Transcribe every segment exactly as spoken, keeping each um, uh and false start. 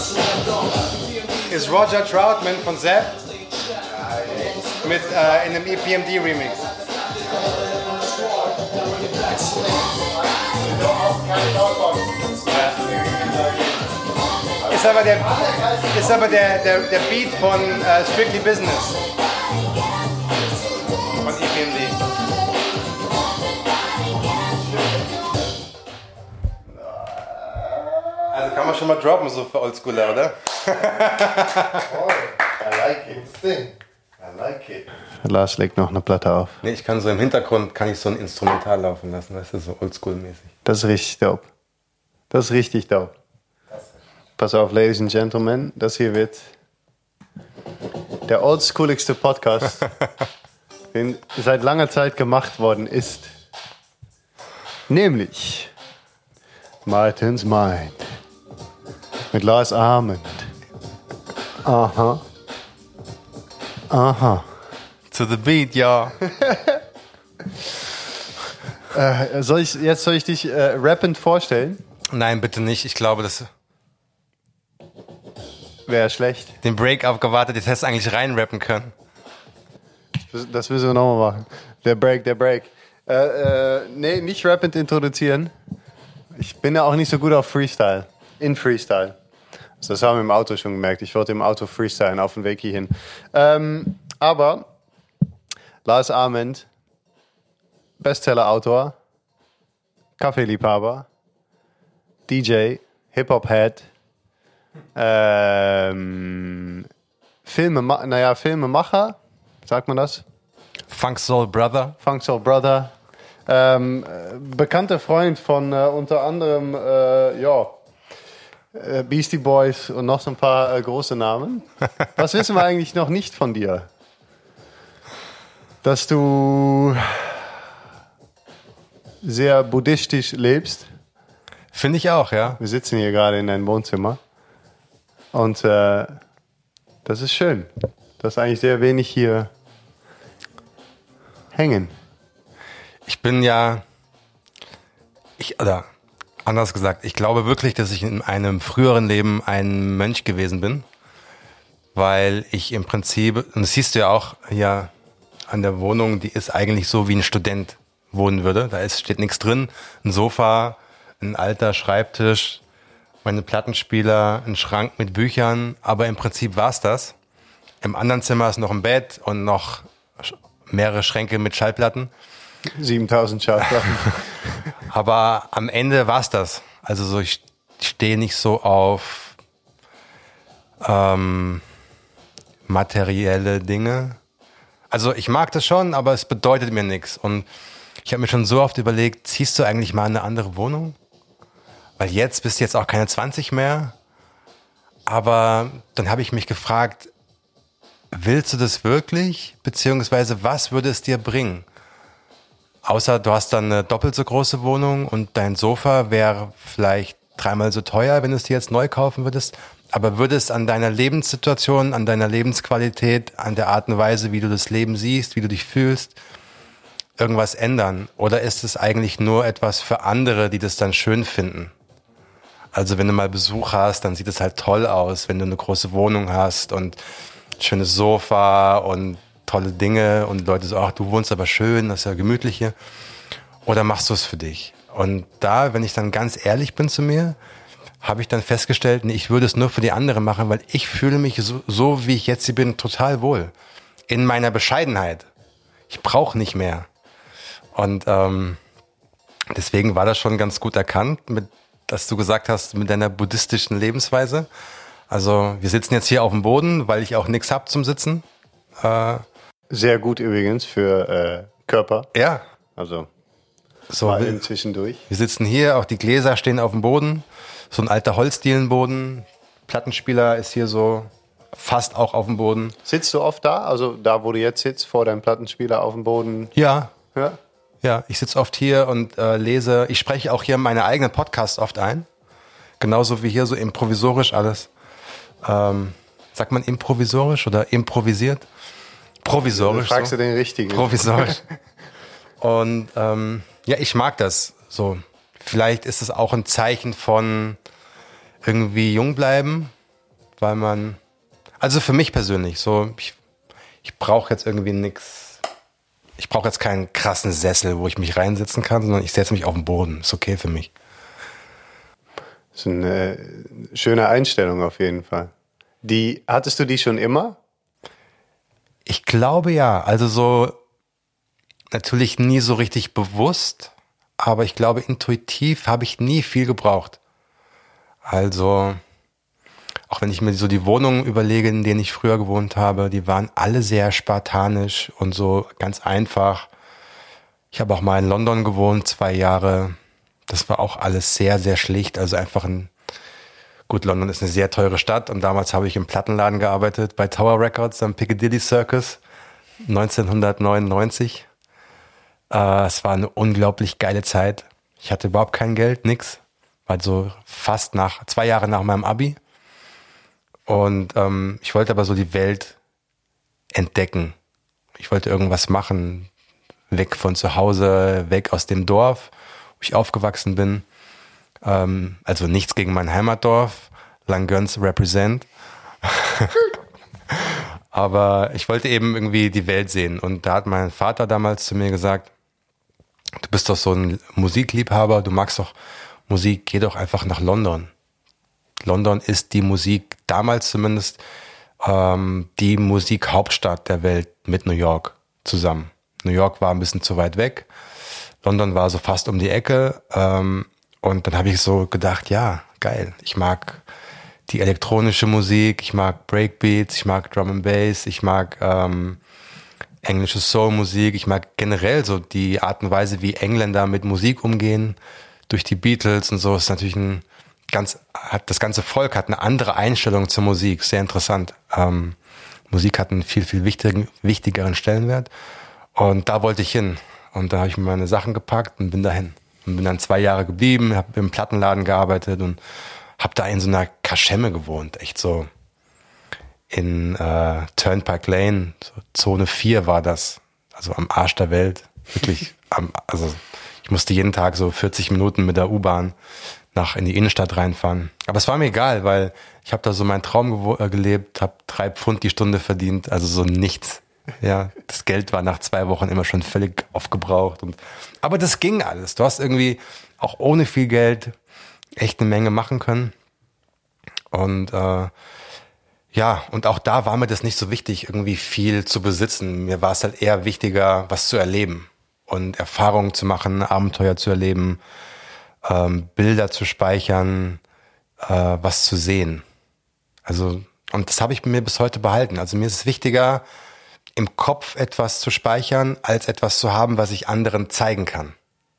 ist Roger Troutman von Zapp mit äh, in einem E P M D-Remix. Ist aber der, ist aber der, der, der Beat von äh, Strictly Business. Von E P M D. Also kann man schon mal droppen, so für Oldschooler, oder? Oh, I like it. Thing. I like it. Lars legt noch eine Platte auf. Nee, ich kann so im Hintergrund, kann ich so ein Instrumental laufen lassen, weißt du, so Oldschool-mäßig. Das ist richtig dope. Das ist richtig dope. Pass auf, Ladies and Gentlemen, das hier wird der oldschooligste Podcast, den seit langer Zeit gemacht worden ist. Nämlich Martins Mind mit Lars Ahmed. Aha. Aha. To the beat, ja. äh, soll ich, jetzt soll ich dich äh, rappend vorstellen? Nein, bitte nicht. Ich glaube, das wäre schlecht. Den Break abgewartet, jetzt hättest du eigentlich reinrappen können. Das müssen wir nochmal machen. Der Break, der Break. Äh, äh, nee, nicht rappend introduzieren. Ich bin ja auch nicht so gut auf Freestyle. In Freestyle. Also das haben wir im Auto schon gemerkt. Ich wollte im Auto freestylen auf dem Weg hierhin. Ähm, aber Lars Ahmed, Bestseller-Autor, Kaffeeliebhaber, D J, Hip-Hop-Head, ähm, Filme, naja, Filmemacher, sagt man das? Funk Soul Brother. Funk Soul Brother. Ähm, bekannter Freund von äh, unter anderem, äh, ja, äh, Beastie Boys und noch so ein paar äh, große Namen. Was wissen wir eigentlich noch nicht von dir? Dass du sehr buddhistisch lebst. Finde ich auch, ja. Wir sitzen hier gerade in deinem Wohnzimmer. Und äh, das ist schön. Das ist eigentlich sehr wenig hier hängen. Ich bin ja, ich, oder anders gesagt, ich glaube wirklich, dass ich in einem früheren Leben ein Mönch gewesen bin. Weil ich im Prinzip, und das siehst du ja auch hier an der Wohnung, die ist eigentlich so, wie ein Student wohnen würde. Da ist, steht nichts drin. Ein Sofa, ein alter Schreibtisch, meine Plattenspieler, ein Schrank mit Büchern. Aber im Prinzip war's das. Im anderen Zimmer ist noch ein Bett und noch mehrere Schränke mit Schallplatten. siebentausend Schallplatten. Aber am Ende war's das. Also so, ich stehe nicht so auf ähm, materielle Dinge. Also ich mag das schon, aber es bedeutet mir nichts. Und ich habe mir schon so oft überlegt, ziehst du eigentlich mal in eine andere Wohnung? Weil jetzt bist du jetzt auch keine zwanzig mehr. Aber dann habe ich mich gefragt, willst du das wirklich? Beziehungsweise was würde es dir bringen? Außer du hast dann eine doppelt so große Wohnung und dein Sofa wäre vielleicht dreimal so teuer, wenn du es dir jetzt neu kaufen würdest. Aber würde es an deiner Lebenssituation, an deiner Lebensqualität, an der Art und Weise, wie du das Leben siehst, wie du dich fühlst, irgendwas ändern? Oder ist es eigentlich nur etwas für andere, die das dann schön finden? Also wenn du mal Besuch hast, dann sieht es halt toll aus, wenn du eine große Wohnung hast und ein schönes Sofa und tolle Dinge und Leute so, ach, du wohnst aber schön, das ist ja gemütlich hier. Oder machst du es für dich? Und da, wenn ich dann ganz ehrlich bin zu mir, habe ich dann festgestellt, nee, ich würde es nur für die anderen machen, weil ich fühle mich so, so wie ich jetzt hier bin, total wohl. In meiner Bescheidenheit. Ich brauche nicht mehr. Und ähm, deswegen war das schon ganz gut erkannt, mit, dass du gesagt hast, mit deiner buddhistischen Lebensweise. Also wir sitzen jetzt hier auf dem Boden, weil ich auch nichts hab zum Sitzen. Äh, Sehr gut übrigens für äh, Körper. Ja. Also so mal wir, zwischendurch. Wir sitzen hier, auch die Gläser stehen auf dem Boden. So ein alter Holzdielenboden. Plattenspieler ist hier so fast auch auf dem Boden. Sitzt du oft da? Also da, wo du jetzt sitzt, vor deinem Plattenspieler auf dem Boden? Ja. Ja, ja ich sitze oft hier und äh, lese. Ich spreche auch hier meine eigenen Podcasts oft ein. Genauso wie hier so improvisorisch alles. Ähm, sagt man improvisorisch oder improvisiert? Provisorisch. Du fragst so. du den richtigen. Provisorisch. Und ähm, ja, ich mag das so. Vielleicht ist es auch ein Zeichen von irgendwie jung bleiben. weil man, also für mich persönlich, so, ich, ich brauche jetzt irgendwie nichts, ich brauche jetzt keinen krassen Sessel, wo ich mich reinsetzen kann, sondern ich setze mich auf den Boden. Ist okay für mich. Das ist eine schöne Einstellung auf jeden Fall. Die, hattest du die schon immer? Ich glaube ja, also so natürlich nie so richtig bewusst, aber ich glaube intuitiv habe ich nie viel gebraucht. Also auch wenn ich mir so die Wohnungen überlege, in denen ich früher gewohnt habe, die waren alle sehr spartanisch und so ganz einfach. Ich habe auch mal in London gewohnt, zwei Jahre. Das war auch alles sehr, sehr schlicht, also einfach ein Gut, London ist eine sehr teure Stadt und damals habe ich im Plattenladen gearbeitet bei Tower Records am Piccadilly Circus neunzehnhundertneunundneunzig. Äh, es war eine unglaublich geile Zeit. Ich hatte überhaupt kein Geld, nix. War so fast nach, zwei Jahre nach meinem Abi. Und ähm, ich wollte aber so die Welt entdecken. Ich wollte irgendwas machen, weg von zu Hause, weg aus dem Dorf, wo ich aufgewachsen bin. Ähm, also nichts gegen mein Heimatdorf, Langgöns represent. Aber ich wollte eben irgendwie die Welt sehen. Und da hat mein Vater damals zu mir gesagt, du bist doch so ein Musikliebhaber, du magst doch Musik, geh doch einfach nach London. London ist die Musik, damals zumindest, ähm, die Musikhauptstadt der Welt mit New York zusammen. New York war ein bisschen zu weit weg. London war so fast um die Ecke. Ähm, Und dann habe ich so gedacht, ja, geil. Ich mag die elektronische Musik, ich mag Breakbeats, ich mag Drum and Bass, ich mag ähm, englische Soul-Musik, ich mag generell so die Art und Weise, wie Engländer mit Musik umgehen, durch die Beatles und so. Ist natürlich ein ganz, hat das ganze Volk hat eine andere Einstellung zur Musik, sehr interessant. Ähm, Musik hat einen viel, viel wichtigen, wichtigeren Stellenwert. Und da wollte ich hin. Und da habe ich mir meine Sachen gepackt und bin dahin. Und bin dann zwei Jahre geblieben, habe im Plattenladen gearbeitet und habe da in so einer Kaschemme gewohnt. Echt so in äh, Turnpike Lane, so Zone vier war das. Also am Arsch der Welt. Wirklich. am, also ich musste jeden Tag so vierzig Minuten mit der U-Bahn nach in die Innenstadt reinfahren. Aber es war mir egal, weil ich habe da so meinen Traum gewo- äh, gelebt, habe drei Pfund die Stunde verdient, also so nichts. Ja, das Geld war nach zwei Wochen immer schon völlig aufgebraucht. Und, aber das ging alles. Du hast irgendwie auch ohne viel Geld echt eine Menge machen können. Und äh, ja, und auch da war mir das nicht so wichtig, irgendwie viel zu besitzen. Mir war es halt eher wichtiger, was zu erleben und Erfahrungen zu machen, Abenteuer zu erleben, ähm, Bilder zu speichern, äh, was zu sehen. Also, und das habe ich mir bis heute behalten. Also mir ist es wichtiger, im Kopf etwas zu speichern, als etwas zu haben, was ich anderen zeigen kann.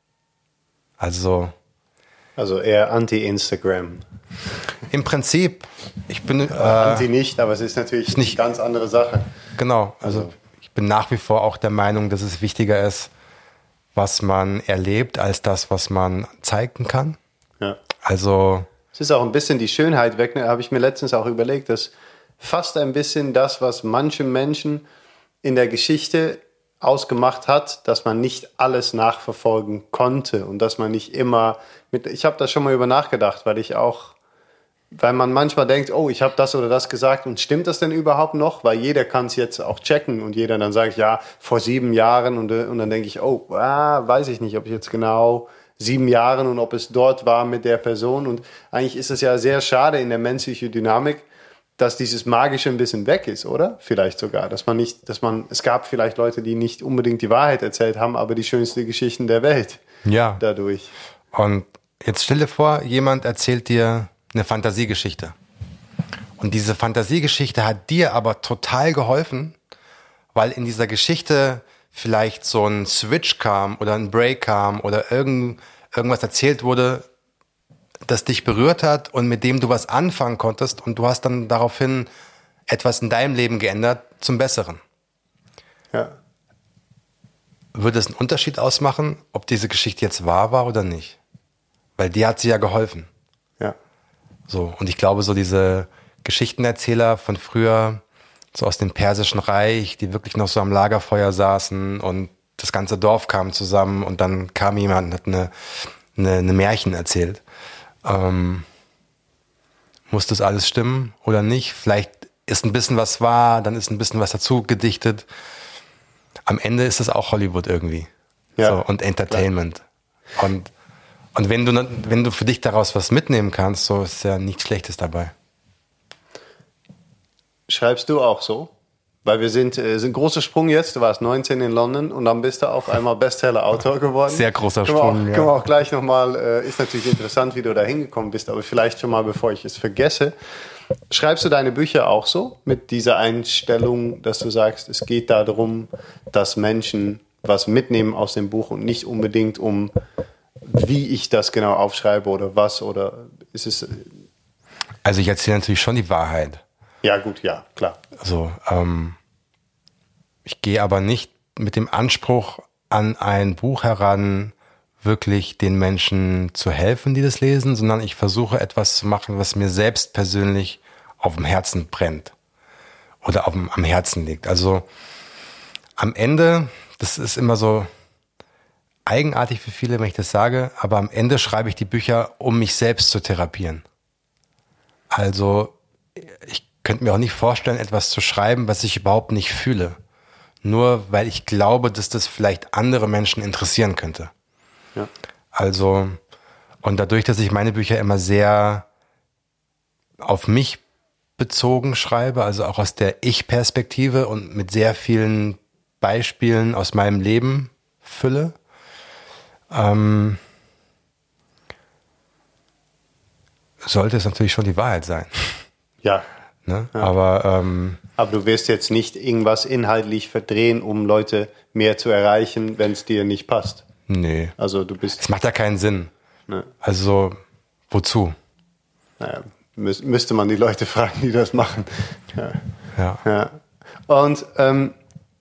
Also Also eher anti-Instagram. Im Prinzip, ich bin äh, Anti nicht, aber es ist natürlich ist nicht, eine ganz andere Sache. Genau, also, also ich bin nach wie vor auch der Meinung, dass es wichtiger ist, was man erlebt, als das, was man zeigen kann. Ja. Also es ist auch ein bisschen die Schönheit weg, ne? Habe ich mir letztens auch überlegt, dass fast ein bisschen das, was manche Menschen in der Geschichte ausgemacht hat, dass man nicht alles nachverfolgen konnte und dass man nicht immer mit, ich habe da schon mal über nachgedacht, weil ich auch, weil man manchmal denkt, oh, ich habe das oder das gesagt und stimmt das denn überhaupt noch? Weil jeder kann es jetzt auch checken und jeder dann sagt, ja, vor sieben Jahren und, und dann denke ich, oh, ah, weiß ich nicht, ob ich jetzt genau sieben Jahren und ob es dort war mit der Person und eigentlich ist es ja sehr schade in der menschlichen Dynamik, dass dieses Magische ein bisschen weg ist, oder? Vielleicht sogar, dass man nicht, dass man, es gab vielleicht Leute, die nicht unbedingt die Wahrheit erzählt haben, aber die schönsten Geschichten der Welt. Ja. Dadurch. Und jetzt stell dir vor, jemand erzählt dir eine Fantasiegeschichte. Und diese Fantasiegeschichte hat dir aber total geholfen, weil in dieser Geschichte vielleicht so ein Switch kam oder ein Break kam oder irgend, irgendwas erzählt wurde, das dich berührt hat und mit dem du was anfangen konntest und du hast dann daraufhin etwas in deinem Leben geändert zum Besseren. Ja. Würde es einen Unterschied ausmachen, ob diese Geschichte jetzt wahr war oder nicht? Weil dir hat sie ja geholfen. Ja. So, und ich glaube, so diese Geschichtenerzähler von früher, so aus dem Persischen Reich, die wirklich noch so am Lagerfeuer saßen und das ganze Dorf kam zusammen und dann kam jemand und hat eine, eine, eine Märchen erzählt. Ähm, muss das alles stimmen oder nicht? Vielleicht ist ein bisschen was wahr, dann ist ein bisschen was dazu gedichtet. Am Ende ist das auch Hollywood irgendwie. Ja, so, und Entertainment. Und, und wenn du, wenn du für dich daraus was mitnehmen kannst, so ist ja nichts Schlechtes dabei. Schreibst du auch so? Weil wir sind, äh, sind großer Sprung jetzt. Du warst neunzehn in London und dann bist du auf einmal Bestseller-Autor geworden. Sehr großer können Sprung, wir auch, ja. Können wir auch gleich nochmal, äh, ist natürlich interessant, wie du da hingekommen bist, aber vielleicht schon mal, bevor ich es vergesse. Schreibst du deine Bücher auch so? Mit dieser Einstellung, dass du sagst, es geht darum, dass Menschen was mitnehmen aus dem Buch und nicht unbedingt um, wie ich das genau aufschreibe oder was, oder ist es... Also ich erzähle natürlich schon die Wahrheit. Ja, gut, ja, klar. So, ähm, ich gehe aber nicht mit dem Anspruch an ein Buch heran, wirklich den Menschen zu helfen, die das lesen, sondern ich versuche etwas zu machen, was mir selbst persönlich auf dem Herzen brennt oder auf dem, am Herzen liegt. Also am Ende, das ist immer so eigenartig für viele, wenn ich das sage, aber am Ende schreibe ich die Bücher, um mich selbst zu therapieren. Also ich könnte mir auch nicht vorstellen, etwas zu schreiben, was ich überhaupt nicht fühle. Nur weil ich glaube, dass das vielleicht andere Menschen interessieren könnte. Ja. Also, und dadurch, dass ich meine Bücher immer sehr auf mich bezogen schreibe, also auch aus der Ich-Perspektive und mit sehr vielen Beispielen aus meinem Leben fülle, ähm, sollte es natürlich schon die Wahrheit sein. Ja. Ne? Ja. Aber, ähm, Aber du wirst jetzt nicht irgendwas inhaltlich verdrehen, um Leute mehr zu erreichen, wenn es dir nicht passt. nee. Also du bist... Es macht ja keinen Sinn. Ne, Also, wozu? naja, müß, müsste man die Leute fragen, die das machen. Ja. Ja. Ja. Und ähm,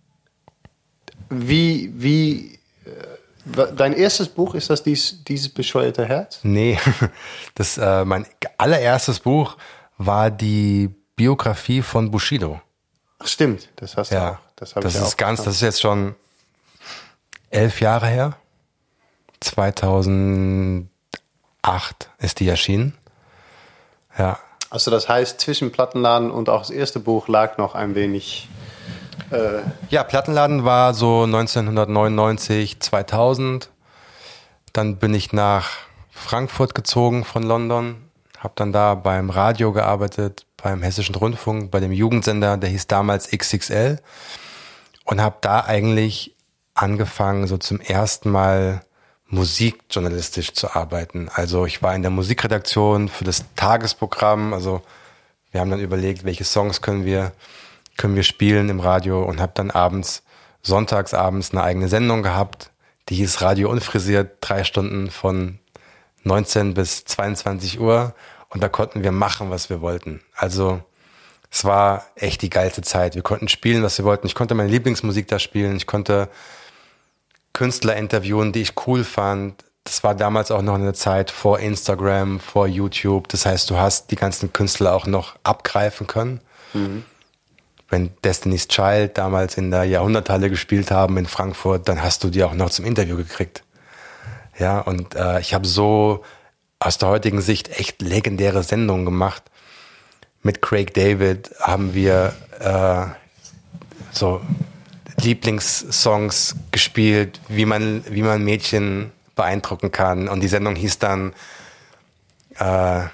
wie, wie äh, dein erstes Buch, ist das dies, dieses bescheuerte Herz? Nee, das, äh, mein allererstes Buch war die Biografie von Bushido. Ach, stimmt, das hast du Ja, auch. Das, hab das ich ja ist auch ganz, gehabt. das ist jetzt schon elf Jahre her. zweitausendacht ist die erschienen. Ja. Also das heißt, zwischen Plattenladen und auch das erste Buch lag noch ein wenig... Äh, Ja, Plattenladen war so neunzehnhundertneunundneunzig, zweitausend. Dann bin ich nach Frankfurt gezogen von London, habe dann da beim Radio gearbeitet, beim Hessischen Rundfunk, bei dem Jugendsender, der hieß damals X X L, und habe da eigentlich angefangen, so zum ersten Mal musikjournalistisch zu arbeiten. Also ich war in der Musikredaktion für das Tagesprogramm, also wir haben dann überlegt, welche Songs können wir können wir spielen im Radio, und habe dann abends, sonntags abends eine eigene Sendung gehabt, die hieß Radio Unfrisiert, drei Stunden von neunzehn bis zweiundzwanzig Uhr, und da konnten wir machen, was wir wollten. Also es war echt die geilste Zeit. Wir konnten spielen, was wir wollten. Ich konnte meine Lieblingsmusik da spielen, ich konnte Künstler interviewen, die ich cool fand. Das war damals auch noch eine Zeit vor Instagram, vor YouTube. Das heißt, du hast die ganzen Künstler auch noch abgreifen können. mhm. Wenn Destiny's Child damals in der Jahrhunderthalle gespielt haben in Frankfurt, dann hast du die auch noch zum Interview gekriegt. Ja, und äh, ich habe so aus der heutigen Sicht echt legendäre Sendungen gemacht. Mit Craig David haben wir äh, so Lieblingssongs gespielt, wie man, wie man Mädchen beeindrucken kann. Und die Sendung hieß dann äh,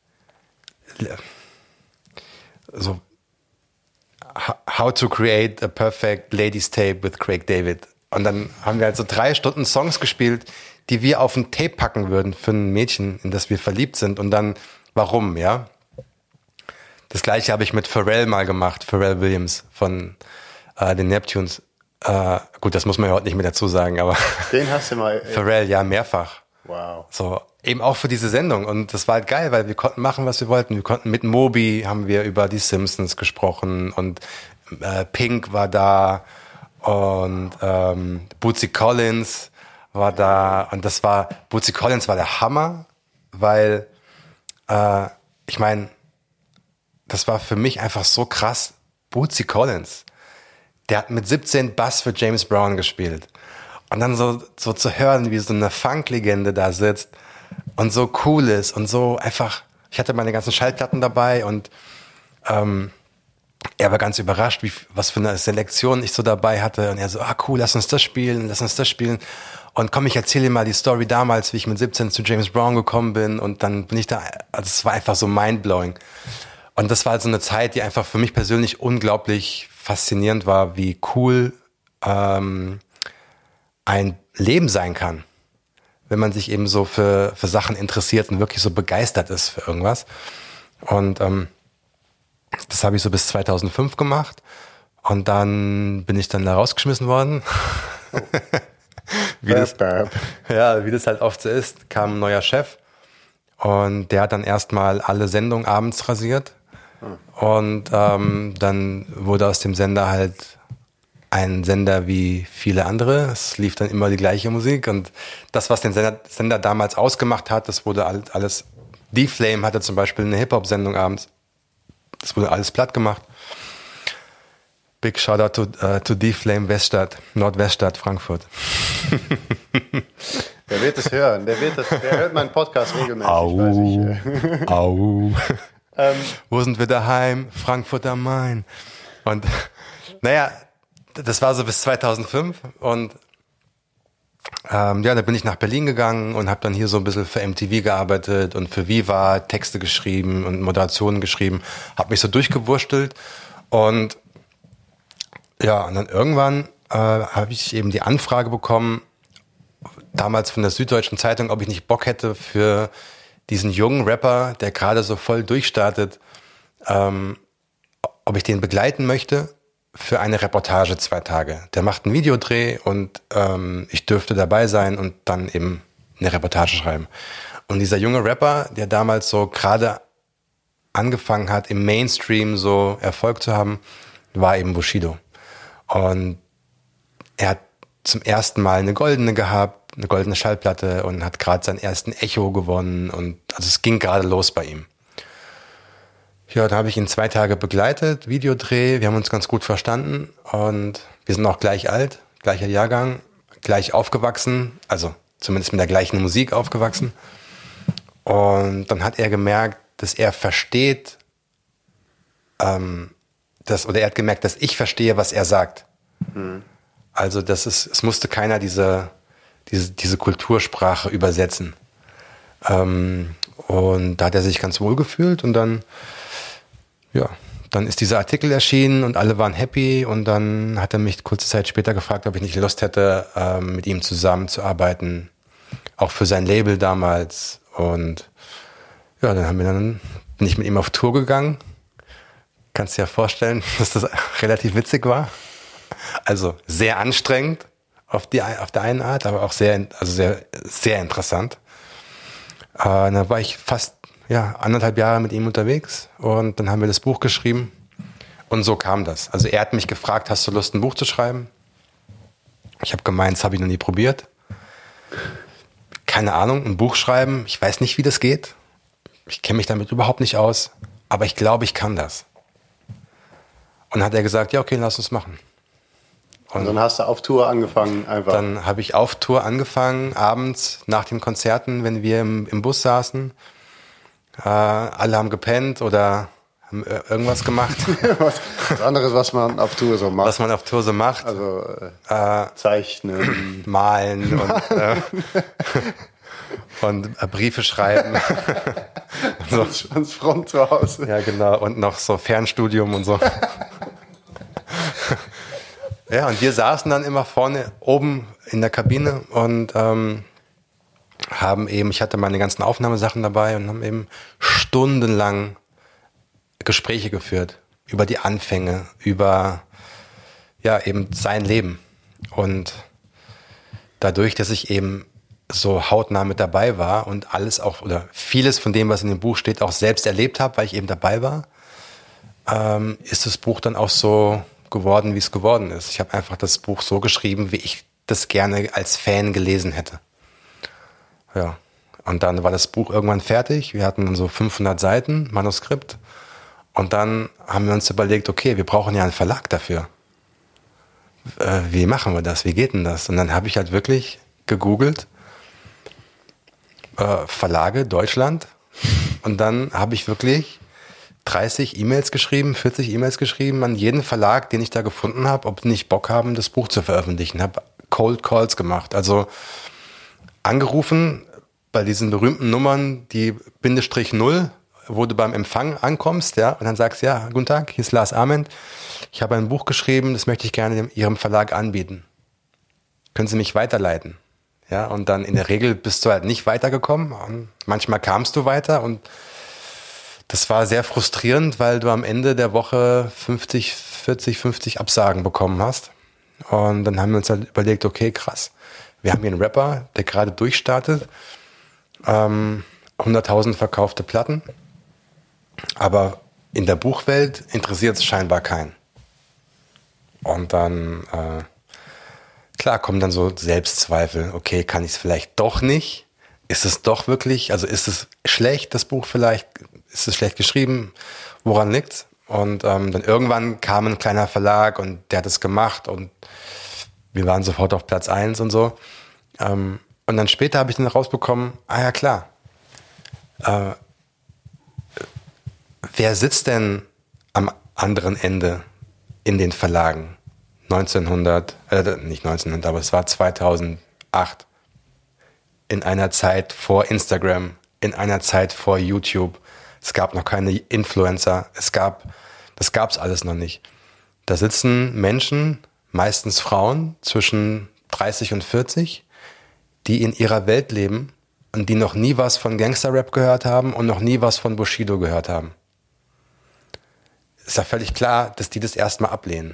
so How to Create a Perfect Ladies Tape with Craig David. Und dann haben wir halt so drei Stunden Songs gespielt, die wir auf ein Tape packen würden für ein Mädchen, in das wir verliebt sind. Und dann, warum, ja? Das Gleiche habe ich mit Pharrell mal gemacht, Pharrell Williams von äh, den Neptunes. Äh, gut, das muss man ja heute nicht mehr dazu sagen, aber Den hast du mal... Äh, Pharrell, ja, mehrfach. wow. So, eben auch für diese Sendung. Und das war halt geil, weil wir konnten machen, was wir wollten. Wir konnten mit Moby, haben wir über die Simpsons gesprochen, und äh, Pink war da, und ähm, Bootsy Collins war da, und das war, Bootsy Collins war der Hammer, weil äh, ich meine, das war für mich einfach so krass. Bootsy Collins, der hat mit siebzehn Bass für James Brown gespielt. Und dann so, so zu hören, wie so eine Funk-Legende da sitzt und so cool ist und so einfach Ich hatte meine ganzen Schallplatten dabei und ähm, er war ganz überrascht, wie, was für eine Selektion ich so dabei hatte. Und er so, ah cool, lass uns das spielen, lass uns das spielen. Und komm, ich erzähle dir mal die Story damals, wie ich mit siebzehn zu James Brown gekommen bin. Und dann bin ich da, also es war einfach so mindblowing. Und das war halt so eine Zeit, die einfach für mich persönlich unglaublich faszinierend war, wie cool ähm, ein Leben sein kann, wenn man sich eben so für, für Sachen interessiert und wirklich so begeistert ist für irgendwas. Und ähm, das habe ich so bis zweitausendfünf gemacht. Und dann bin ich dann da rausgeschmissen worden. Oh. wie, das, ja, wie das halt oft so ist, kam ein neuer Chef. Und der hat dann erstmal alle Sendungen abends rasiert. Und ähm, dann wurde aus dem Sender halt ein Sender wie viele andere. Es lief dann immer die gleiche Musik. Und das, was den Sender, Sender damals ausgemacht hat, das wurde alles... D-Flame hatte zum Beispiel eine Hip-Hop-Sendung abends. Das wurde alles platt gemacht. Big Shoutout to, uh, to D-Flame Weststadt, Nordweststadt, Frankfurt. Der wird es hören. Der, wird das, der hört meinen Podcast regelmäßig. Au. Weiß ich. Au. ähm, Wo sind wir daheim? Frankfurt am Main. Und naja, das war so bis zweitausendfünf. Und ähm, ja, da bin ich nach Berlin gegangen und habe dann hier so ein bisschen für M T V gearbeitet und für Viva Texte geschrieben und Moderationen geschrieben. Habe mich so durchgewurstelt. Und ja, und dann irgendwann äh, habe ich eben die Anfrage bekommen, damals von der Süddeutschen Zeitung, ob ich nicht Bock hätte für diesen jungen Rapper, der gerade so voll durchstartet, ähm, ob ich den begleiten möchte für eine Reportage zwei Tage. Der macht einen Videodreh und ähm, ich dürfte dabei sein und dann eben eine Reportage schreiben. Und dieser junge Rapper, der damals so gerade angefangen hat, im Mainstream so Erfolg zu haben, war eben Bushido. Und er hat zum ersten Mal eine goldene gehabt, eine goldene Schallplatte und hat gerade seinen ersten Echo gewonnen. Und also es ging gerade los bei ihm. Ja, da habe ich ihn zwei Tage begleitet, Videodreh. Wir haben uns ganz gut verstanden und wir sind auch gleich alt, gleicher Jahrgang, gleich aufgewachsen, also zumindest mit der gleichen Musik aufgewachsen. Und dann hat er gemerkt, dass er versteht, ähm, dass, oder er hat gemerkt, dass ich verstehe, was er sagt. Mhm. Also das ist, es musste keiner diese, diese, diese Kultursprache übersetzen. Ähm, und da hat er sich ganz wohl gefühlt und dann, ja, dann ist dieser Artikel erschienen und alle waren happy und dann hat er mich kurze Zeit später gefragt, ob ich nicht Lust hätte, ähm, mit ihm zusammenzuarbeiten, auch für sein Label damals. Und ja, dann haben wir dann, bin ich mit ihm auf Tour gegangen. Kannst dir ja vorstellen, dass das relativ witzig war. Also sehr anstrengend auf, die, auf der einen Art, aber auch sehr, also sehr, sehr interessant. Äh, da war ich fast ja, anderthalb Jahre mit ihm unterwegs und dann haben wir das Buch geschrieben und so kam das. Also er hat mich gefragt, hast du Lust, ein Buch zu schreiben? Ich habe gemeint, das habe ich noch nie probiert. Keine Ahnung, ein Buch schreiben, ich weiß nicht, wie das geht. Ich kenne mich damit überhaupt nicht aus, aber ich glaube, ich kann das. Und dann hat er gesagt, ja okay, lass uns machen. Und dann hast du auf Tour angefangen einfach. Dann habe ich auf Tour angefangen, abends nach den Konzerten, wenn wir im, im Bus saßen. Äh, alle haben gepennt oder haben irgendwas gemacht. was, was anderes, was man auf Tour so macht. Was man auf Tour so macht. Also äh, äh, zeichnen. Malen und, äh, und äh, Briefe schreiben. so. Ans Front zu Hause. Ja, genau. Und noch so Fernstudium und so. Ja, und wir saßen dann immer vorne oben in der Kabine und ähm, haben eben, ich hatte meine ganzen Aufnahmesachen dabei und haben eben stundenlang Gespräche geführt über die Anfänge, über ja eben sein Leben. Und dadurch, dass ich eben so hautnah mit dabei war und alles auch oder vieles von dem, was in dem Buch steht, auch selbst erlebt habe, weil ich eben dabei war, ähm, ist das Buch dann auch so geworden, wie es geworden ist. Ich habe einfach das Buch so geschrieben, wie ich das gerne als Fan gelesen hätte. Ja, und dann war das Buch irgendwann fertig. Wir hatten dann so fünfhundert Seiten Manuskript und dann haben wir uns überlegt, okay, wir brauchen ja einen Verlag dafür. Äh, wie machen wir das? Wie geht denn das? Und dann habe ich halt wirklich gegoogelt, äh, Verlage Deutschland Und dann habe ich wirklich dreißig E-Mails geschrieben, vierzig E-Mails geschrieben an jeden Verlag, den ich da gefunden habe, ob die nicht Bock haben, das Buch zu veröffentlichen. Habe Cold Calls gemacht, also angerufen bei diesen berühmten Nummern, die Bindestrich Null, wo du beim Empfang ankommst, ja, und dann sagst, ja, guten Tag, hier ist Lars Ament. Ich habe ein Buch geschrieben, das möchte ich gerne Ihrem Verlag anbieten. Können Sie mich weiterleiten? Ja, und dann in der Regel bist du halt nicht weitergekommen. Und manchmal kamst du weiter und das war sehr frustrierend, weil du am Ende der Woche fünfzig, vierzig, fünfzig Absagen bekommen hast. Und dann haben wir uns halt überlegt, okay, krass, wir haben hier einen Rapper, der gerade durchstartet, ähm, hunderttausend verkaufte Platten, aber in der Buchwelt interessiert es scheinbar keinen. Und dann, äh, klar, kommen dann so Selbstzweifel, okay, kann ich es vielleicht doch nicht? Ist es doch wirklich, also ist es schlecht, das Buch vielleicht? Ist es schlecht geschrieben? Woran liegt's? Und ähm, dann irgendwann kam ein kleiner Verlag und der hat es gemacht und wir waren sofort auf Platz eins und so. Ähm, und dann später habe ich dann rausbekommen, ah ja klar, äh, wer sitzt denn am anderen Ende in den Verlagen? neunzehnhundert, äh, nicht neunzehnhundert, aber es war zweitausendacht. In einer Zeit vor Instagram, in einer Zeit vor YouTube. Es gab noch keine Influencer. Es gab, das gab's alles noch nicht. Da sitzen Menschen, meistens Frauen, zwischen dreißig und vierzig, die in ihrer Welt leben und die noch nie was von Gangster-Rap gehört haben und noch nie was von Bushido gehört haben. Ist ja völlig klar, dass die das erstmal ablehnen.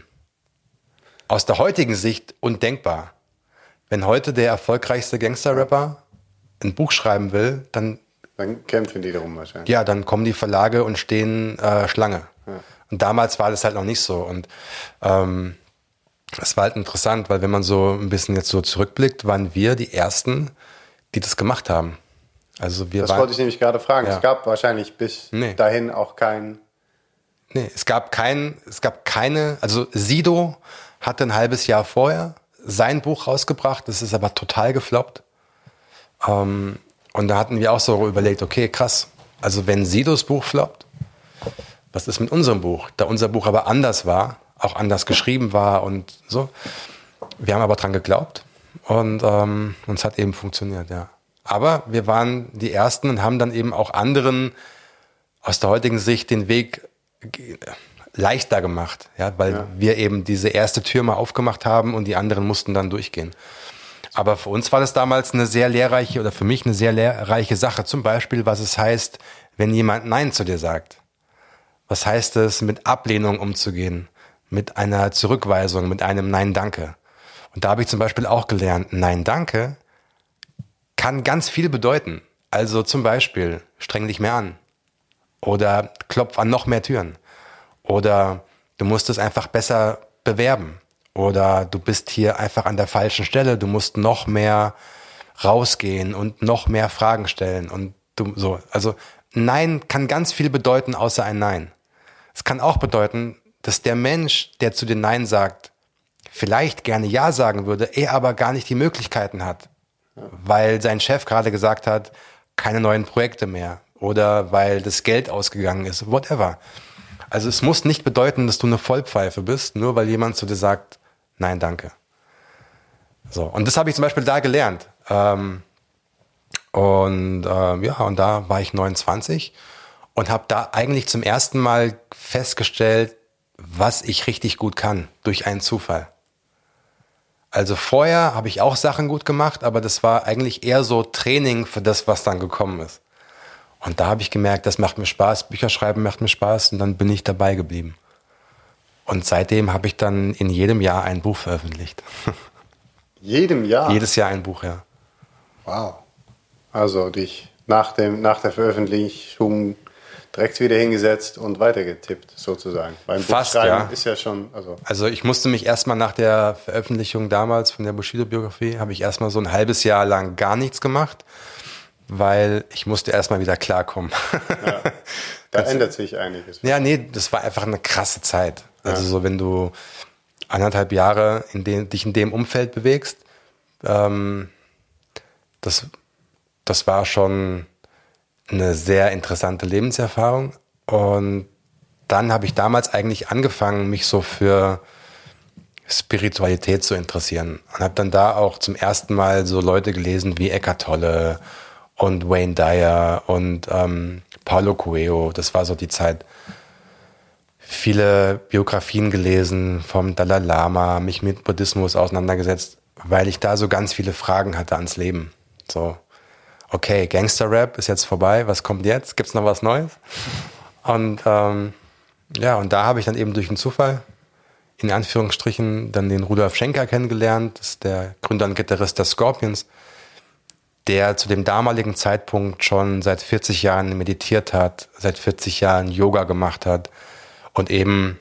Aus der heutigen Sicht undenkbar. Wenn heute der erfolgreichste Gangster-Rapper ein Buch schreiben will, dann Dann kämpfen die darum wahrscheinlich. ja, dann kommen die Verlage und stehen äh, Schlange. Ja. Und damals war das halt noch nicht so. Und ähm, es war halt interessant, weil wenn man so ein bisschen jetzt so zurückblickt, waren wir die Ersten, die das gemacht haben. Also wir Das waren, wollte ich nämlich gerade fragen. Ja. Es gab wahrscheinlich bis Nee. dahin auch keinen. Nee, es gab kein, es gab keine, also Sido hatte ein halbes Jahr vorher sein Buch rausgebracht, das ist aber total gefloppt. Ähm, und da hatten wir auch so überlegt, okay, krass, also wenn Sidos Buch floppt, was ist mit unserem Buch? Da unser Buch aber anders war, auch anders geschrieben war und so. Wir haben aber dran geglaubt und ähm, uns hat eben funktioniert, ja. Aber wir waren die Ersten und haben dann eben auch anderen aus der heutigen Sicht den Weg ge- leichter gemacht, ja, weil Ja. wir eben diese erste Tür mal aufgemacht haben und die anderen mussten dann durchgehen. Aber für uns war das damals eine sehr lehrreiche oder für mich eine sehr lehrreiche Sache. Zum Beispiel, was es heißt, wenn jemand Nein zu dir sagt. Was heißt es, mit Ablehnung umzugehen? Mit einer Zurückweisung, mit einem Nein, danke. Und da habe ich zum Beispiel auch gelernt, Nein, danke kann ganz viel bedeuten. Also zum Beispiel, streng dich mehr an. Oder klopf an noch mehr Türen. Oder du musst es einfach besser bewerben. Oder du bist hier einfach an der falschen Stelle. Du musst noch mehr rausgehen und noch mehr Fragen stellen. Und du so. Also Nein kann ganz viel bedeuten, außer ein Nein. Es kann auch bedeuten, dass der Mensch, der zu dir Nein sagt, vielleicht gerne Ja sagen würde, er aber gar nicht die Möglichkeiten hat. Weil sein Chef gerade gesagt hat, keine neuen Projekte mehr. Oder weil das Geld ausgegangen ist. Whatever. Also es muss nicht bedeuten, dass du eine Vollpfeife bist, nur weil jemand zu dir sagt, nein, danke. So, und das habe ich zum Beispiel da gelernt. Ähm, und äh, ja, und da war ich neunundzwanzig und habe da eigentlich zum ersten Mal festgestellt, was ich richtig gut kann, durch einen Zufall. Also vorher habe ich auch Sachen gut gemacht, aber das war eigentlich eher so Training für das, was dann gekommen ist. Und da habe ich gemerkt, das macht mir Spaß, Bücher schreiben macht mir Spaß und dann bin ich dabei geblieben. Und seitdem habe ich dann in jedem Jahr ein Buch veröffentlicht. Jedem Jahr? Jedes Jahr ein Buch, ja. Wow. Also dich nach, dem, nach der Veröffentlichung direkt wieder hingesetzt und weitergetippt, sozusagen. Beim Fast, Buchschreiben ja. ist ja schon... Also Also ich musste mich erstmal nach der Veröffentlichung damals von der Bushido-Biografie, habe ich erstmal so ein halbes Jahr lang gar nichts gemacht, weil ich musste erstmal wieder klarkommen. ja, da ändert sich einiges. Ja, nee, das war einfach eine krasse Zeit. Also Ja. so, wenn du anderthalb Jahre in den, dich in dem Umfeld bewegst, ähm, das, das war schon eine sehr interessante Lebenserfahrung. Und dann habe ich damals eigentlich angefangen, mich so für Spiritualität zu interessieren. Und habe dann da auch zum ersten Mal so Leute gelesen wie Eckhart Tolle und Wayne Dyer und ähm, Paulo Coelho. Das war so die Zeit. Viele Biografien gelesen vom Dalai Lama, mich mit Buddhismus auseinandergesetzt, weil ich da so ganz viele Fragen hatte ans Leben. So, okay, Gangster-Rap ist jetzt vorbei, was kommt jetzt? Gibt's noch was Neues? Und ähm, ja, und da habe ich dann eben durch einen Zufall, in Anführungsstrichen, dann den Rudolf Schenker kennengelernt. Das ist der Gründer und Gitarrist der Scorpions, der zu dem damaligen Zeitpunkt schon seit vierzig Jahren meditiert hat, seit vierzig Jahren Yoga gemacht hat und eben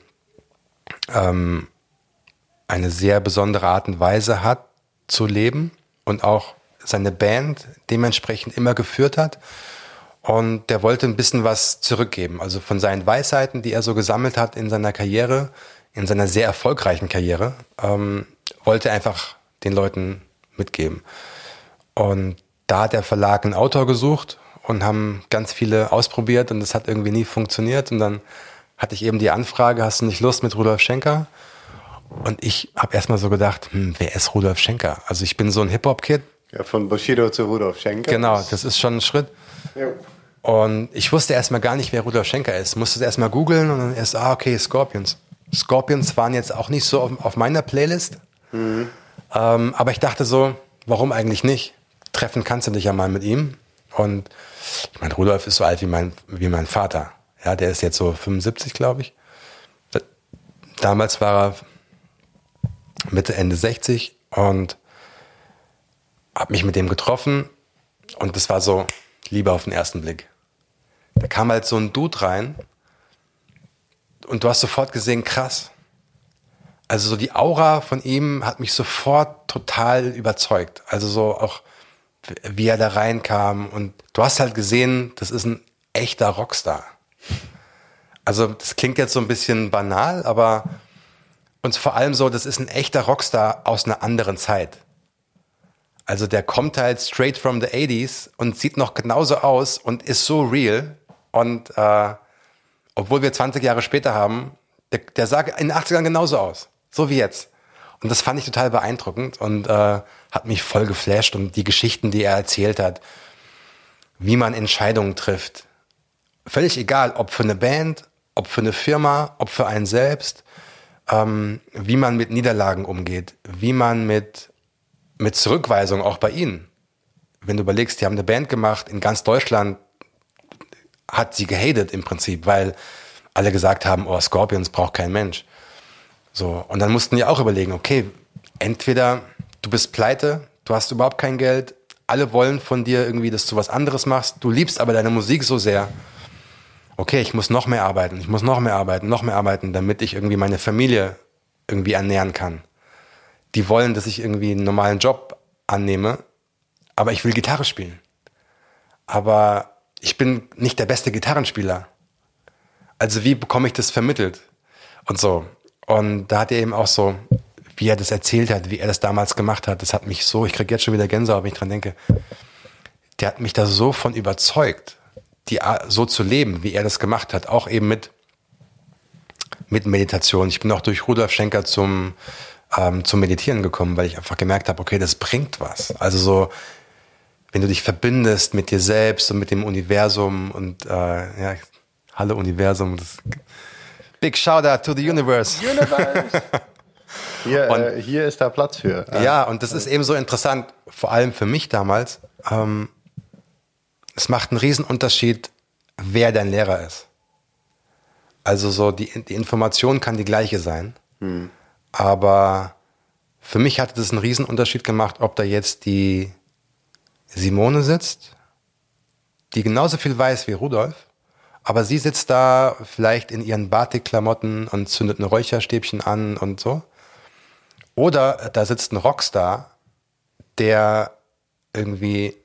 ähm, eine sehr besondere Art und Weise hat zu leben und auch seine Band dementsprechend immer geführt hat. Und der wollte ein bisschen was zurückgeben, also von seinen Weisheiten, die er so gesammelt hat in seiner Karriere, in seiner sehr erfolgreichen Karriere, ähm, wollte er einfach den Leuten mitgeben. Und da hat der Verlag einen Autor gesucht und haben ganz viele ausprobiert und das hat irgendwie nie funktioniert. Und dann hatte ich eben die Anfrage, hast du nicht Lust mit Rudolf Schenker? Und ich habe erstmal so gedacht, hm, wer ist Rudolf Schenker? Also ich bin so ein Hip-Hop-Kid. Ja, von Bushido zu Rudolf Schenker. Genau, das ist schon ein Schritt. Jo. Und ich wusste erstmal gar nicht, wer Rudolf Schenker ist. Musste es erstmal googeln und dann erst, ah, okay, Scorpions. Scorpions waren jetzt auch nicht so auf, auf meiner Playlist. Mhm. Ähm, aber ich dachte so, warum eigentlich nicht? Treffen kannst du dich ja mal mit ihm. Und ich meine, Rudolf ist so alt wie mein, wie mein Vater. Ja, der ist jetzt so fünfundsiebzig, glaube ich. Damals war er Mitte, Ende sechzig und habe mich mit dem getroffen. Und das war so Liebe auf den ersten Blick. Da kam halt so ein Dude rein und du hast sofort gesehen, krass. Also so die Aura von ihm hat mich sofort total überzeugt. Also so auch, wie er da reinkam. Und du hast halt gesehen, das ist ein echter Rockstar. Also das klingt jetzt so ein bisschen banal, aber und vor allem so, das ist ein echter Rockstar aus einer anderen Zeit. Also der kommt halt straight from the eighties und sieht noch genauso aus und ist so real. Und äh, obwohl wir zwanzig Jahre später haben, der, der sah in den achtzigern genauso aus. So wie jetzt. Und das fand ich total beeindruckend und äh, hat mich voll geflasht. Und die Geschichten, die er erzählt hat, wie man Entscheidungen trifft. Völlig egal, ob für eine Band, ob für eine Firma, ob für einen selbst. Ähm, wie man mit Niederlagen umgeht. Wie man mit, mit Zurückweisung, auch bei ihnen. Wenn du überlegst, die haben eine Band gemacht, in ganz Deutschland hat sie gehatet im Prinzip, weil alle gesagt haben, oh, Scorpions braucht kein Mensch. So, und dann mussten die auch überlegen, okay, entweder du bist pleite, du hast überhaupt kein Geld, alle wollen von dir irgendwie, dass du was anderes machst, du liebst aber deine Musik so sehr. Okay, ich muss noch mehr arbeiten, ich muss noch mehr arbeiten, noch mehr arbeiten, damit ich irgendwie meine Familie irgendwie ernähren kann. Die wollen, dass ich irgendwie einen normalen Job annehme, aber ich will Gitarre spielen. Aber ich bin nicht der beste Gitarrenspieler. Also wie bekomme ich das vermittelt? Und so. Und da hat er eben auch so, wie er das erzählt hat, wie er das damals gemacht hat, das hat mich so, ich kriege jetzt schon wieder Gänsehaut, wenn ich dran denke, der hat mich da so von überzeugt, die so zu leben, wie er das gemacht hat, auch eben mit, mit Meditation. Ich bin auch durch Rudolf Schenker zum, ähm, zum Meditieren gekommen, weil ich einfach gemerkt habe, okay, das bringt was. Also so, wenn du dich verbindest mit dir selbst und mit dem Universum und äh, ja, hallo Universum, das big shout out to the universe. Universe. Hier, und, äh, hier ist da Platz für. Ja, und das ist eben so interessant, vor allem für mich damals. Ähm, es macht einen riesen Unterschied, wer dein Lehrer ist. Also so die, die Information kann die gleiche sein, hm. aber für mich hat es einen riesen Unterschied gemacht, ob da jetzt die Simone sitzt, die genauso viel weiß wie Rudolf, aber sie sitzt da vielleicht in ihren Batik-Klamotten und zündet ein Räucherstäbchen an und so. Oder da sitzt ein Rockstar, der irgendwie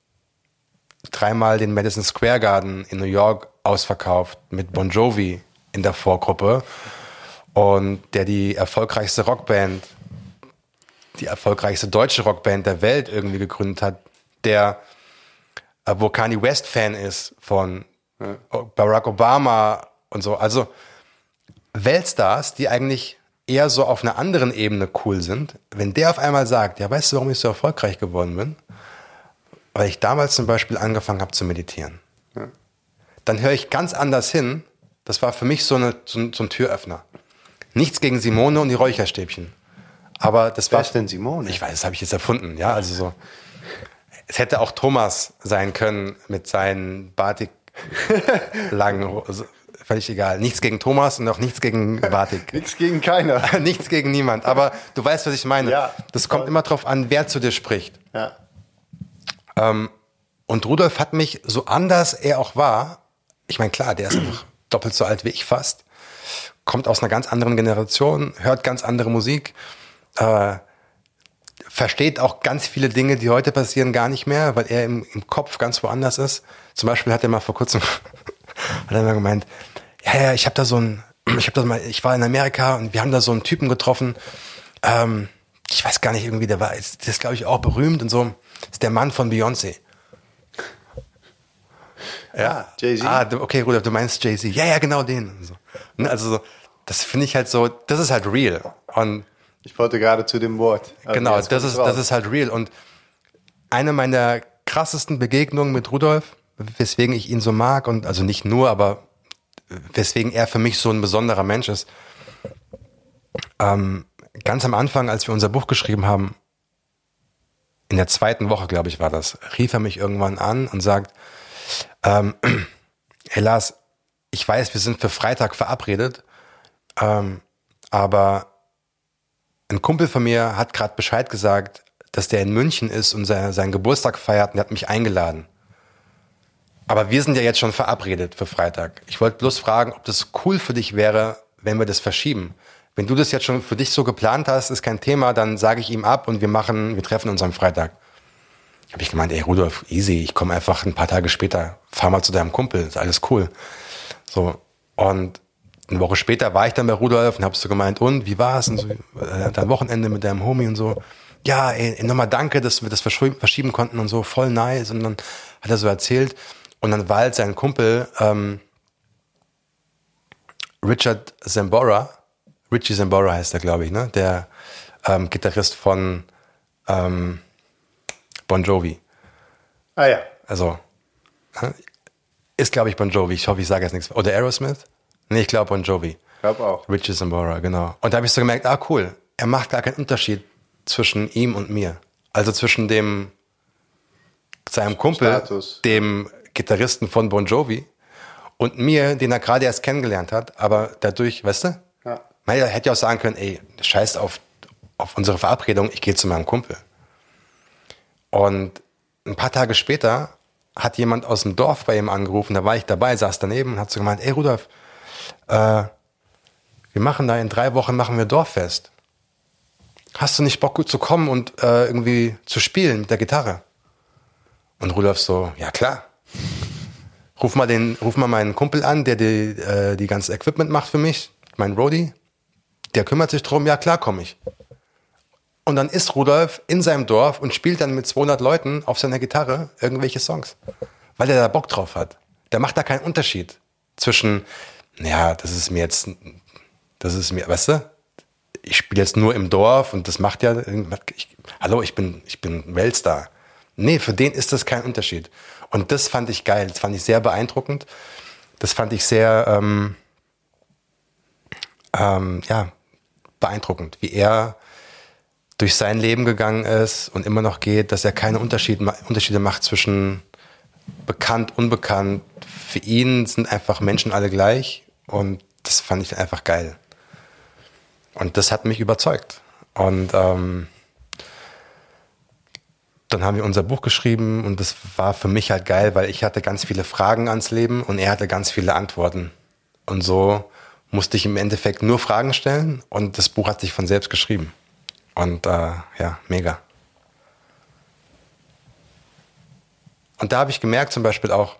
dreimal den Madison Square Garden in New York ausverkauft mit Bon Jovi in der Vorgruppe und der die erfolgreichste Rockband, die erfolgreichste deutsche Rockband der Welt irgendwie gegründet hat, der äh, wo Kanye West Fan ist von ja. Barack Obama und so. Also Weltstars, die eigentlich eher so auf einer anderen Ebene cool sind, wenn der auf einmal sagt, ja, weißt du, warum ich so erfolgreich geworden bin? Weil ich damals zum Beispiel angefangen habe zu meditieren. Ja. Dann höre ich ganz anders hin. Das war für mich so, eine, so, ein, so ein Türöffner. Nichts gegen Simone und die Räucherstäbchen. Aber das Wer war... ist denn Simone? Ich weiß, das habe ich jetzt erfunden. Ja, also so. Es hätte auch Thomas sein können mit seinen Batik langen... Also, völlig egal. Nichts gegen Thomas und auch nichts gegen Batik. Nichts gegen keiner. Nichts gegen niemand. Aber du weißt, was ich meine. Ja, das kommt immer drauf an, wer zu dir spricht. Ja. Ähm, und Rudolf hat mich, so anders er auch war, ich meine, klar, der ist einfach doppelt so alt wie ich fast, kommt aus einer ganz anderen Generation, hört ganz andere Musik, äh, versteht auch ganz viele Dinge, die heute passieren, gar nicht mehr, weil er im, im Kopf ganz woanders ist. Zum Beispiel hat er mal vor kurzem hat er mal gemeint, ja, ja, ich habe da so ein, ich habe da mal, ich war in Amerika und wir haben da so einen Typen getroffen, ähm, ich weiß gar nicht, irgendwie, der war, der ist, glaube ich, auch berühmt und so, ist der Mann von Beyoncé. Ja, Jay-Z. Ah, okay, Rudolf, du meinst Jay-Z. Ja, ja, genau den. Und so. Also so, das finde ich halt so, das ist halt real. Und ich wollte gerade zu dem Wort. Also genau, das ist, das ist halt real. Und eine meiner krassesten Begegnungen mit Rudolf, weswegen ich ihn so mag, und also nicht nur, aber weswegen er für mich so ein besonderer Mensch ist, ähm, ganz am Anfang, als wir unser Buch geschrieben haben, in der zweiten Woche, glaube ich, war das, rief er mich irgendwann an und sagt, ähm, hey Lars, ich weiß, wir sind für Freitag verabredet, ähm, aber ein Kumpel von mir hat gerade Bescheid gesagt, dass der in München ist und sein, seinen Geburtstag feiert, und der hat mich eingeladen. Aber wir sind ja jetzt schon verabredet für Freitag. Ich wollte bloß fragen, ob das cool für dich wäre, wenn wir das verschieben. Wenn du das jetzt schon für dich so geplant hast, ist kein Thema, dann sage ich ihm ab und wir machen, wir treffen uns am Freitag. Habe ich gemeint, ey Rudolf, easy, ich komme einfach ein paar Tage später, fahr mal zu deinem Kumpel, ist alles cool. So, und eine Woche später war ich dann bei Rudolf und hab's so gemeint, und wie war's? Und so, äh, dein Wochenende mit deinem Homie und so. Ja, ey, nochmal danke, dass wir das verschieben konnten und so, voll nice. Und dann hat er so erzählt. Und dann war halt sein Kumpel ähm, Richard Sambora, Richie Sambora heißt er, glaube ich, ne? Der ähm, Gitarrist von ähm, Bon Jovi. Ah ja. Also, ist, glaube ich, Bon Jovi. Ich hoffe, ich sage jetzt nichts. Oder Aerosmith? Nee, ich glaube Bon Jovi. Ich glaube auch. Richie Sambora, genau. Und da habe ich so gemerkt, ah cool, er macht gar keinen Unterschied zwischen ihm und mir. Also zwischen dem seinem Kumpel, Status. Dem Gitarristen von Bon Jovi, und mir, den er gerade erst kennengelernt hat, aber dadurch, weißt du? Ja. Man hätte ja auch sagen können, ey, scheiß auf, auf unsere Verabredung, ich gehe zu meinem Kumpel. Und ein paar Tage später hat jemand aus dem Dorf bei ihm angerufen, da war ich dabei, saß daneben und hat so gemeint, ey Rudolf, äh, wir machen da in drei Wochen machen wir Dorffest. Hast du nicht Bock, gut zu kommen und äh, irgendwie zu spielen mit der Gitarre? Und Rudolf so, ja klar. Ruf mal den, ruf mal meinen Kumpel an, der die, äh, die ganze Equipment macht für mich, mein Roadie. Der kümmert sich drum, ja klar komme ich. Und dann ist Rudolf in seinem Dorf und spielt dann mit zweihundert Leuten auf seiner Gitarre irgendwelche Songs. Weil er da Bock drauf hat. Der macht da keinen Unterschied zwischen, ja, das ist mir jetzt, das ist mir, weißt du, ich spiele jetzt nur im Dorf und das macht ja, ich, hallo, ich bin, ich bin Weltstar. Nee, für den ist das kein Unterschied. Und das fand ich geil, das fand ich sehr beeindruckend. Das fand ich sehr, ähm, ähm, ja, beeindruckend, wie er durch sein Leben gegangen ist und immer noch geht, dass er keine Unterschiede, Unterschiede macht zwischen bekannt, unbekannt. Für ihn sind einfach Menschen alle gleich, und das fand ich einfach geil. Und das hat mich überzeugt. Und ähm, dann haben wir unser Buch geschrieben, und das war für mich halt geil, weil ich hatte ganz viele Fragen ans Leben und er hatte ganz viele Antworten. Und so musste ich im Endeffekt nur Fragen stellen, und das Buch hat sich von selbst geschrieben. Und äh, ja, mega. Und da habe ich gemerkt zum Beispiel auch,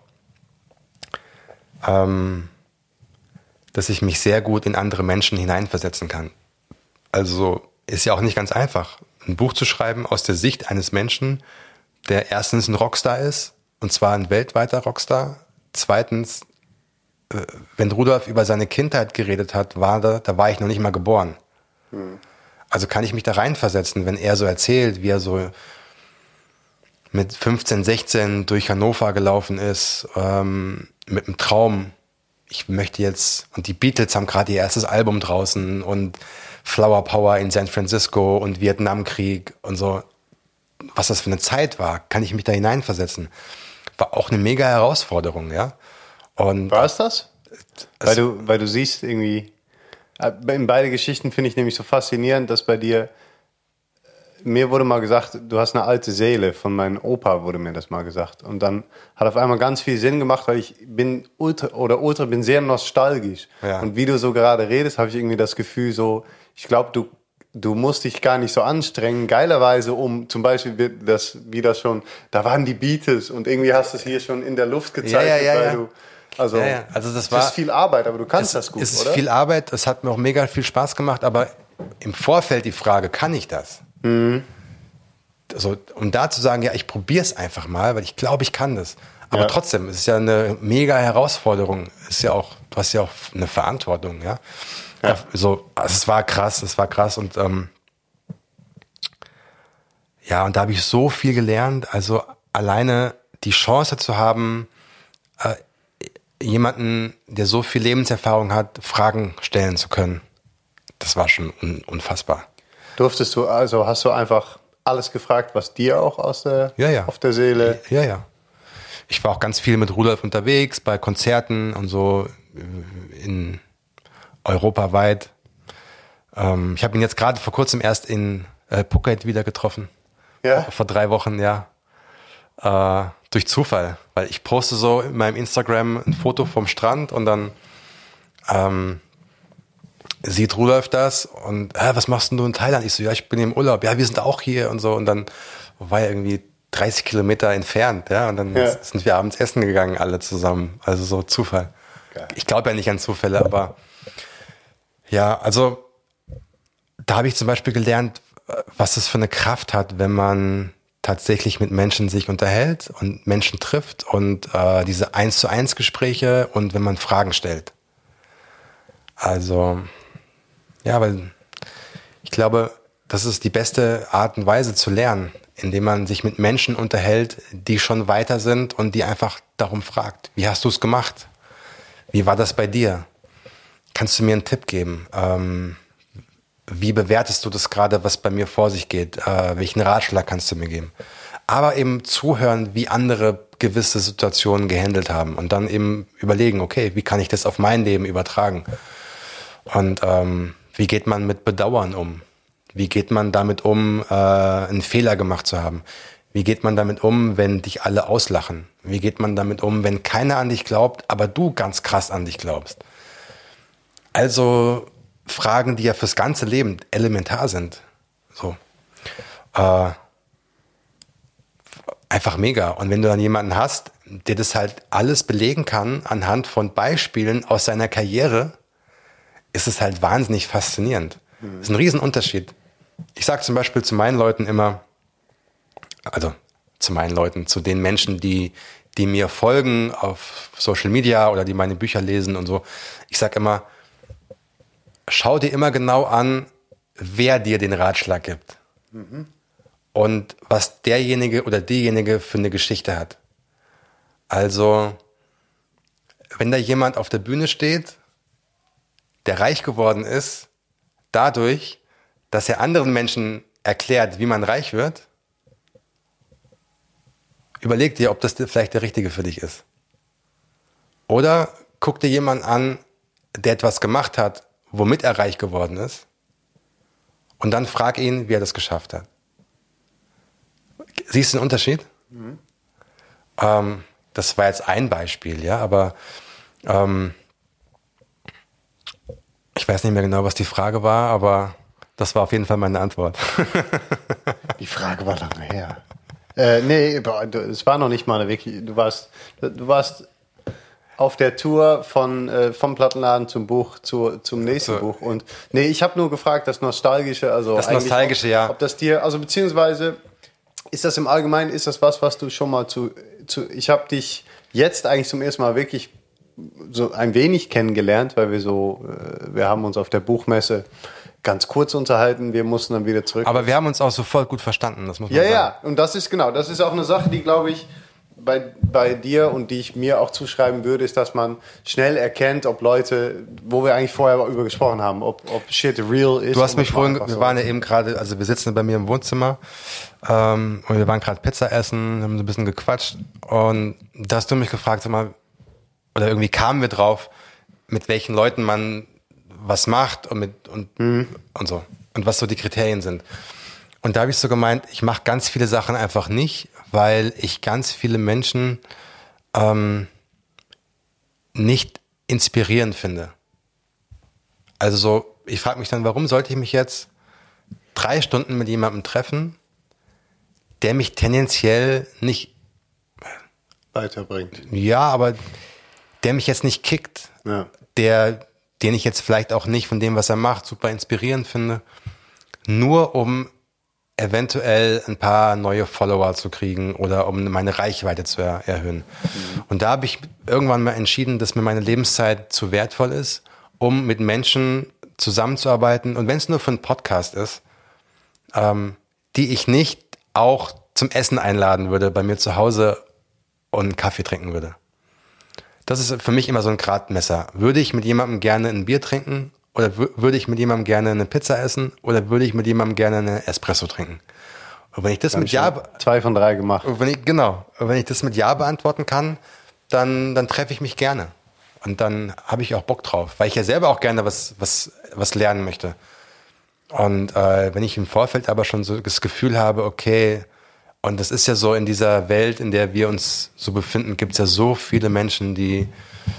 ähm, dass ich mich sehr gut in andere Menschen hineinversetzen kann. Also ist ja auch nicht ganz einfach, ein Buch zu schreiben aus der Sicht eines Menschen, der erstens ein Rockstar ist und zwar ein weltweiter Rockstar. Zweitens, äh, wenn Rudolf über seine Kindheit geredet hat, war da, da war ich noch nicht mal geboren. Hm. Also kann ich mich da reinversetzen, wenn er so erzählt, wie er so mit fünfzehn, sechzehn durch Hannover gelaufen ist, ähm, mit einem Traum. Ich möchte jetzt, und die Beatles haben gerade ihr erstes Album draußen und Flower Power in San Francisco und Vietnamkrieg und so. Was das für eine Zeit war, kann ich mich da hineinversetzen. War auch eine mega Herausforderung, ja. Und war es das? Weil du, weil du siehst irgendwie, in beide Geschichten finde ich nämlich so faszinierend, dass bei dir, mir wurde mal gesagt, du hast eine alte Seele, von meinem Opa wurde mir das mal gesagt. Und dann hat auf einmal ganz viel Sinn gemacht, weil ich bin ultra, oder ultra, bin sehr nostalgisch. Ja. Und wie du so gerade redest, habe ich irgendwie das Gefühl so, ich glaube, du, du musst dich gar nicht so anstrengen, geilerweise, um zum Beispiel, das, wie das schon, da waren die Beatles und irgendwie hast du es hier schon in der Luft gezeigt, ja, ja, ja, weil ja. du, also, ja, ja. also das war, es ist viel Arbeit, aber du kannst es, das gut, es ist oder? viel Arbeit, es hat mir auch mega viel Spaß gemacht, aber im Vorfeld die Frage, kann ich das? Mhm. Also, um da zu sagen, ja, ich probiere es einfach mal, weil ich glaube, ich kann das. Aber ja. trotzdem, es ist ja eine mega Herausforderung. Es ist ja auch, du hast ja auch eine Verantwortung, ja. ja. So, also es war krass, es war krass und ähm, ja, und da habe ich so viel gelernt. Also alleine die Chance zu haben, äh, jemanden, der so viel Lebenserfahrung hat, Fragen stellen zu können, das war schon un- unfassbar. Durftest du, also hast du einfach alles gefragt, was dir auch aus der, ja, ja. auf der Seele... Ja, ja. Ich war auch ganz viel mit Rudolf unterwegs, bei Konzerten und so in europaweit. Ähm, ich habe ihn jetzt gerade vor kurzem erst in äh, Phuket wieder getroffen. Ja? Vor, vor drei Wochen, ja. Äh, durch Zufall, weil ich poste so in meinem Instagram ein Foto vom Strand und dann ähm, sieht Rudolf das und äh, was machst denn du in Thailand? Ich so, ja, ich bin im Urlaub. Ja, wir sind auch hier und so. Und dann war er irgendwie dreißig Kilometer entfernt, ja, und dann ja. sind wir abends essen gegangen, alle zusammen. Also so Zufall. Geil. Ich glaube ja nicht an Zufälle, aber ja, also da habe ich zum Beispiel gelernt, was es für eine Kraft hat, wenn man tatsächlich mit Menschen sich unterhält und Menschen trifft und äh, diese eins zu eins Gespräche und wenn man Fragen stellt. Also, ja, weil ich glaube, das ist die beste Art und Weise zu lernen, indem man sich mit Menschen unterhält, die schon weiter sind und die einfach darum fragt, wie hast du es gemacht? Wie war das bei dir? Kannst du mir einen Tipp geben? Ähm, wie bewertest du das gerade, was bei mir vor sich geht? Äh, welchen Ratschlag kannst du mir geben? Aber eben zuhören, wie andere gewisse Situationen gehandelt haben und dann eben überlegen, okay, wie kann ich das auf mein Leben übertragen? Und ähm, wie geht man mit Bedauern um? Wie geht man damit um, äh, einen Fehler gemacht zu haben? Wie geht man damit um, wenn dich alle auslachen? Wie geht man damit um, wenn keiner an dich glaubt, aber du ganz krass an dich glaubst? Also Fragen, die ja fürs ganze Leben elementar sind. So. Äh, einfach mega. Und wenn du dann jemanden hast, der das halt alles belegen kann anhand von Beispielen aus seiner Karriere, ist es halt wahnsinnig faszinierend. Das ist ein Riesenunterschied. Ich sage zum Beispiel zu meinen Leuten immer, also zu meinen Leuten, zu den Menschen, die, die mir folgen auf Social Media oder die meine Bücher lesen und so, ich sage immer, schau dir immer genau an, wer dir den Ratschlag gibt. Mhm. Und was derjenige oder diejenige für eine Geschichte hat. Also, wenn da jemand auf der Bühne steht, der reich geworden ist, dadurch, dass er anderen Menschen erklärt, wie man reich wird, überleg dir, ob das vielleicht der Richtige für dich ist. Oder guck dir jemanden an, der etwas gemacht hat, womit er reich geworden ist, und dann frag ihn, wie er das geschafft hat. Siehst du den Unterschied? Mhm. Ähm, das war jetzt ein Beispiel, ja, aber ähm, ich weiß nicht mehr genau, was die Frage war, aber das war auf jeden Fall meine Antwort. Die Frage war lange her. Äh, nee, es war noch nicht mal eine wirklich. Du warst, du warst auf der Tour von äh, vom Plattenladen zum Buch zu, zum nächsten so. Buch. Und nee, ich habe nur gefragt, das Nostalgische, also das Nostalgische, ob, ja. Ob das dir, also beziehungsweise ist das im Allgemeinen, ist das was, was du schon mal zu zu, ich habe dich jetzt eigentlich zum ersten Mal wirklich so ein wenig kennengelernt, weil wir so, äh, wir haben uns auf der Buchmesse ganz kurz unterhalten, wir mussten dann wieder zurück. Aber wir haben uns auch sofort gut verstanden, das muss man ja, sagen. Ja, und das ist genau, das ist auch eine Sache, die, glaube ich, bei, bei dir und die ich mir auch zuschreiben würde, ist, dass man schnell erkennt, ob Leute, wo wir eigentlich vorher über gesprochen haben, ob, ob Shit real ist. Du hast mich vorhin, wir so waren ja eben gerade, also wir sitzen bei mir im Wohnzimmer ähm, und wir waren gerade Pizza essen, haben so ein bisschen gequatscht und da hast du mich gefragt, sag mal, oder irgendwie kamen wir drauf, mit welchen Leuten man was macht und mit und, mhm. und so. Und was so die Kriterien sind. Und da habe ich so gemeint, ich mache ganz viele Sachen einfach nicht, weil ich ganz viele Menschen ähm, nicht inspirierend finde. Also so, ich frage mich dann, warum sollte ich mich jetzt drei Stunden mit jemandem treffen, der mich tendenziell nicht weiterbringt. Ja, aber der mich jetzt nicht kickt, ja. der, den ich jetzt vielleicht auch nicht von dem, was er macht, super inspirierend finde, nur um eventuell ein paar neue Follower zu kriegen oder um meine Reichweite zu er- erhöhen. Mhm. Und da habe ich irgendwann mal entschieden, dass mir meine Lebenszeit zu wertvoll ist, um mit Menschen zusammenzuarbeiten und wenn es nur für einen Podcast ist, ähm, die ich nicht auch zum Essen einladen würde bei mir zu Hause und einen Kaffee trinken würde. Das ist für mich immer so ein Gradmesser. Würde ich mit jemandem gerne ein Bier trinken oder w- würde ich mit jemandem gerne eine Pizza essen oder würde ich mit jemandem gerne eine Espresso trinken? Und wenn ich das Dann mit Ja... Zwei von drei gemacht. Wenn ich, genau. Und wenn ich das mit Ja beantworten kann, dann, dann treffe ich mich gerne. Und dann habe ich auch Bock drauf, weil ich ja selber auch gerne was, was, was lernen möchte. Und äh, wenn ich im Vorfeld aber schon so das Gefühl habe, okay, und das ist ja so in dieser Welt, in der wir uns so befinden, gibt es ja so viele Menschen, die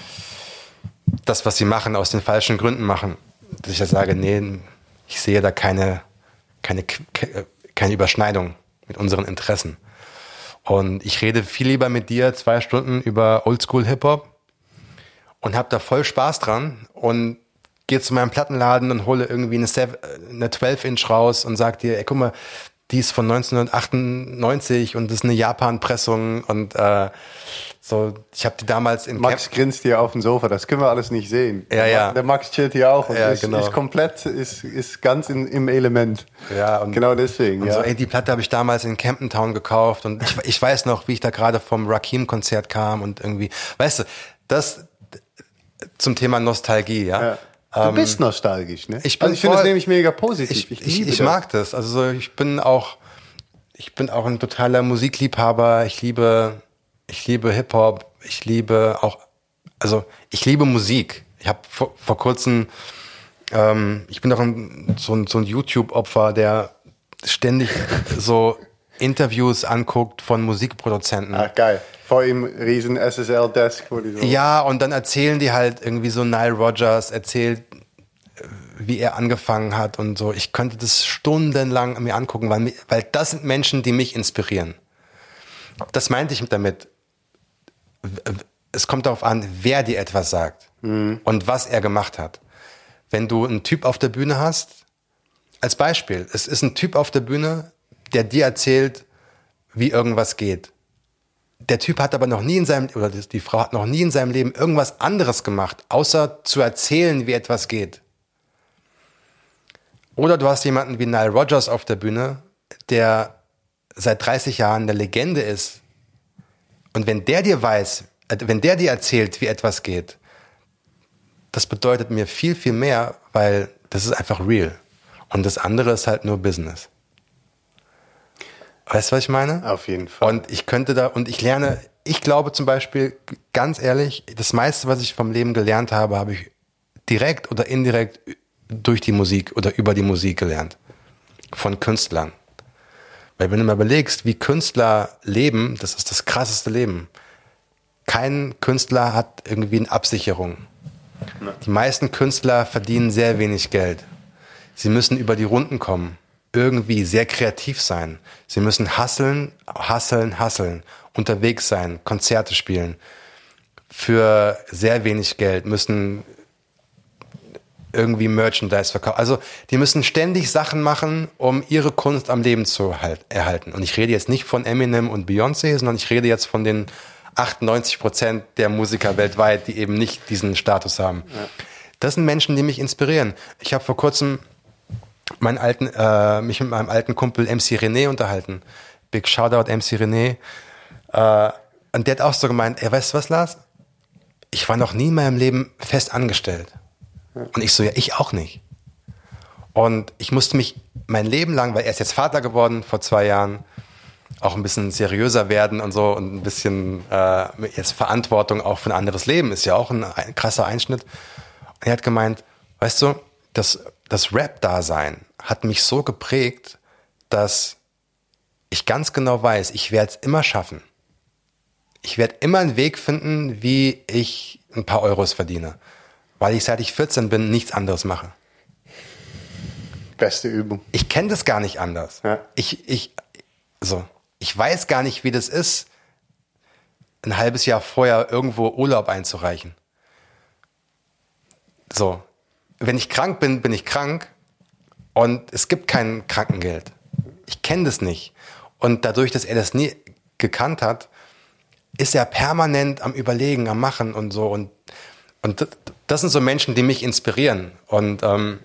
das, was sie machen, aus den falschen Gründen machen. Dass ich ja sage, nee, ich sehe da keine, keine, keine Überschneidung mit unseren Interessen. Und ich rede viel lieber mit dir zwei Stunden über Oldschool-Hip-Hop und habe da voll Spaß dran und gehe zu meinem Plattenladen und hole irgendwie eine, eine zwölf Inch raus und sag dir, ey, guck mal, die ist von neunzehnhundertachtundneunzig und das ist eine Japan-Pressung und äh, so, ich habe die damals in Max Camp- grinst hier auf dem Sofa, das können wir alles nicht sehen. Ja, ja. Der Max chillt hier auch und ja, ist, genau. ist komplett, ist, ist ganz in, im Element. Ja, und genau deswegen. Und ja. so, ey, die Platte habe ich damals in Camden Town gekauft und ich, ich weiß noch, wie ich da gerade vom Rakim-Konzert kam und irgendwie, weißt du, das zum Thema Nostalgie, ja. ja. Du bist nostalgisch, ne? Ich, bin also ich finde das voll, nämlich mega positiv. Ich, ich, ich, liebe ich das. mag das. Also so, ich bin auch, ich bin auch ein totaler Musikliebhaber. Ich liebe, ich liebe Hip-Hop. Ich liebe auch, also ich liebe Musik. Ich habe vor, vor kurzem, ähm, ich bin doch ein, so ein, so ein YouTube-Opfer, der ständig so Interviews anguckt von Musikproduzenten. Ach, geil. Vor ihm riesen S S L-Desk. Wo die so ja, und dann erzählen die halt irgendwie so, Nile Rodgers erzählt, wie er angefangen hat und so. Ich könnte das stundenlang mir angucken, weil, weil das sind Menschen, die mich inspirieren. Das meinte ich damit. Es kommt darauf an, wer dir etwas sagt mhm. und was er gemacht hat. Wenn du einen Typ auf der Bühne hast, als Beispiel, es ist ein Typ auf der Bühne, der dir erzählt, wie irgendwas geht. Der Typ hat aber noch nie in seinem, oder die Frau hat noch nie in seinem Leben irgendwas anderes gemacht, außer zu erzählen, wie etwas geht. Oder du hast jemanden wie Nile Rodgers auf der Bühne, der seit dreißig Jahren eine Legende ist. Und wenn der dir weiß, wenn der dir erzählt, wie etwas geht, das bedeutet mir viel, viel mehr, weil das ist einfach real. Und das andere ist halt nur Business. Weißt du, was ich meine? Auf jeden Fall. Und ich könnte da, und ich lerne, ich glaube zum Beispiel, ganz ehrlich, das meiste, was ich vom Leben gelernt habe, habe ich direkt oder indirekt durch die Musik oder über die Musik gelernt. Von Künstlern. Weil wenn du mal überlegst, wie Künstler leben, das ist das krasseste Leben. Kein Künstler hat irgendwie eine Absicherung. Ne. Die meisten Künstler verdienen sehr wenig Geld. Sie müssen über die Runden kommen. Irgendwie sehr kreativ sein. Sie müssen hustlen, hustlen, hustlen, unterwegs sein, Konzerte spielen. Für sehr wenig Geld müssen irgendwie Merchandise verkaufen. Also die müssen ständig Sachen machen, um ihre Kunst am Leben zu halt, erhalten. Und ich rede jetzt nicht von Eminem und Beyoncé, sondern ich rede jetzt von den achtundneunzig Prozent der Musiker weltweit, die eben nicht diesen Status haben. Ja. Das sind Menschen, die mich inspirieren. Ich habe vor kurzem meinen alten, äh, mich mit meinem alten Kumpel M C René unterhalten. Big Shoutout M C René. Äh, und der hat auch so gemeint, ey, weißt du was, Lars? Ich war noch nie in meinem Leben fest angestellt. Und ich so, ja, ich auch nicht. Und ich musste mich mein Leben lang, weil er ist jetzt Vater geworden vor zwei Jahren, auch ein bisschen seriöser werden und so und ein bisschen äh, jetzt Verantwortung auch für ein anderes Leben ist ja auch ein, ein krasser Einschnitt. Und er hat gemeint, weißt du, das, das Rap-Dasein hat mich so geprägt, dass ich ganz genau weiß, ich werde es immer schaffen. Ich werde immer einen Weg finden, wie ich ein paar Euros verdiene. Weil ich seit ich vierzehn bin nichts anderes mache. Beste Übung. Ich kenne das gar nicht anders. Ja. Ich, ich, so, ich weiß gar nicht, wie das ist, ein halbes Jahr vorher irgendwo Urlaub einzureichen. So, wenn ich krank bin, bin ich krank und es gibt kein Krankengeld. Ich kenne das nicht. Und dadurch, dass er das nie gekannt hat, ist er permanent am Überlegen, am Machen und so. Und, und das, das sind so Menschen, die mich inspirieren. Und ähm,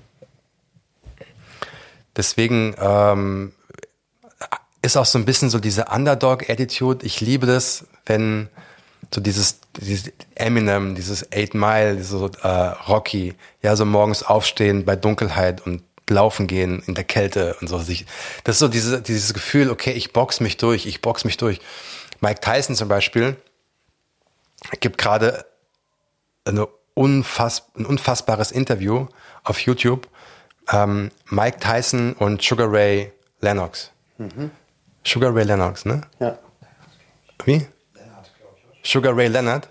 deswegen ähm, ist auch so ein bisschen so diese Underdog-Attitude. Ich liebe das, wenn so dieses, dieses Eminem, dieses Eight Mile, dieses äh, Rocky, ja, so morgens aufstehen bei Dunkelheit und laufen gehen in der Kälte und so. Das ist so diese, dieses Gefühl, okay, ich box mich durch, ich box mich durch. Mike Tyson zum Beispiel gibt gerade eine unfass, ein unfassbares Interview auf YouTube. Ähm, Mike Tyson und Sugar Ray Lennox. Mhm. Sugar Ray Lennox, ne? Ja. Wie? Sugar Ray Leonard?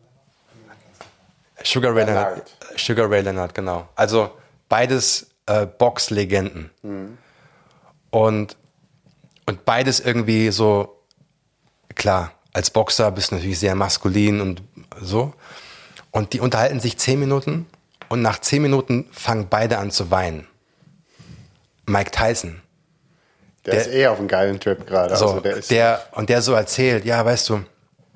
Sugar Ray Leonard. Leonard. Sugar Ray Leonard, genau. Also beides äh, Boxlegenden. Mhm. Und, und beides irgendwie so, klar, als Boxer bist du natürlich sehr maskulin und so. Und die unterhalten sich zehn Minuten und nach zehn Minuten fangen beide an zu weinen. Mike Tyson. Der, der ist eh auf einem geilen Trip gerade. So, also der ist der, und der so erzählt, ja, weißt du,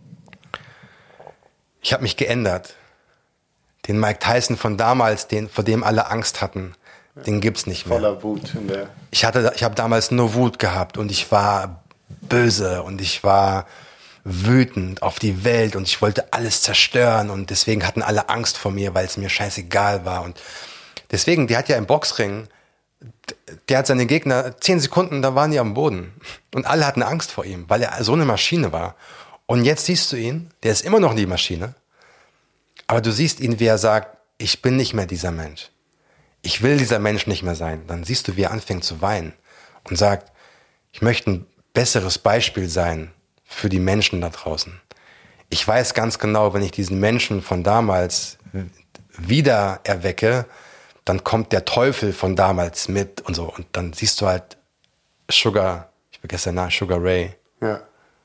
ich habe mich geändert. Den Mike Tyson von damals, den, vor dem alle Angst hatten, ja, den gibt's nicht mehr. Voller Wut. In der ich hatte, ich habe damals nur Wut gehabt und ich war böse und ich war wütend auf die Welt und ich wollte alles zerstören und deswegen hatten alle Angst vor mir, weil es mir scheißegal war. Und deswegen, der hat ja im Boxring, der hat seine Gegner, zehn Sekunden, da waren die am Boden. Und alle hatten Angst vor ihm, weil er so eine Maschine war. Und jetzt siehst du ihn, der ist immer noch die Maschine, aber du siehst ihn, wie er sagt, ich bin nicht mehr dieser Mensch. Ich will dieser Mensch nicht mehr sein. Dann siehst du, wie er anfängt zu weinen und sagt, ich möchte ein besseres Beispiel sein für die Menschen da draußen. Ich weiß ganz genau, wenn ich diesen Menschen von damals wieder erwecke, dann kommt der Teufel von damals mit und so. Und dann siehst du halt Sugar, ich vergesse den Namen, Sugar Ray. Ja.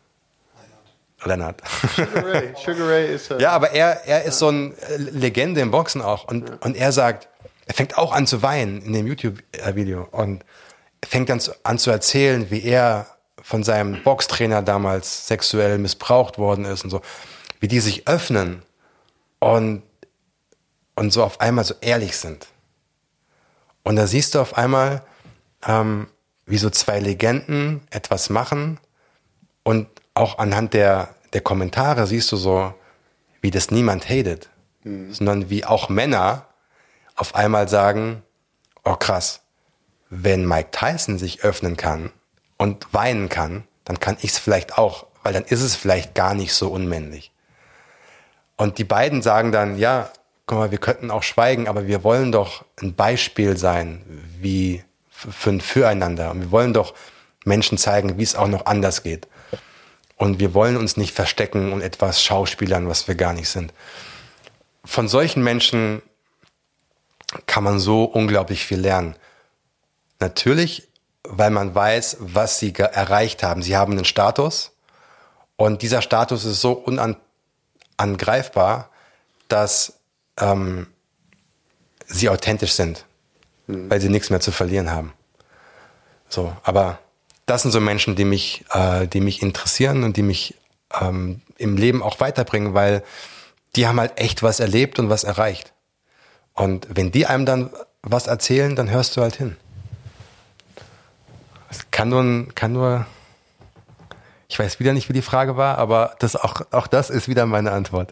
Leonard. Sugar Ray. Sugar Ray ist... Uh, ja, aber er, er ist so eine Legende im Boxen auch. Und, ja. und er sagt, er fängt auch an zu weinen in dem YouTube-Video. Und fängt dann an zu erzählen, wie er von seinem Boxtrainer damals sexuell missbraucht worden ist und so. Wie die sich öffnen und, und so auf einmal so ehrlich sind. Und da siehst du auf einmal, ähm, wie so zwei Legenden etwas machen und auch anhand der, der Kommentare siehst du so, wie das niemand hatet, mhm. sondern wie auch Männer auf einmal sagen, oh krass, wenn Mike Tyson sich öffnen kann und weinen kann, dann kann ich es vielleicht auch, weil dann ist es vielleicht gar nicht so unmännlich. Und die beiden sagen dann, ja, guck mal, wir könnten auch schweigen, aber wir wollen doch ein Beispiel sein, wie für ein Füreinander. Und wir wollen doch Menschen zeigen, wie es auch noch anders geht. Und wir wollen uns nicht verstecken und etwas schauspielern, was wir gar nicht sind. Von solchen Menschen kann man so unglaublich viel lernen. Natürlich, weil man weiß, was sie ge- erreicht haben. Sie haben einen Status und dieser Status ist so unangreifbar, dass ähm, sie authentisch sind, mhm. weil sie nichts mehr zu verlieren haben. So, aber das sind so Menschen, die mich, äh, die mich interessieren und die mich ähm, im Leben auch weiterbringen, weil die haben halt echt was erlebt und was erreicht. Und wenn die einem dann was erzählen, dann hörst du halt hin. Es kann nur, kann nur, ich weiß wieder nicht, wie die Frage war, aber das auch, auch das ist wieder meine Antwort.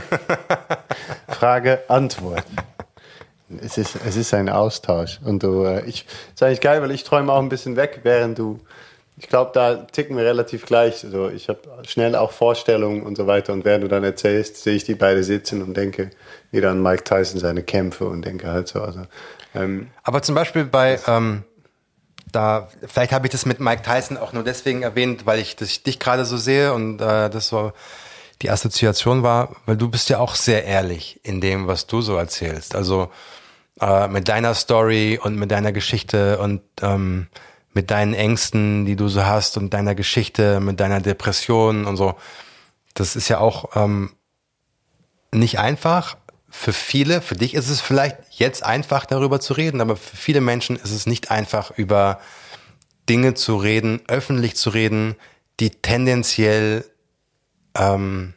Frage, Antwort. Es ist, es ist ein Austausch. Und du, äh, ich, ist eigentlich geil, weil ich träume auch ein bisschen weg, während du, ich glaube, da ticken wir relativ gleich. Also ich habe schnell auch Vorstellungen und so weiter. Und während du dann erzählst, sehe ich die beide sitzen und denke wieder an Mike Tyson, seine Kämpfe und denke halt so. Also, ähm, aber zum Beispiel bei, ähm, da, vielleicht habe ich das mit Mike Tyson auch nur deswegen erwähnt, weil ich, das, ich dich gerade so sehe und äh, das so die Assoziation war, weil du bist ja auch sehr ehrlich in dem, was du so erzählst. Also äh, mit deiner Story und mit deiner Geschichte und ähm, mit deinen Ängsten, die du so hast und deiner Geschichte, mit deiner Depression und so. Das ist ja auch ähm, nicht einfach. Für viele, für dich ist es vielleicht jetzt einfach, darüber zu reden, aber für viele Menschen ist es nicht einfach, über Dinge zu reden, öffentlich zu reden, die tendenziell ähm,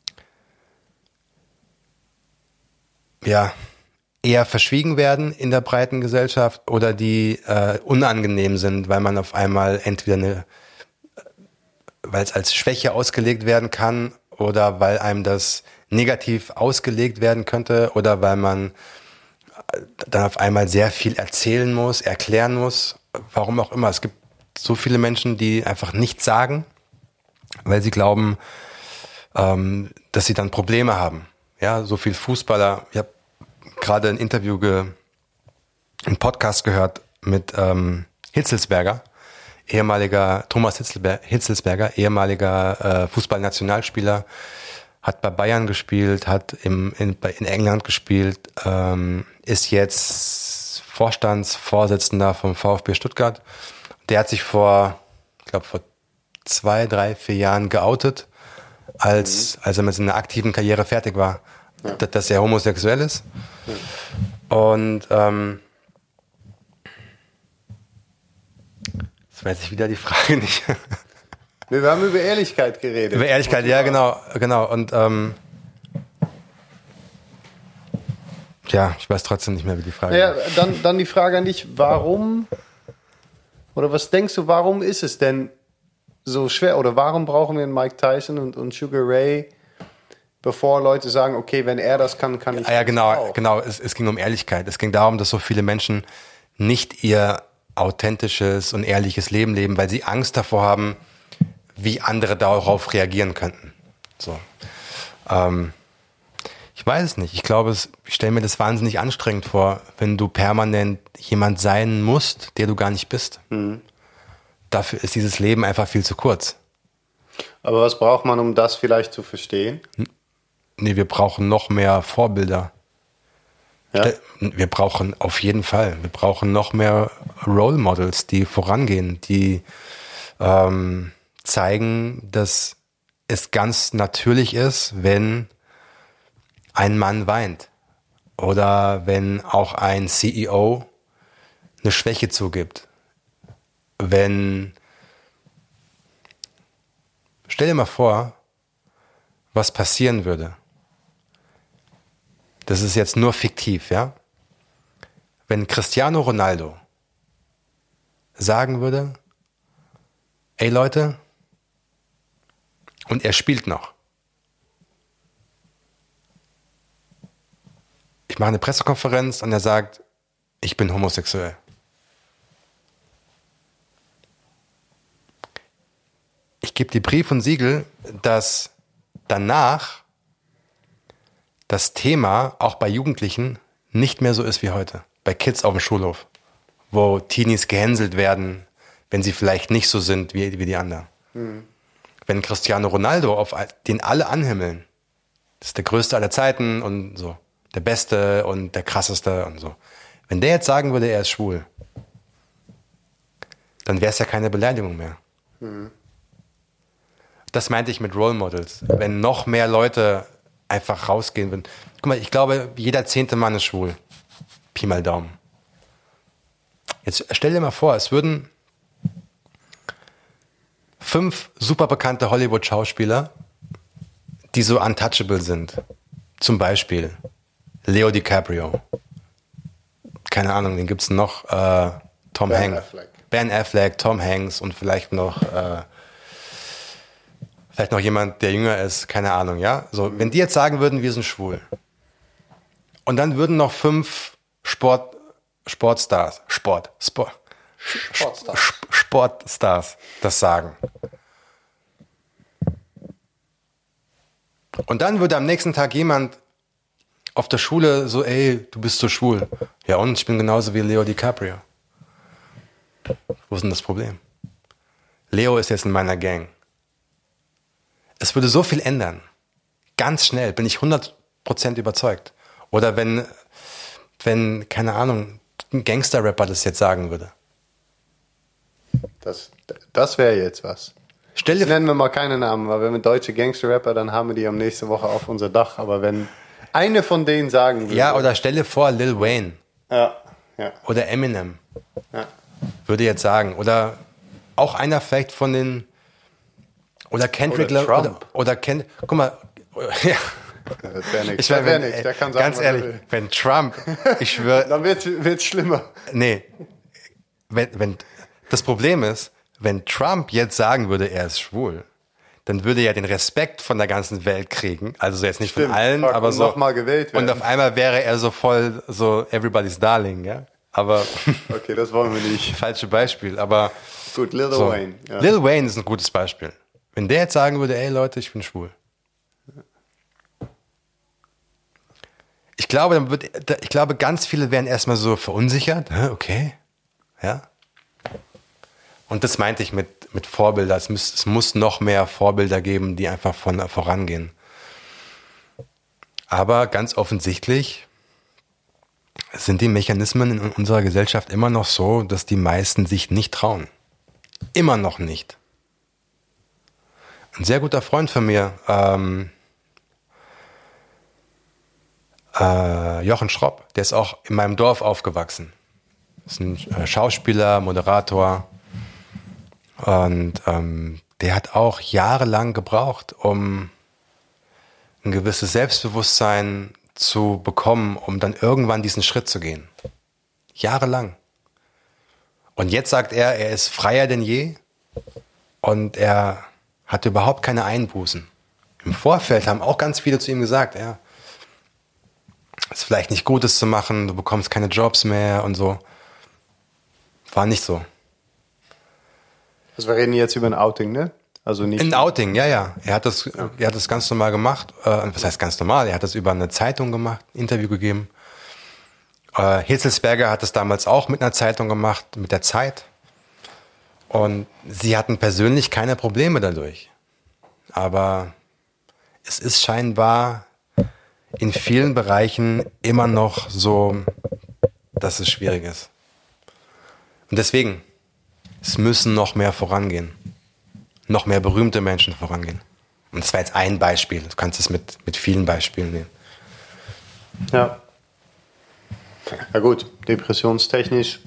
ja, eher verschwiegen werden in der breiten Gesellschaft oder die äh, unangenehm sind, weil man auf einmal entweder eine, weil es als Schwäche ausgelegt werden kann oder weil einem das negativ ausgelegt werden könnte oder weil man dann auf einmal sehr viel erzählen muss, erklären muss, warum auch immer. Es gibt so viele Menschen, die einfach nichts sagen, weil sie glauben, ähm, dass sie dann Probleme haben. Ja, so viel Fußballer. Ich habe gerade ein Interview, ge, einen Podcast gehört mit ähm, Hitzelsberger, ehemaliger Thomas Hitzelsberger, Hitzelsberger ehemaliger äh, Fußballnationalspieler, hat bei Bayern gespielt, hat im, in, in England gespielt, ähm, ist jetzt Vorstandsvorsitzender vom VfB Stuttgart. Der hat sich vor, ich glaube vor zwei, drei, vier Jahren geoutet, als, mhm. als er mit seiner aktiven Karriere fertig war, ja. dass, dass er homosexuell ist. Ja. Und ähm, jetzt weiß ich wieder die Frage nicht. Wir haben über Ehrlichkeit geredet. Über Ehrlichkeit, ja, genau, genau. Und ähm, ja, ich weiß trotzdem nicht mehr, wie die Frage ja, dann, dann die Frage an dich, warum, oder was denkst du, warum ist es denn so schwer, oder warum brauchen wir einen Mike Tyson und, und Sugar Ray, bevor Leute sagen, okay, wenn er das kann, kann ich ja, ja, das genau, auch. genau. Es, es ging um Ehrlichkeit. Es ging darum, dass so viele Menschen nicht ihr authentisches und ehrliches Leben leben, weil sie Angst davor haben, wie andere darauf reagieren könnten. So. Ähm, ich weiß es nicht. Ich glaube, es, ich stelle mir das wahnsinnig anstrengend vor, wenn du permanent jemand sein musst, der du gar nicht bist. Mhm. Dafür ist dieses Leben einfach viel zu kurz. Aber was braucht man, um das vielleicht zu verstehen? Nee, wir brauchen noch mehr Vorbilder. Ja? Wir brauchen auf jeden Fall, wir brauchen noch mehr Role Models, die vorangehen, die ähm, zeigen, dass es ganz natürlich ist, wenn ein Mann weint oder wenn auch ein C E O eine Schwäche zugibt. Wenn, stell dir mal vor, was passieren würde. Das ist jetzt nur fiktiv, ja? Wenn Cristiano Ronaldo sagen würde, ey Leute, und er spielt noch. Ich mache eine Pressekonferenz und er sagt, ich bin homosexuell. Ich gebe dir Brief und Siegel, dass danach das Thema auch bei Jugendlichen nicht mehr so ist wie heute. Bei Kids auf dem Schulhof, wo Teenies gehänselt werden, wenn sie vielleicht nicht so sind wie, wie die anderen. Mhm. Wenn Cristiano Ronaldo, auf den alle anhimmeln, das ist der Größte aller Zeiten und so, der Beste und der Krasseste und so. Wenn der jetzt sagen würde, er ist schwul, dann wäre es ja keine Beleidigung mehr. Mhm. Das meinte ich mit Role Models. Wenn noch mehr Leute einfach rausgehen würden. Guck mal, ich glaube, jeder zehnte Mann ist schwul. Pi mal Daumen. Jetzt stell dir mal vor, es würden fünf super bekannte Hollywood-Schauspieler, die so untouchable sind. Zum Beispiel Leo DiCaprio. Keine Ahnung, den gibt's noch. Äh, Tom Ben Hanks. Affleck. Ben Affleck, Tom Hanks und vielleicht noch äh, vielleicht noch jemand, der jünger ist. Keine Ahnung, ja. So, wenn die jetzt sagen würden, wir sind schwul. Und dann würden noch fünf Sport, Sportstars, Sport, Sport, Sportstars. Sp- Sportstars das sagen. Und dann würde am nächsten Tag jemand auf der Schule so, ey, du bist so schwul. Ja und, ich bin genauso wie Leo DiCaprio. Wo ist denn das Problem? Leo ist jetzt in meiner Gang. Es würde so viel ändern. Ganz schnell, bin ich hundert Prozent überzeugt. Oder wenn, wenn, keine Ahnung, ein Gangster-Rapper das jetzt sagen würde. Das, das wäre jetzt was. Stell Jetzt dir nennen wir mal keine Namen, weil wenn wir deutsche Gangster-Rapper, dann haben wir die am nächste Woche auf unser Dach. Aber wenn eine von denen sagen würde... Ja, oder stell dir vor, Lil Wayne Ja, ja, oder Eminem ja. würde jetzt sagen. Oder auch einer vielleicht von den... Oder Kendrick Oder Lamar. Trump. Oder, oder Ken, guck mal. Ja. Das wäre nichts. Ich mein, Das wär wenn, nix. Der kann sagen, ganz was er ehrlich, will. wenn Trump, ich schwöre, Dann wird es schlimmer. nee, wenn, wenn, das Problem ist, wenn Trump jetzt sagen würde, er ist schwul, dann würde er den Respekt von der ganzen Welt kriegen, also jetzt nicht Stimmt. von allen, Fuck, aber und so. noch mal gewählt werden. Und auf einmal wäre er so voll, so everybody's darling, ja. Aber, Okay, das wollen wir nicht. falsche Beispiel, aber. Gut, Lil So. Wayne. Ja. Lil Wayne ist ein gutes Beispiel. Wenn der jetzt sagen würde, ey Leute, ich bin schwul. Ich glaube, dann wird, ich glaube, ganz viele wären erstmal so verunsichert. Hä, okay. Ja. Und das meinte ich mit, mit Vorbilder. Es muss, es muss noch mehr Vorbilder geben, die einfach von, vorangehen. Aber ganz offensichtlich sind die Mechanismen in unserer Gesellschaft immer noch so, dass die meisten sich nicht trauen. Immer noch nicht. Ein sehr guter Freund von mir, ähm, äh, Jochen Schropp, der ist auch in meinem Dorf aufgewachsen. Ist ein äh, Schauspieler, Moderator. Und ähm, der hat auch jahrelang gebraucht, um ein gewisses Selbstbewusstsein zu bekommen, um dann irgendwann diesen Schritt zu gehen. Jahrelang. Und jetzt sagt er, er ist freier denn je und er hat überhaupt keine Einbußen. Im Vorfeld haben auch ganz viele zu ihm gesagt, ja, es ist vielleicht nicht Gutes zu machen, du bekommst keine Jobs mehr und so. War nicht so. Also wir reden jetzt über ein Outing, ne? Also nicht. Ein Outing, ja, ja. Er hat das, er hat das ganz normal gemacht. Äh, was heißt ganz normal? Er hat das über eine Zeitung gemacht, ein Interview gegeben. Äh, Hitzelsberger hat das damals auch mit einer Zeitung gemacht, mit der Zeit. Und sie hatten persönlich keine Probleme dadurch. Aber es ist scheinbar in vielen Bereichen immer noch so, dass es schwierig ist. Und deswegen, es müssen noch mehr vorangehen. Noch mehr berühmte Menschen vorangehen. Und das war jetzt ein Beispiel. Du kannst es mit, mit vielen Beispielen nehmen. Ja. Ja gut, depressionstechnisch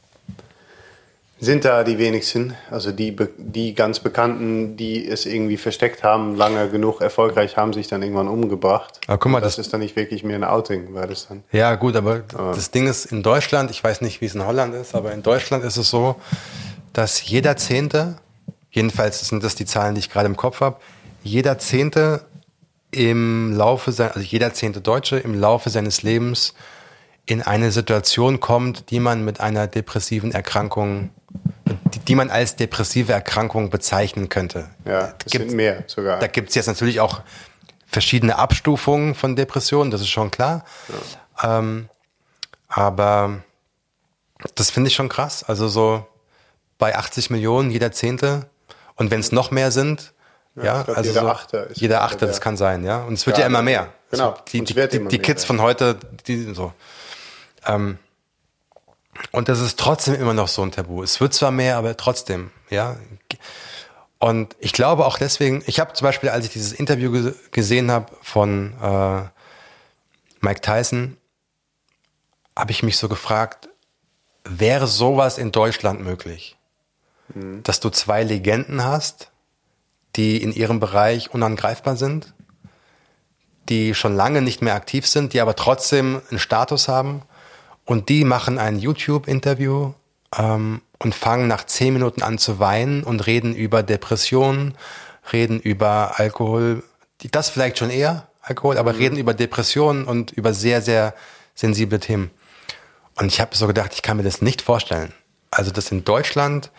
sind da die wenigsten, also die, Be- die ganz Bekannten, die es irgendwie versteckt haben, lange genug erfolgreich, haben sich dann irgendwann umgebracht. Aber guck mal, Und das, das- ist dann nicht wirklich mehr ein Outing, weil das dann... Ja, gut, aber das Ding ist, in Deutschland, ich weiß nicht, wie es in Holland ist, aber in Deutschland ist es so, dass jeder Zehnte, jedenfalls sind das die Zahlen, die ich gerade im Kopf habe, jeder Zehnte im Laufe sein, also jeder zehnte Deutsche im Laufe seines Lebens in eine Situation kommt, die man mit einer depressiven Erkrankung, die, die man als depressive Erkrankung bezeichnen könnte. Ja, es Gibt- sind mehr sogar. Da gibt es jetzt natürlich auch verschiedene Abstufungen von Depressionen, das ist schon klar. Ähm, aber das finde ich schon krass. Also so bei achtzig Millionen, jeder Zehnte. Und wenn es noch mehr sind, ja, ich glaub, also jeder so, Achte ist jeder unter Achte, das der- kann sein, ja. Und es wird Ja, ja immer mehr. genau. Die, Und es die, wird die, immer die mehr Kids werden. von heute, die sind so. Ähm, und das ist trotzdem immer noch so ein Tabu. Es wird zwar mehr, aber trotzdem, ja. Und ich glaube auch deswegen, ich habe zum Beispiel, als ich dieses Interview ge- gesehen habe von äh, Mike Tyson, habe ich mich so gefragt, wäre sowas in Deutschland möglich? Mhm. Dass du zwei Legenden hast, die in ihrem Bereich unangreifbar sind, die schon lange nicht mehr aktiv sind, die aber trotzdem einen Status haben und die machen ein YouTube-Interview ähm, und fangen nach zehn Minuten an zu weinen und reden über Depressionen, reden über Alkohol, die, das vielleicht schon eher, Alkohol, aber mhm. reden über Depressionen und über sehr, sehr sensible Themen. Und ich habe so gedacht, ich kann mir das nicht vorstellen. Also das in Deutschland,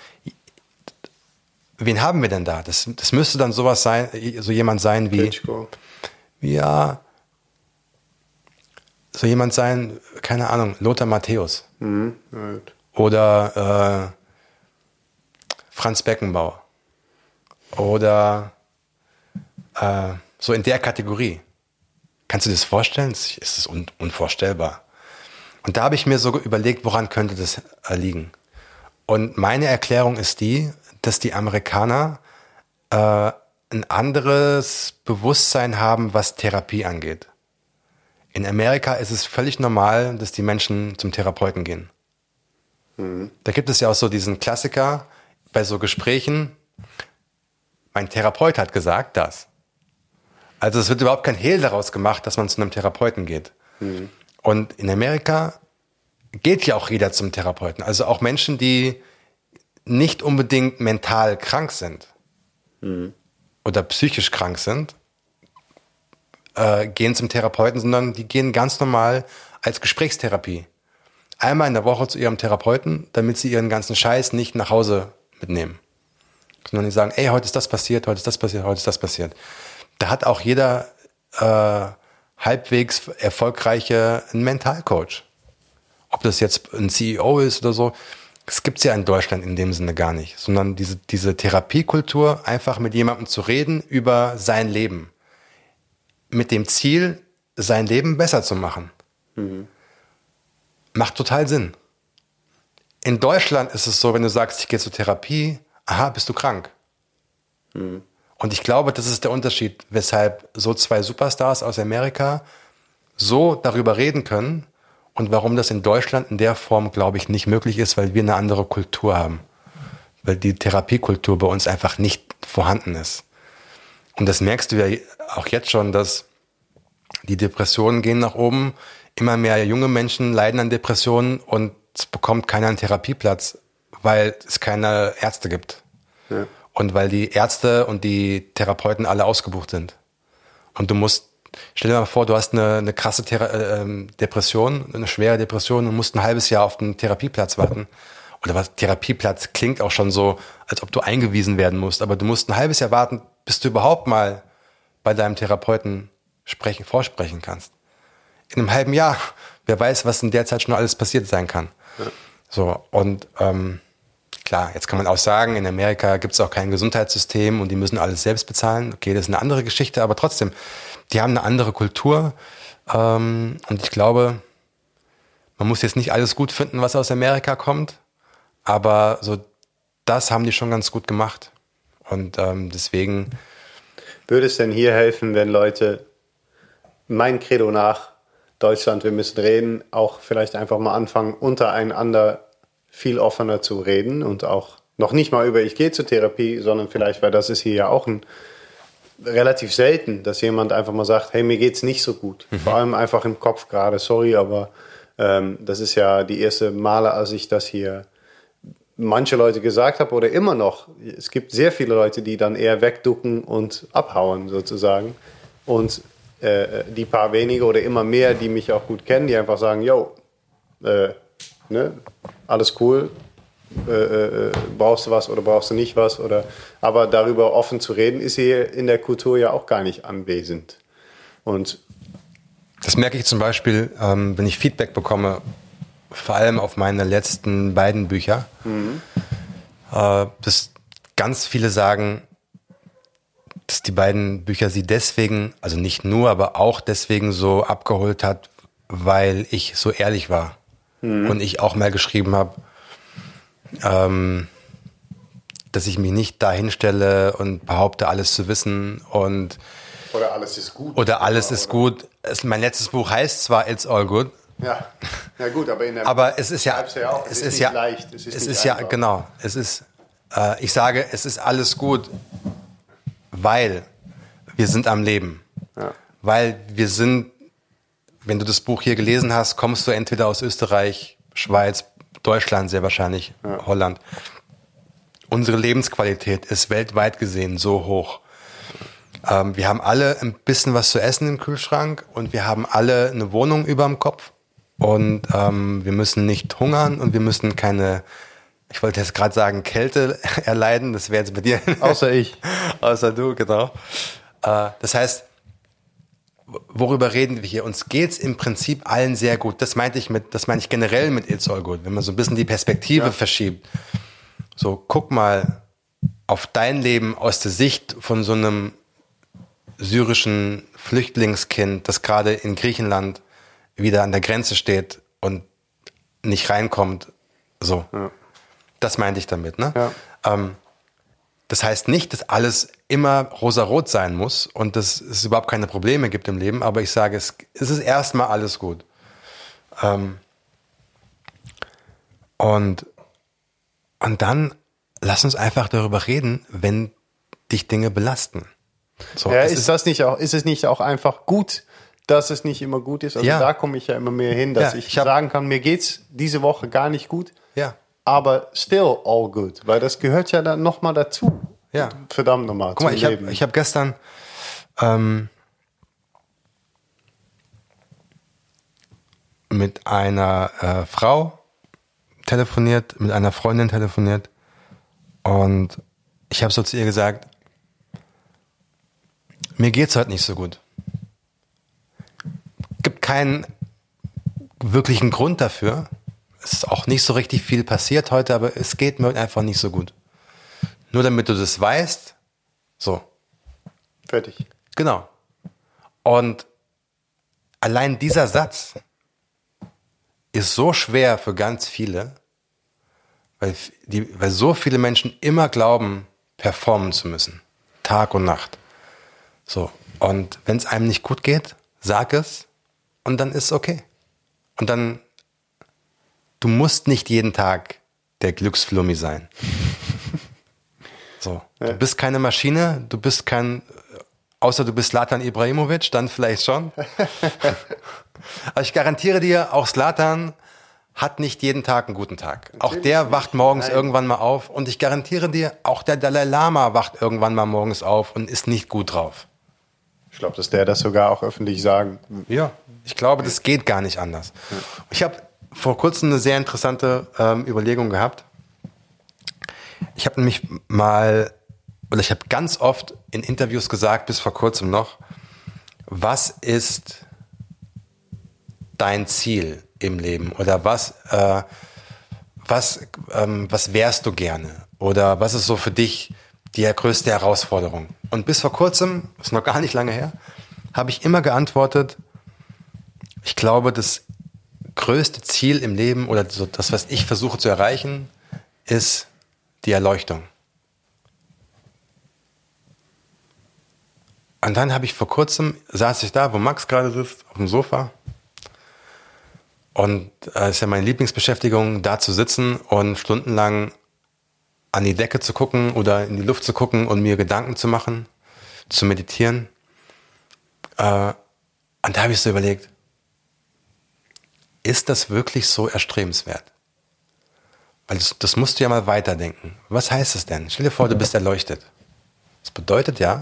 wen haben wir denn da? Das, das müsste dann sowas sein, so jemand sein wie, ja, so jemand sein, keine Ahnung, Lothar Matthäus. Mhm. Right. Oder äh, Franz Beckenbauer. Oder äh, so in der Kategorie. Kannst du dir das vorstellen? Es ist un- unvorstellbar. Und da habe ich mir so überlegt, woran könnte das liegen? Und meine Erklärung ist die, dass die Amerikaner äh, ein anderes Bewusstsein haben, was Therapie angeht. In Amerika ist es völlig normal, dass die Menschen zum Therapeuten gehen. Mhm. Da gibt es ja auch so diesen Klassiker bei so Gesprächen, mein Therapeut hat gesagt das. Also es wird überhaupt kein Hehl daraus gemacht, dass man zu einem Therapeuten geht. Mhm. Und in Amerika geht ja auch jeder zum Therapeuten. Also auch Menschen, die nicht unbedingt mental krank sind mhm. oder psychisch krank sind, äh, gehen zum Therapeuten, sondern die gehen ganz normal als Gesprächstherapie. Einmal in der Woche zu ihrem Therapeuten, damit sie ihren ganzen Scheiß nicht nach Hause mitnehmen. Sondern die sagen, ey, heute ist das passiert, heute ist das passiert, heute ist das passiert. Da hat auch jeder äh, halbwegs erfolgreiche einen Mentalcoach. Ob das jetzt ein C E O ist oder so, das gibt's ja in Deutschland in dem Sinne gar nicht. Sondern diese, diese Therapiekultur, einfach mit jemandem zu reden über sein Leben. Mit dem Ziel, sein Leben besser zu machen. Mhm. Macht total Sinn. In Deutschland ist es so, wenn du sagst, ich gehe zur Therapie, aha, bist du krank. Mhm. Und ich glaube, das ist der Unterschied, weshalb so zwei Superstars aus Amerika so darüber reden können und warum das in Deutschland in der Form, glaube ich, nicht möglich ist, weil wir eine andere Kultur haben. Weil die Therapiekultur bei uns einfach nicht vorhanden ist. Und das merkst du ja auch jetzt schon, dass die Depressionen gehen nach oben, immer mehr junge Menschen leiden an Depressionen und es bekommt keiner einen Therapieplatz, weil es keine Ärzte gibt. Ja. Und weil die Ärzte und die Therapeuten alle ausgebucht sind. Und du musst, stell dir mal vor, du hast eine, eine krasse Thera- äh, Depression, eine schwere Depression und musst ein halbes Jahr auf einen Therapieplatz warten. Oder was, Therapieplatz klingt auch schon so, als ob du eingewiesen werden musst. Aber du musst ein halbes Jahr warten, bis du überhaupt mal bei deinem Therapeuten sprechen, vorsprechen kannst. In einem halben Jahr, wer weiß, was in der Zeit schon alles passiert sein kann. Ja. So, und ähm, klar, jetzt kann man auch sagen, in Amerika gibt es auch kein Gesundheitssystem und die müssen alles selbst bezahlen. Okay, das ist eine andere Geschichte, aber trotzdem, die haben eine andere Kultur. Ähm, und ich glaube, man muss jetzt nicht alles gut finden, was aus Amerika kommt, aber so das haben die schon ganz gut gemacht. Und ähm, deswegen... Würde es denn hier helfen, wenn Leute, mein Credo nach, Deutschland, wir müssen reden, auch vielleicht einfach mal anfangen, untereinander viel offener zu reden und auch noch nicht mal über ich gehe zur Therapie, sondern vielleicht, weil das ist hier ja auch ein, relativ selten, dass jemand einfach mal sagt, hey, mir geht's nicht so gut. Mhm. Vor allem einfach im Kopf gerade, sorry, aber ähm, das ist ja die erste Male, als ich das hier manche Leute gesagt habe oder immer noch. Es gibt sehr viele Leute, die dann eher wegducken und abhauen sozusagen und äh, die paar wenige oder immer mehr, die mich auch gut kennen, die einfach sagen, yo, äh, ne, alles cool, äh, äh, brauchst du was oder brauchst du nicht was, oder, aber darüber offen zu reden, ist hier in der Kultur ja auch gar nicht anwesend. Und das merke ich zum Beispiel, ähm, wenn ich Feedback bekomme, vor allem auf meine letzten beiden Bücher, mhm. äh, dass ganz viele sagen, dass die beiden Bücher sie deswegen, also nicht nur, aber auch deswegen so abgeholt hat, weil ich so ehrlich war. Mhm. Und ich auch mal geschrieben habe, ähm, dass ich mich nicht dahin stelle und behaupte, alles zu wissen und oder alles ist gut. Oder alles oder, ist oder. gut. Es, mein letztes Buch heißt zwar It's All Good. Ja. Ja gut, aber in der Aber es ist ja, schreibst du ja auch, es es ist, ist nicht ja, leicht, es ist es nicht ist ja, einfach. genau, es ist, äh, ich sage, es ist alles gut, weil wir sind am Leben. Ja. Weil wir sind, wenn du das Buch hier gelesen hast, kommst du entweder aus Österreich, Schweiz, Deutschland sehr wahrscheinlich, Ja. Holland. Unsere Lebensqualität ist weltweit gesehen so hoch. Ähm, wir haben alle ein bisschen was zu essen im Kühlschrank und wir haben alle eine Wohnung über dem Kopf und ähm, wir müssen nicht hungern und wir müssen keine, ich wollte jetzt gerade sagen, Kälte erleiden, das wäre jetzt bei dir. Außer ich. Außer du, genau. Äh, das heißt, worüber reden wir hier? Uns geht's im Prinzip allen sehr gut. Das meinte ich mit, das meine ich generell mit It's All Good, wenn man so ein bisschen die Perspektive Ja. verschiebt. So, guck mal auf dein Leben aus der Sicht von so einem syrischen Flüchtlingskind, das gerade in Griechenland wieder an der Grenze steht und nicht reinkommt. So. Ja. Das meinte ich damit, ne? Ja. Ähm, das heißt nicht, dass alles immer rosarot sein muss und dass es überhaupt keine Probleme gibt im Leben, aber ich sage, es, es ist erstmal alles gut. Ähm, und, und dann lass uns einfach darüber reden, wenn dich Dinge belasten. So, Ja, es ist das nicht auch, ist es nicht auch einfach gut, dass es nicht immer gut ist? Also Ja. da komme ich ja immer mehr hin, dass Ja, ich, ich hab- sagen kann, mir geht's diese Woche gar nicht gut, Ja, aber still all good, weil das gehört ja dann nochmal dazu. Ja. Verdammt nochmal. guck mal, ich habe ich hab gestern ähm, mit einer äh, Frau telefoniert, mit einer Freundin telefoniert und ich habe so zu ihr gesagt, mir geht's heute nicht so gut. Gibt keinen wirklichen Grund dafür. Es ist auch nicht so richtig viel passiert heute, aber es geht mir einfach nicht so gut. Nur damit du das weißt, so, Fertig. genau. Und allein dieser Satz ist so schwer für ganz viele, weil, die, weil so viele Menschen immer glauben, performen zu müssen. Tag und Nacht. So. Und wenn es einem nicht gut geht, sag es und dann ist es okay. Und dann, du musst nicht jeden Tag der Glücksflummi sein. So. Ja. Du bist keine Maschine, du bist kein, außer du bist Zlatan Ibrahimovic, dann vielleicht schon. Aber ich garantiere dir, auch Zlatan hat nicht jeden Tag einen guten Tag. Auch der nicht. wacht morgens Nein. irgendwann mal auf und ich garantiere dir, auch der Dalai Lama wacht irgendwann mal morgens auf und ist nicht gut drauf. Ich glaube, dass der das sogar auch öffentlich sagen. Ja, ich glaube, das geht gar nicht anders. Ich habe vor kurzem eine sehr interessante ähm, Überlegung gehabt. Ich habe nämlich mal, oder ich habe ganz oft in Interviews gesagt, bis vor kurzem noch, was ist dein Ziel im Leben? Oder was, äh, was, ähm, was wärst du gerne? Oder was ist so für dich die größte Herausforderung? Und bis vor kurzem, ist noch gar nicht lange her, habe ich immer geantwortet, ich glaube, das größte Ziel im Leben oder so das, was ich versuche zu erreichen, ist die Erleuchtung. Und dann habe ich vor kurzem, saß ich da, wo Max gerade sitzt, auf dem Sofa. Und es äh, ist ja meine Lieblingsbeschäftigung, da zu sitzen und stundenlang an die Decke zu gucken oder in die Luft zu gucken und mir Gedanken zu machen, zu meditieren. Äh, und da habe ich so überlegt, ist das wirklich so erstrebenswert? Weil das, das musst du ja mal weiterdenken. Was heißt das denn? Stell dir vor, du bist erleuchtet. Das bedeutet ja,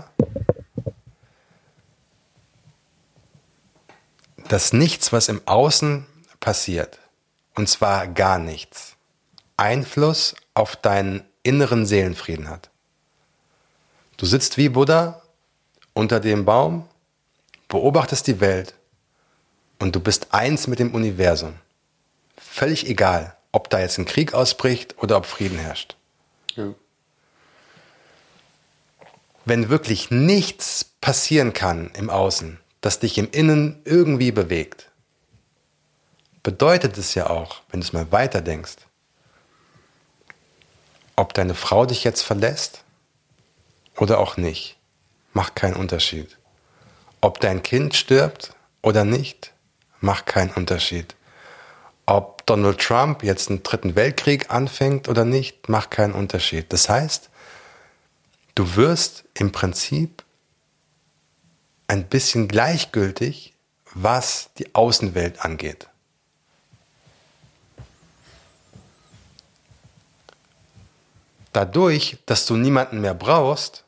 dass nichts, was im Außen passiert, und zwar gar nichts, Einfluss auf deinen inneren Seelenfrieden hat. Du sitzt wie Buddha unter dem Baum, beobachtest die Welt und du bist eins mit dem Universum. Völlig egal, ob da jetzt ein Krieg ausbricht oder ob Frieden herrscht. Ja. Wenn wirklich nichts passieren kann im Außen, das dich im Innen irgendwie bewegt, bedeutet es ja auch, wenn du es mal weiterdenkst, ob deine Frau dich jetzt verlässt oder auch nicht, macht keinen Unterschied. Ob dein Kind stirbt oder nicht, macht keinen Unterschied. Ob Donald Trump jetzt einen dritten Weltkrieg anfängt oder nicht, macht keinen Unterschied. Das heißt, du wirst im Prinzip ein bisschen gleichgültig, was die Außenwelt angeht. Dadurch, dass du niemanden mehr brauchst,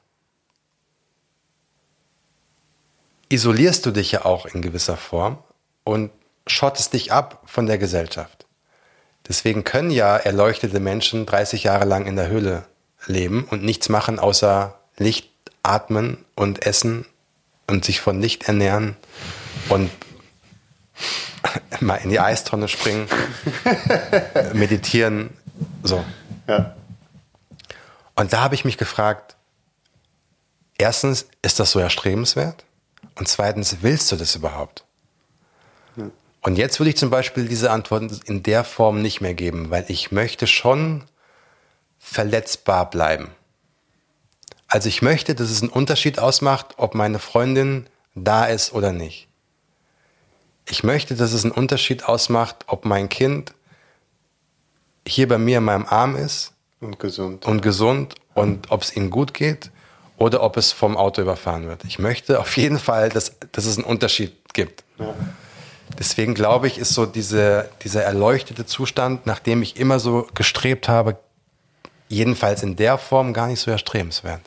isolierst du dich ja auch in gewisser Form und schottest dich ab von der Gesellschaft. Deswegen können ja erleuchtete Menschen dreißig Jahre lang in der Höhle leben und nichts machen, außer Licht atmen und essen und sich von Licht ernähren und mal in die Eistonne springen, meditieren, so. Ja. Und da habe ich mich gefragt, erstens, ist das so erstrebenswert? Und zweitens, willst du das überhaupt? Ja. Und jetzt würde ich zum Beispiel diese Antworten in der Form nicht mehr geben, weil ich möchte schon verletzbar bleiben. Also ich möchte, dass es einen Unterschied ausmacht, ob meine Freundin da ist oder nicht. Ich möchte, dass es einen Unterschied ausmacht, ob mein Kind hier bei mir in meinem Arm ist Und gesund. und gesund und ob es ihm gut geht oder ob es vom Auto überfahren wird. Ich möchte auf jeden Fall, dass, dass es einen Unterschied gibt. Ja. Deswegen glaube ich, ist so diese, dieser erleuchtete Zustand, nach dem ich immer so gestrebt habe, jedenfalls in der Form gar nicht so erstrebenswert.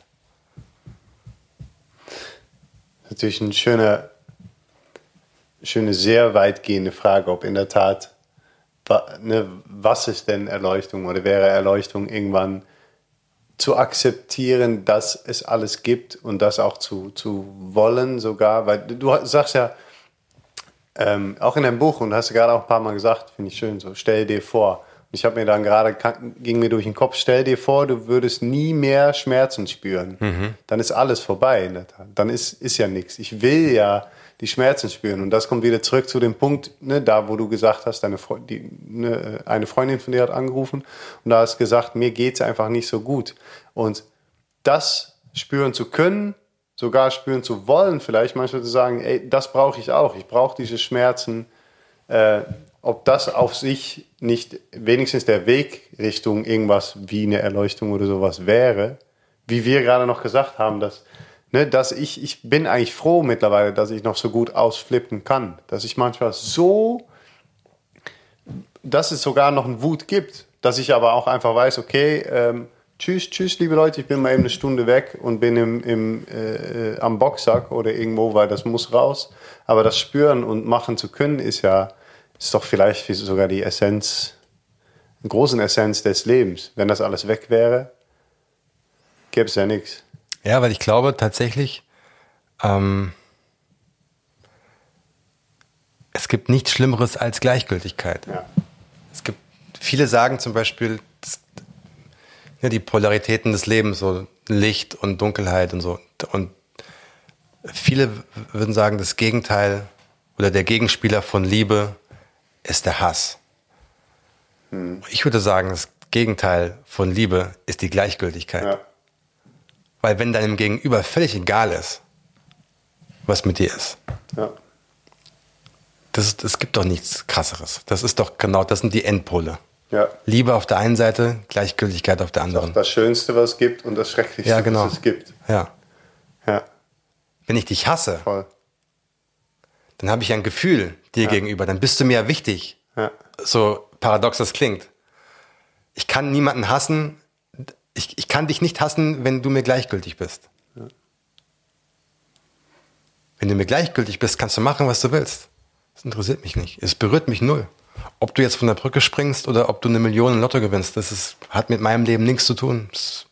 Natürlich eine schöne, schöne, sehr weitgehende Frage, ob in der Tat, wa, ne, was ist denn Erleuchtung oder wäre Erleuchtung irgendwann zu akzeptieren, dass es alles gibt und das auch zu, zu wollen sogar, weil du sagst ja, ähm, auch in deinem Buch, und hast du gerade auch ein paar Mal gesagt, finde ich schön, so stell dir vor. Ich habe mir dann gerade, ging mir durch den Kopf, stell dir vor, du würdest nie mehr Schmerzen spüren. Mhm. Dann ist alles vorbei in der Tat. Dann ist, ist ja nichts. Ich will ja die Schmerzen spüren. Und das kommt wieder zurück zu dem Punkt, ne, da wo du gesagt hast, deine Fre- die, ne, eine Freundin von dir hat angerufen und da hast gesagt, mir geht's einfach nicht so gut. Und das spüren zu können, sogar spüren zu wollen, vielleicht manchmal zu sagen, ey, das brauche ich auch. Ich brauche diese Schmerzen. Äh, ob das auf sich nicht wenigstens der Weg Richtung irgendwas wie eine Erleuchtung oder sowas wäre, wie wir gerade noch gesagt haben, dass, ne, dass ich, ich bin eigentlich froh mittlerweile, dass ich noch so gut ausflippen kann, dass ich manchmal so, dass es sogar noch einen Wut gibt, dass ich aber auch einfach weiß, okay, ähm, tschüss, tschüss, liebe Leute, ich bin mal eben eine Stunde weg und bin im, im, äh, am Boxsack oder irgendwo, weil das muss raus, aber das spüren und machen zu können ist ja, ist doch vielleicht sogar die Essenz, eine große Essenz des Lebens. Wenn das alles weg wäre, gäbe es ja nichts. Ja, weil ich glaube tatsächlich, ähm, es gibt nichts Schlimmeres als Gleichgültigkeit. Ja. Es gibt, viele sagen zum Beispiel, ja, die Polaritäten des Lebens, so Licht und Dunkelheit und so. Und viele würden sagen, das Gegenteil oder der Gegenspieler von Liebe ist der Hass. Hm. Ich würde sagen, das Gegenteil von Liebe ist die Gleichgültigkeit. Ja. Weil wenn deinem Gegenüber völlig egal ist, was mit dir ist, ja. das, das gibt doch nichts Krasseres. Das ist doch genau, das sind die Endpole. Ja. Liebe auf der einen Seite, Gleichgültigkeit auf der anderen. Das ist auch das Schönste, was es gibt und das Schrecklichste, ja, genau. was es gibt. Ja. Ja. Wenn ich dich hasse, voll, dann habe ich ein Gefühl dir ja. gegenüber, dann bist du mir ja wichtig. Ja. So paradox das klingt. Ich kann niemanden hassen, ich, ich kann dich nicht hassen, wenn du mir gleichgültig bist. Ja. Wenn du mir gleichgültig bist, kannst du machen, was du willst. Das interessiert mich nicht. Es berührt mich null. Ob du jetzt von der Brücke springst oder ob du eine Million im Lotto gewinnst, das ist, hat mit meinem Leben nichts zu tun. Das,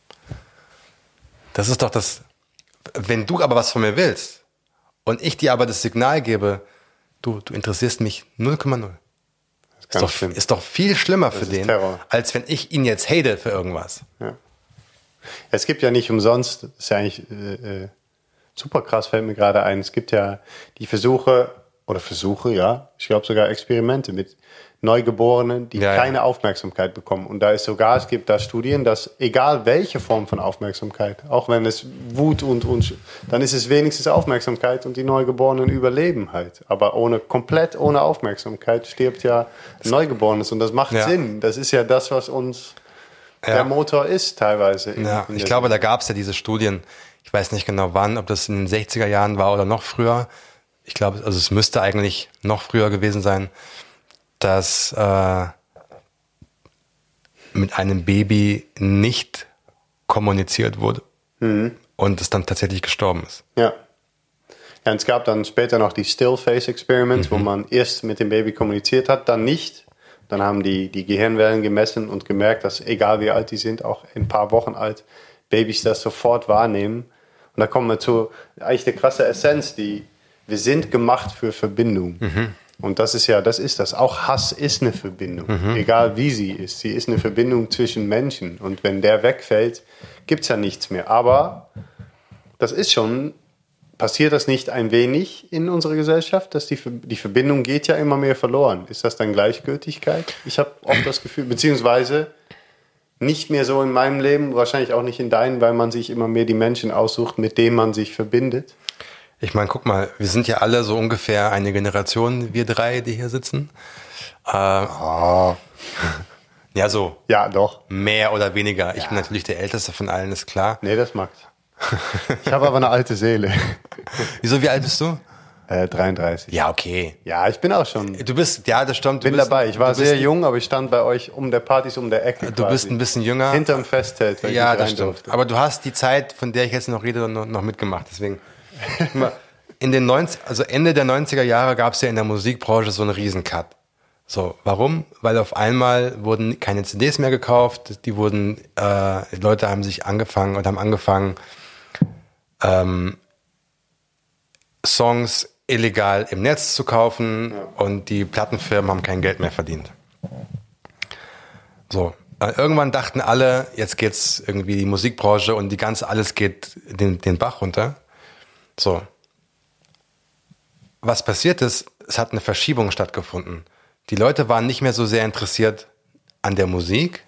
das ist doch das, wenn du aber was von mir willst und ich dir aber das Signal gebe, du, du interessierst mich null Komma null. Ist doch, ist doch viel schlimmer das für den, Terror. Als wenn ich ihn jetzt hate für irgendwas. Ja. Es gibt ja nicht umsonst, das ist ja eigentlich äh, super krass, fällt mir gerade ein, es gibt ja die Versuche, oder Versuche, ja, ich glaube sogar Experimente mit Neugeborenen, die ja, keine ja. Aufmerksamkeit bekommen. Und da ist sogar, es gibt da Studien, dass egal welche Form von Aufmerksamkeit, auch wenn es Wut und, und dann ist es wenigstens Aufmerksamkeit und die Neugeborenen überleben halt. Aber ohne, komplett ohne Aufmerksamkeit stirbt ja ein Neugeborenes und das macht ja. Sinn. Das ist ja das, was uns ja. der Motor ist teilweise. In, ja. in Ich der glaube, Serie. da gab es ja diese Studien, ich weiß nicht genau wann, ob das in den sechziger Jahren war oder noch früher. Ich glaube, also es müsste eigentlich noch früher gewesen sein, dass äh, mit einem Baby nicht kommuniziert wurde mhm. und es dann tatsächlich gestorben ist. Ja. Ja, und es gab dann später noch die Still-Face-Experiments, mhm. wo man erst mit dem Baby kommuniziert hat, dann nicht. Dann haben die die Gehirnwellen gemessen und gemerkt, dass egal wie alt die sind, auch ein paar Wochen alt, Babys das sofort wahrnehmen. Und da kommen wir zu eigentlich der krasse Essenz, die wir sind gemacht für Verbindung. Mhm. Und das ist ja, das ist das. Auch Hass ist eine Verbindung, mhm. egal wie sie ist. Sie ist eine Verbindung zwischen Menschen. Und wenn der wegfällt, gibt es ja nichts mehr. Aber das ist schon, passiert das nicht ein wenig in unserer Gesellschaft, dass die, die Verbindung geht ja immer mehr verloren. Ist das dann Gleichgültigkeit? Ich habe oft das Gefühl, beziehungsweise nicht mehr so in meinem Leben, wahrscheinlich auch nicht in deinem, weil man sich immer mehr die Menschen aussucht, mit denen man sich verbindet. Ich meine, guck mal, wir sind ja alle so ungefähr eine Generation, wir drei, die hier sitzen. Äh, oh. Ja, so. Ja, doch. Mehr oder weniger. Ich ja. bin natürlich der Älteste von allen, ist klar. Nee, das mag's. Ich habe aber eine alte Seele. Wieso, wie alt bist du? Äh, dreiunddreißig. Ja, okay. Ja, ich bin auch schon. Du bist, ja, das stimmt. Ich bin bist, dabei. Ich war sehr jung, aber ich stand bei euch um der Partys um der Ecke. Du quasi. bist ein bisschen jünger. Hinterm Festzelt. Wenn ja, ich das stimmt. Durfte. Aber du hast die Zeit, von der ich jetzt noch rede, noch, noch mitgemacht. Deswegen. In den neunzig, also Ende der neunziger Jahre gab es ja in der Musikbranche so einen Riesencut. So, warum? Weil auf einmal wurden keine C Ds mehr gekauft, die wurden, äh, die Leute haben sich angefangen und haben angefangen, ähm, Songs illegal im Netz zu kaufen ja. und die Plattenfirmen haben kein Geld mehr verdient. So, äh, irgendwann dachten alle, jetzt geht's irgendwie die Musikbranche und die ganze, alles geht den, den Bach runter. So. Was passiert ist, es hat eine Verschiebung stattgefunden. Die Leute waren nicht mehr so sehr interessiert an der Musik.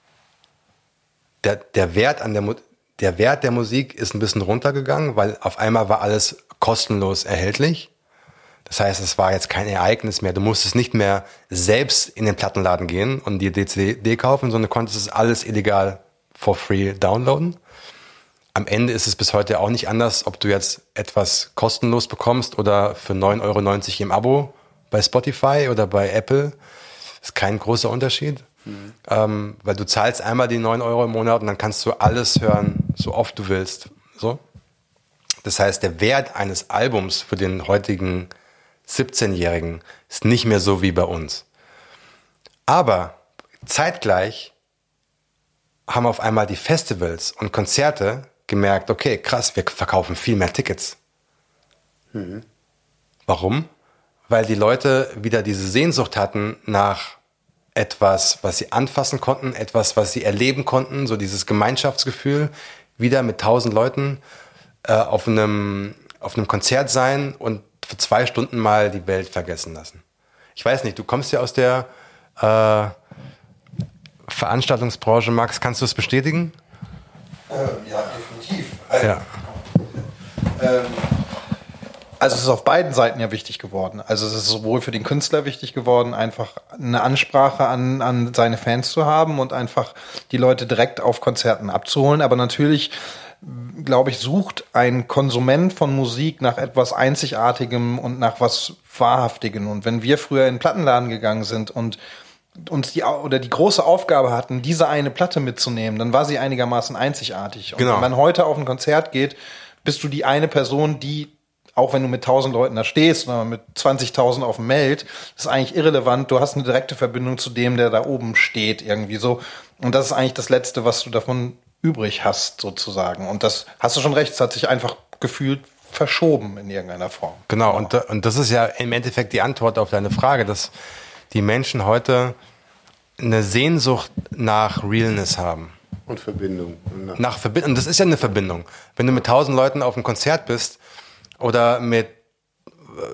Der, der, Wert an der, der Wert der Musik ist ein bisschen runtergegangen, weil auf einmal war alles kostenlos erhältlich. Das heißt, es war jetzt kein Ereignis mehr. Du musstest nicht mehr selbst in den Plattenladen gehen und dir die C D kaufen, sondern du konntest es alles illegal for free downloaden. Am Ende ist es bis heute auch nicht anders, ob du jetzt etwas kostenlos bekommst oder für neun Euro neunzig im Abo bei Spotify oder bei Apple. Ist kein großer Unterschied, mhm. ähm, weil du zahlst einmal die neun Euro im Monat und dann kannst du alles hören, so oft du willst. So. Das heißt, der Wert eines Albums für den heutigen siebzehnjährigen ist nicht mehr so wie bei uns. Aber zeitgleich haben auf einmal die Festivals und Konzerte gemerkt, okay, krass, wir verkaufen viel mehr Tickets. Mhm. Warum? Weil die Leute wieder diese Sehnsucht hatten nach etwas, was sie anfassen konnten, etwas, was sie erleben konnten, so dieses Gemeinschaftsgefühl, wieder mit tausend Leuten äh, auf einem, auf einem Konzert sein und für zwei Stunden mal die Welt vergessen lassen. Ich weiß nicht, du kommst ja aus der äh, Veranstaltungsbranche, Max, kannst du es bestätigen? Ähm, ja, definitiv. Also, ja. Ähm, also es ist auf beiden Seiten ja wichtig geworden. Also es ist sowohl für den Künstler wichtig geworden, einfach eine Ansprache an, an seine Fans zu haben und einfach die Leute direkt auf Konzerten abzuholen. Aber natürlich, glaube ich, sucht ein Konsument von Musik nach etwas Einzigartigem und nach was Wahrhaftigem. Und wenn wir früher in den Plattenladen gegangen sind und uns die oder die große Aufgabe hatten, diese eine Platte mitzunehmen, dann war sie einigermaßen einzigartig. Und genau. wenn man heute auf ein Konzert geht, bist du die eine Person, die, auch wenn du mit tausend Leuten da stehst oder mit zwanzigtausend auf dem Meld, ist eigentlich irrelevant. Du hast eine direkte Verbindung zu dem, der da oben steht, irgendwie so. Und das ist eigentlich das Letzte, was du davon übrig hast, sozusagen. Und das hast du schon recht, es hat sich einfach gefühlt verschoben in irgendeiner Form. Genau, und, und das ist ja im Endeffekt die Antwort auf deine Frage, dass die Menschen heute eine Sehnsucht nach Realness haben. Und Verbindung. Nach, nach Verbindung. Und das ist ja eine Verbindung. Wenn du mit tausend Leuten auf einem Konzert bist oder mit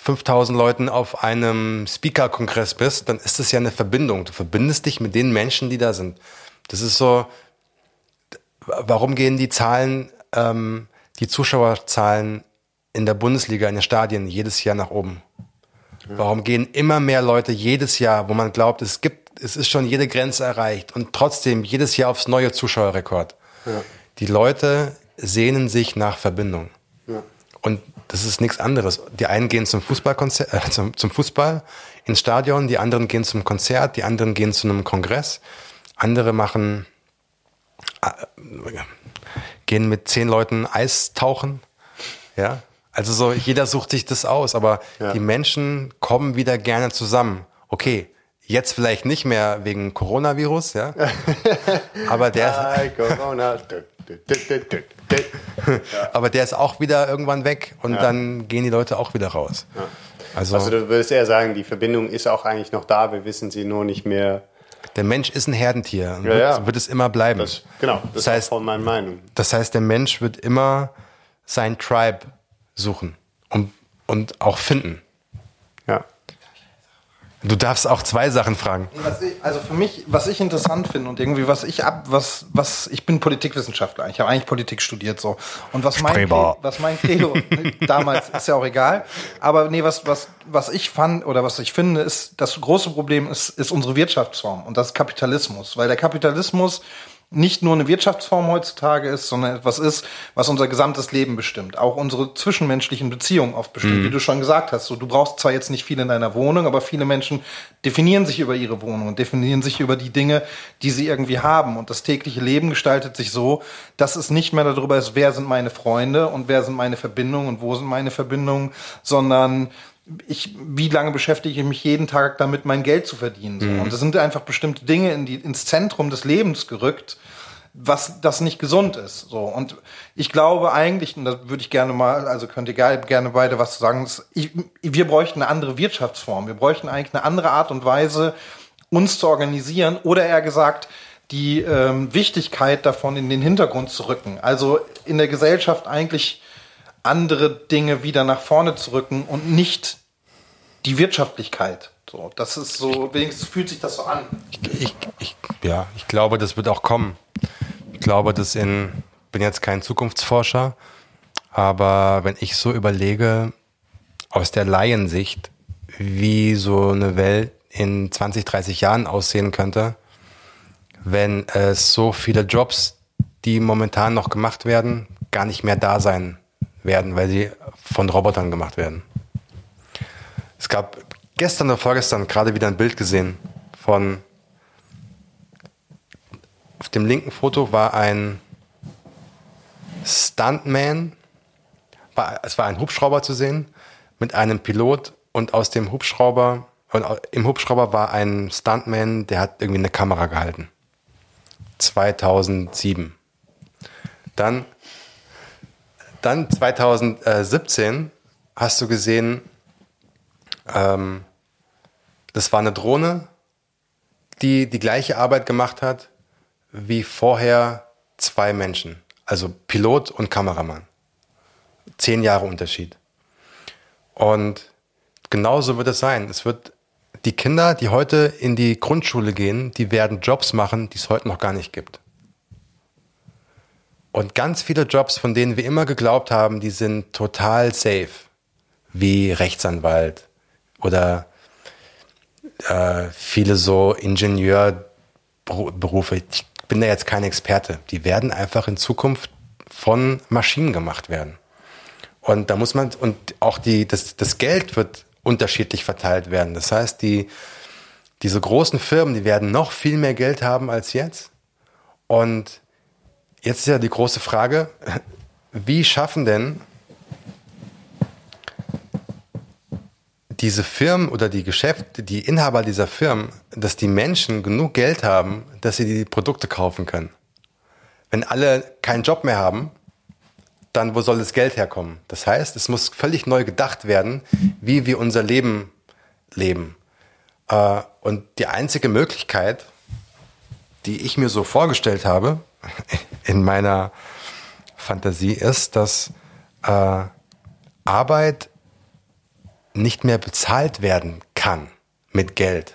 fünftausend Leuten auf einem Speaker-Kongress bist, dann ist das ja eine Verbindung. Du verbindest dich mit den Menschen, die da sind. Das ist so, warum gehen die Zahlen, ähm, die Zuschauerzahlen in der Bundesliga, in den Stadien jedes Jahr nach oben? Ja. Warum gehen immer mehr Leute jedes Jahr, wo man glaubt, es gibt, es ist schon jede Grenze erreicht und trotzdem jedes Jahr aufs neue Zuschauerrekord? Ja. Die Leute sehnen sich nach Verbindung. Ja. Und das ist nichts anderes. Die einen gehen zum Fußballkonzert, äh, zum, zum Fußball ins Stadion, die anderen gehen zum Konzert, die anderen gehen zu einem Kongress, andere machen, äh, gehen mit zehn Leuten Eis tauchen. Ja, also so jeder sucht sich das aus, aber ja. die Menschen kommen wieder gerne zusammen. Okay, jetzt vielleicht nicht mehr wegen Coronavirus, ja, aber der. Hi, Corona. Ja. Aber der ist auch wieder irgendwann weg und ja. dann gehen die Leute auch wieder raus. Ja. Also, also du würdest eher sagen, die Verbindung ist auch eigentlich noch da, wir wissen sie nur nicht mehr. Der Mensch ist ein Herdentier und ja, wird, ja. wird es immer bleiben. Das, genau, das, das heißt, ist auch meine Meinung. Das heißt, der Mensch wird immer sein Tribe suchen und, und auch finden. Ja. Du darfst auch zwei Sachen fragen. Was ich, also für mich, was ich interessant finde und irgendwie, was ich ab, was, was, ich bin Politikwissenschaftler, ich habe eigentlich Politik studiert so. Und was mein, Credo, was mein Credo damals, ist ja auch egal, aber nee, was, was, was ich fand oder was ich finde, ist, das große Problem ist, ist unsere Wirtschaftsform und das ist Kapitalismus, weil der Kapitalismus nicht nur eine Wirtschaftsform heutzutage ist, sondern etwas ist, was unser gesamtes Leben bestimmt. Auch unsere zwischenmenschlichen Beziehungen oft bestimmt, mhm. wie du schon gesagt hast. So, du brauchst zwar jetzt nicht viel in deiner Wohnung, aber viele Menschen definieren sich über ihre Wohnung und definieren sich über die Dinge, die sie irgendwie haben. Und das tägliche Leben gestaltet sich so, dass es nicht mehr darüber ist, wer sind meine Freunde und wer sind meine Verbindungen und wo sind meine Verbindungen, sondern ich, wie lange beschäftige ich mich jeden Tag damit, mein Geld zu verdienen? So. Mhm. Und das sind einfach bestimmte Dinge in die, ins Zentrum des Lebens gerückt, was das nicht gesund ist. So. Und ich glaube eigentlich, und da würde ich gerne mal, also könnt ihr gerne beide was zu sagen, ich, wir bräuchten eine andere Wirtschaftsform. Wir bräuchten eigentlich eine andere Art und Weise, uns zu organisieren oder eher gesagt, die ähm, Wichtigkeit davon in den Hintergrund zu rücken. Also in der Gesellschaft eigentlich andere Dinge wieder nach vorne zu rücken und nicht die Wirtschaftlichkeit. So, das ist so, wenigstens fühlt sich das so an. Ich, ich, ich, ja, ich glaube, das wird auch kommen. Ich glaube, dass in, bin jetzt kein Zukunftsforscher, aber wenn ich so überlege, aus der Laiensicht, wie so eine Welt in zwanzig, dreißig Jahren aussehen könnte, wenn es so viele Jobs, die momentan noch gemacht werden, gar nicht mehr da sein werden, weil sie von Robotern gemacht werden. Es gab gestern oder vorgestern gerade wieder ein Bild gesehen von, auf dem linken Foto war ein Stuntman, war, es war ein Hubschrauber zu sehen, mit einem Pilot und aus dem Hubschrauber, und im Hubschrauber war ein Stuntman, der hat irgendwie eine Kamera gehalten. zweitausendsieben. Dann Dann zweitausendsiebzehn hast du gesehen, ähm, das war eine Drohne, die die gleiche Arbeit gemacht hat wie vorher zwei Menschen. Also Pilot und Kameramann. Zehn Jahre Unterschied. Und genauso wird es sein. Es wird die Kinder, die heute in die Grundschule gehen, die werden Jobs machen, die es heute noch gar nicht gibt. Und ganz viele Jobs, von denen wir immer geglaubt haben, die sind total safe, wie Rechtsanwalt oder äh, viele so Ingenieurberufe. Ich bin da jetzt kein Experte. Die werden einfach in Zukunft von Maschinen gemacht werden. Und da muss man, und auch die, das, das Geld wird unterschiedlich verteilt werden. Das heißt, die, diese großen Firmen, die werden noch viel mehr Geld haben als jetzt. Und jetzt ist ja die große Frage, wie schaffen denn diese Firmen oder die Geschäfte, die Inhaber dieser Firmen, dass die Menschen genug Geld haben, dass sie die Produkte kaufen können? Wenn alle keinen Job mehr haben, dann wo soll das Geld herkommen? Das heißt, es muss völlig neu gedacht werden, wie wir unser Leben leben. Und die einzige Möglichkeit, die ich mir so vorgestellt habe, in meiner Fantasie ist, dass äh, Arbeit nicht mehr bezahlt werden kann mit Geld.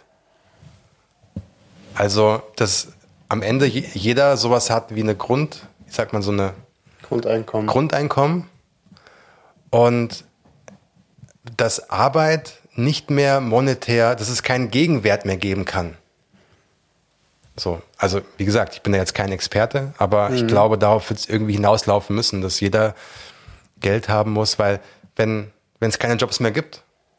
Also, dass am Ende jeder sowas hat wie eine Grund, ich sag mal so eine Grundeinkommen. Grundeinkommen und dass Arbeit nicht mehr monetär, dass es keinen Gegenwert mehr geben kann. So, also wie gesagt, ich bin da jetzt kein Experte, aber mhm. ich glaube, darauf wird es irgendwie hinauslaufen müssen, dass jeder Geld haben muss, weil wenn wenn es keine Jobs mehr gibt,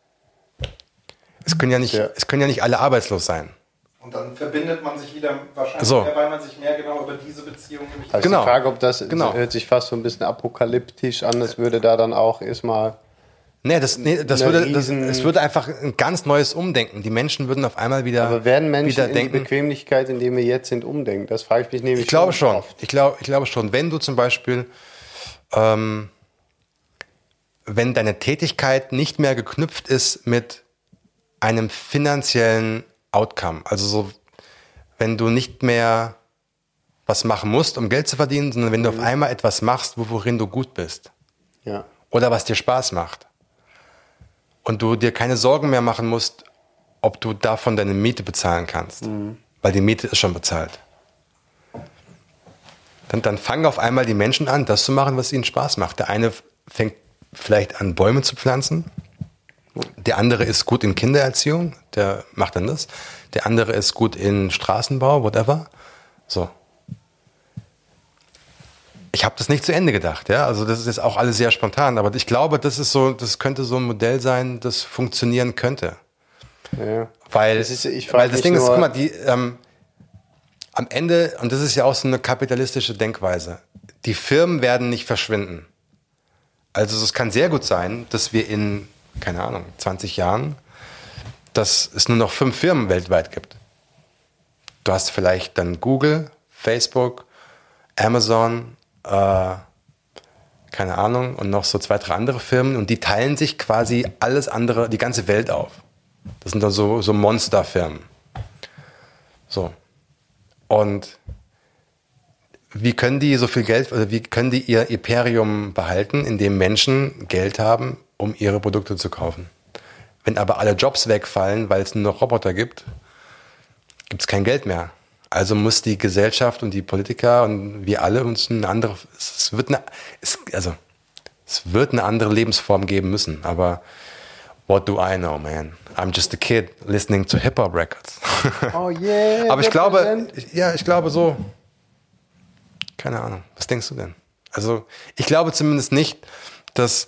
es können ja nicht, ja. es können ja nicht alle arbeitslos sein. Und dann verbindet man sich wieder wahrscheinlich so. mehr, weil man sich mehr genau über diese Beziehung nämlich. Also genau. Die Frage, ob das, genau. das hört sich fast so ein bisschen apokalyptisch an, das würde da dann auch erstmal. Nee, das, nee, das würde, das, es würde einfach ein ganz neues Umdenken. Die Menschen würden auf einmal wieder Aber werden Menschen wieder in denken, die Bequemlichkeit, in der wir jetzt sind, umdenken? Das frage ich mich nämlich Ich glaube schon. oft. Ich glaube, ich glaube schon. Wenn du zum Beispiel, ähm, wenn deine Tätigkeit nicht mehr geknüpft ist mit einem finanziellen Outcome, also so, wenn du nicht mehr was machen musst, um Geld zu verdienen, sondern wenn du mhm. auf einmal etwas machst, worin du gut bist. Ja. Oder was dir Spaß macht. Und du dir keine Sorgen mehr machen musst, ob du davon deine Miete bezahlen kannst. Mhm. Weil die Miete ist schon bezahlt. Dann, dann fangen auf einmal die Menschen an, das zu machen, was ihnen Spaß macht. Der eine fängt vielleicht an, Bäume zu pflanzen. Der andere ist gut in Kindererziehung, der macht dann das. Der andere ist gut in Straßenbau, whatever. So. Ich habe das nicht zu Ende gedacht, ja. Also das ist jetzt auch alles sehr spontan, aber ich glaube, das ist so, das könnte so ein Modell sein, das funktionieren könnte. Ja. Weil, das ist, ich weil das Ding ist, guck mal, die ähm, am Ende, und das ist ja auch so eine kapitalistische Denkweise, die Firmen werden nicht verschwinden. Also es kann sehr gut sein, dass wir in, keine Ahnung, zwanzig Jahren, dass es nur noch fünf Firmen weltweit gibt. Du hast vielleicht dann Google, Facebook, Amazon, äh, keine Ahnung, und noch so zwei, drei andere Firmen und die teilen sich quasi alles andere, die ganze Welt auf. Das sind dann so, so Monsterfirmen. So. Und wie können die so viel Geld, oder wie können die ihr Imperium behalten, indem Menschen Geld haben, um ihre Produkte zu kaufen? Wenn aber alle Jobs wegfallen, weil es nur noch Roboter gibt, gibt es kein Geld mehr. Also muss die Gesellschaft und die Politiker und wir alle uns eine andere, es wird eine, es, also, es wird eine andere Lebensform geben müssen. Aber what do I know, man? I'm just a kid listening to Hip-Hop Records. Oh yeah. Aber ich glaube, ja, ich glaube so, keine Ahnung, was denkst du denn? Also ich glaube zumindest nicht, dass,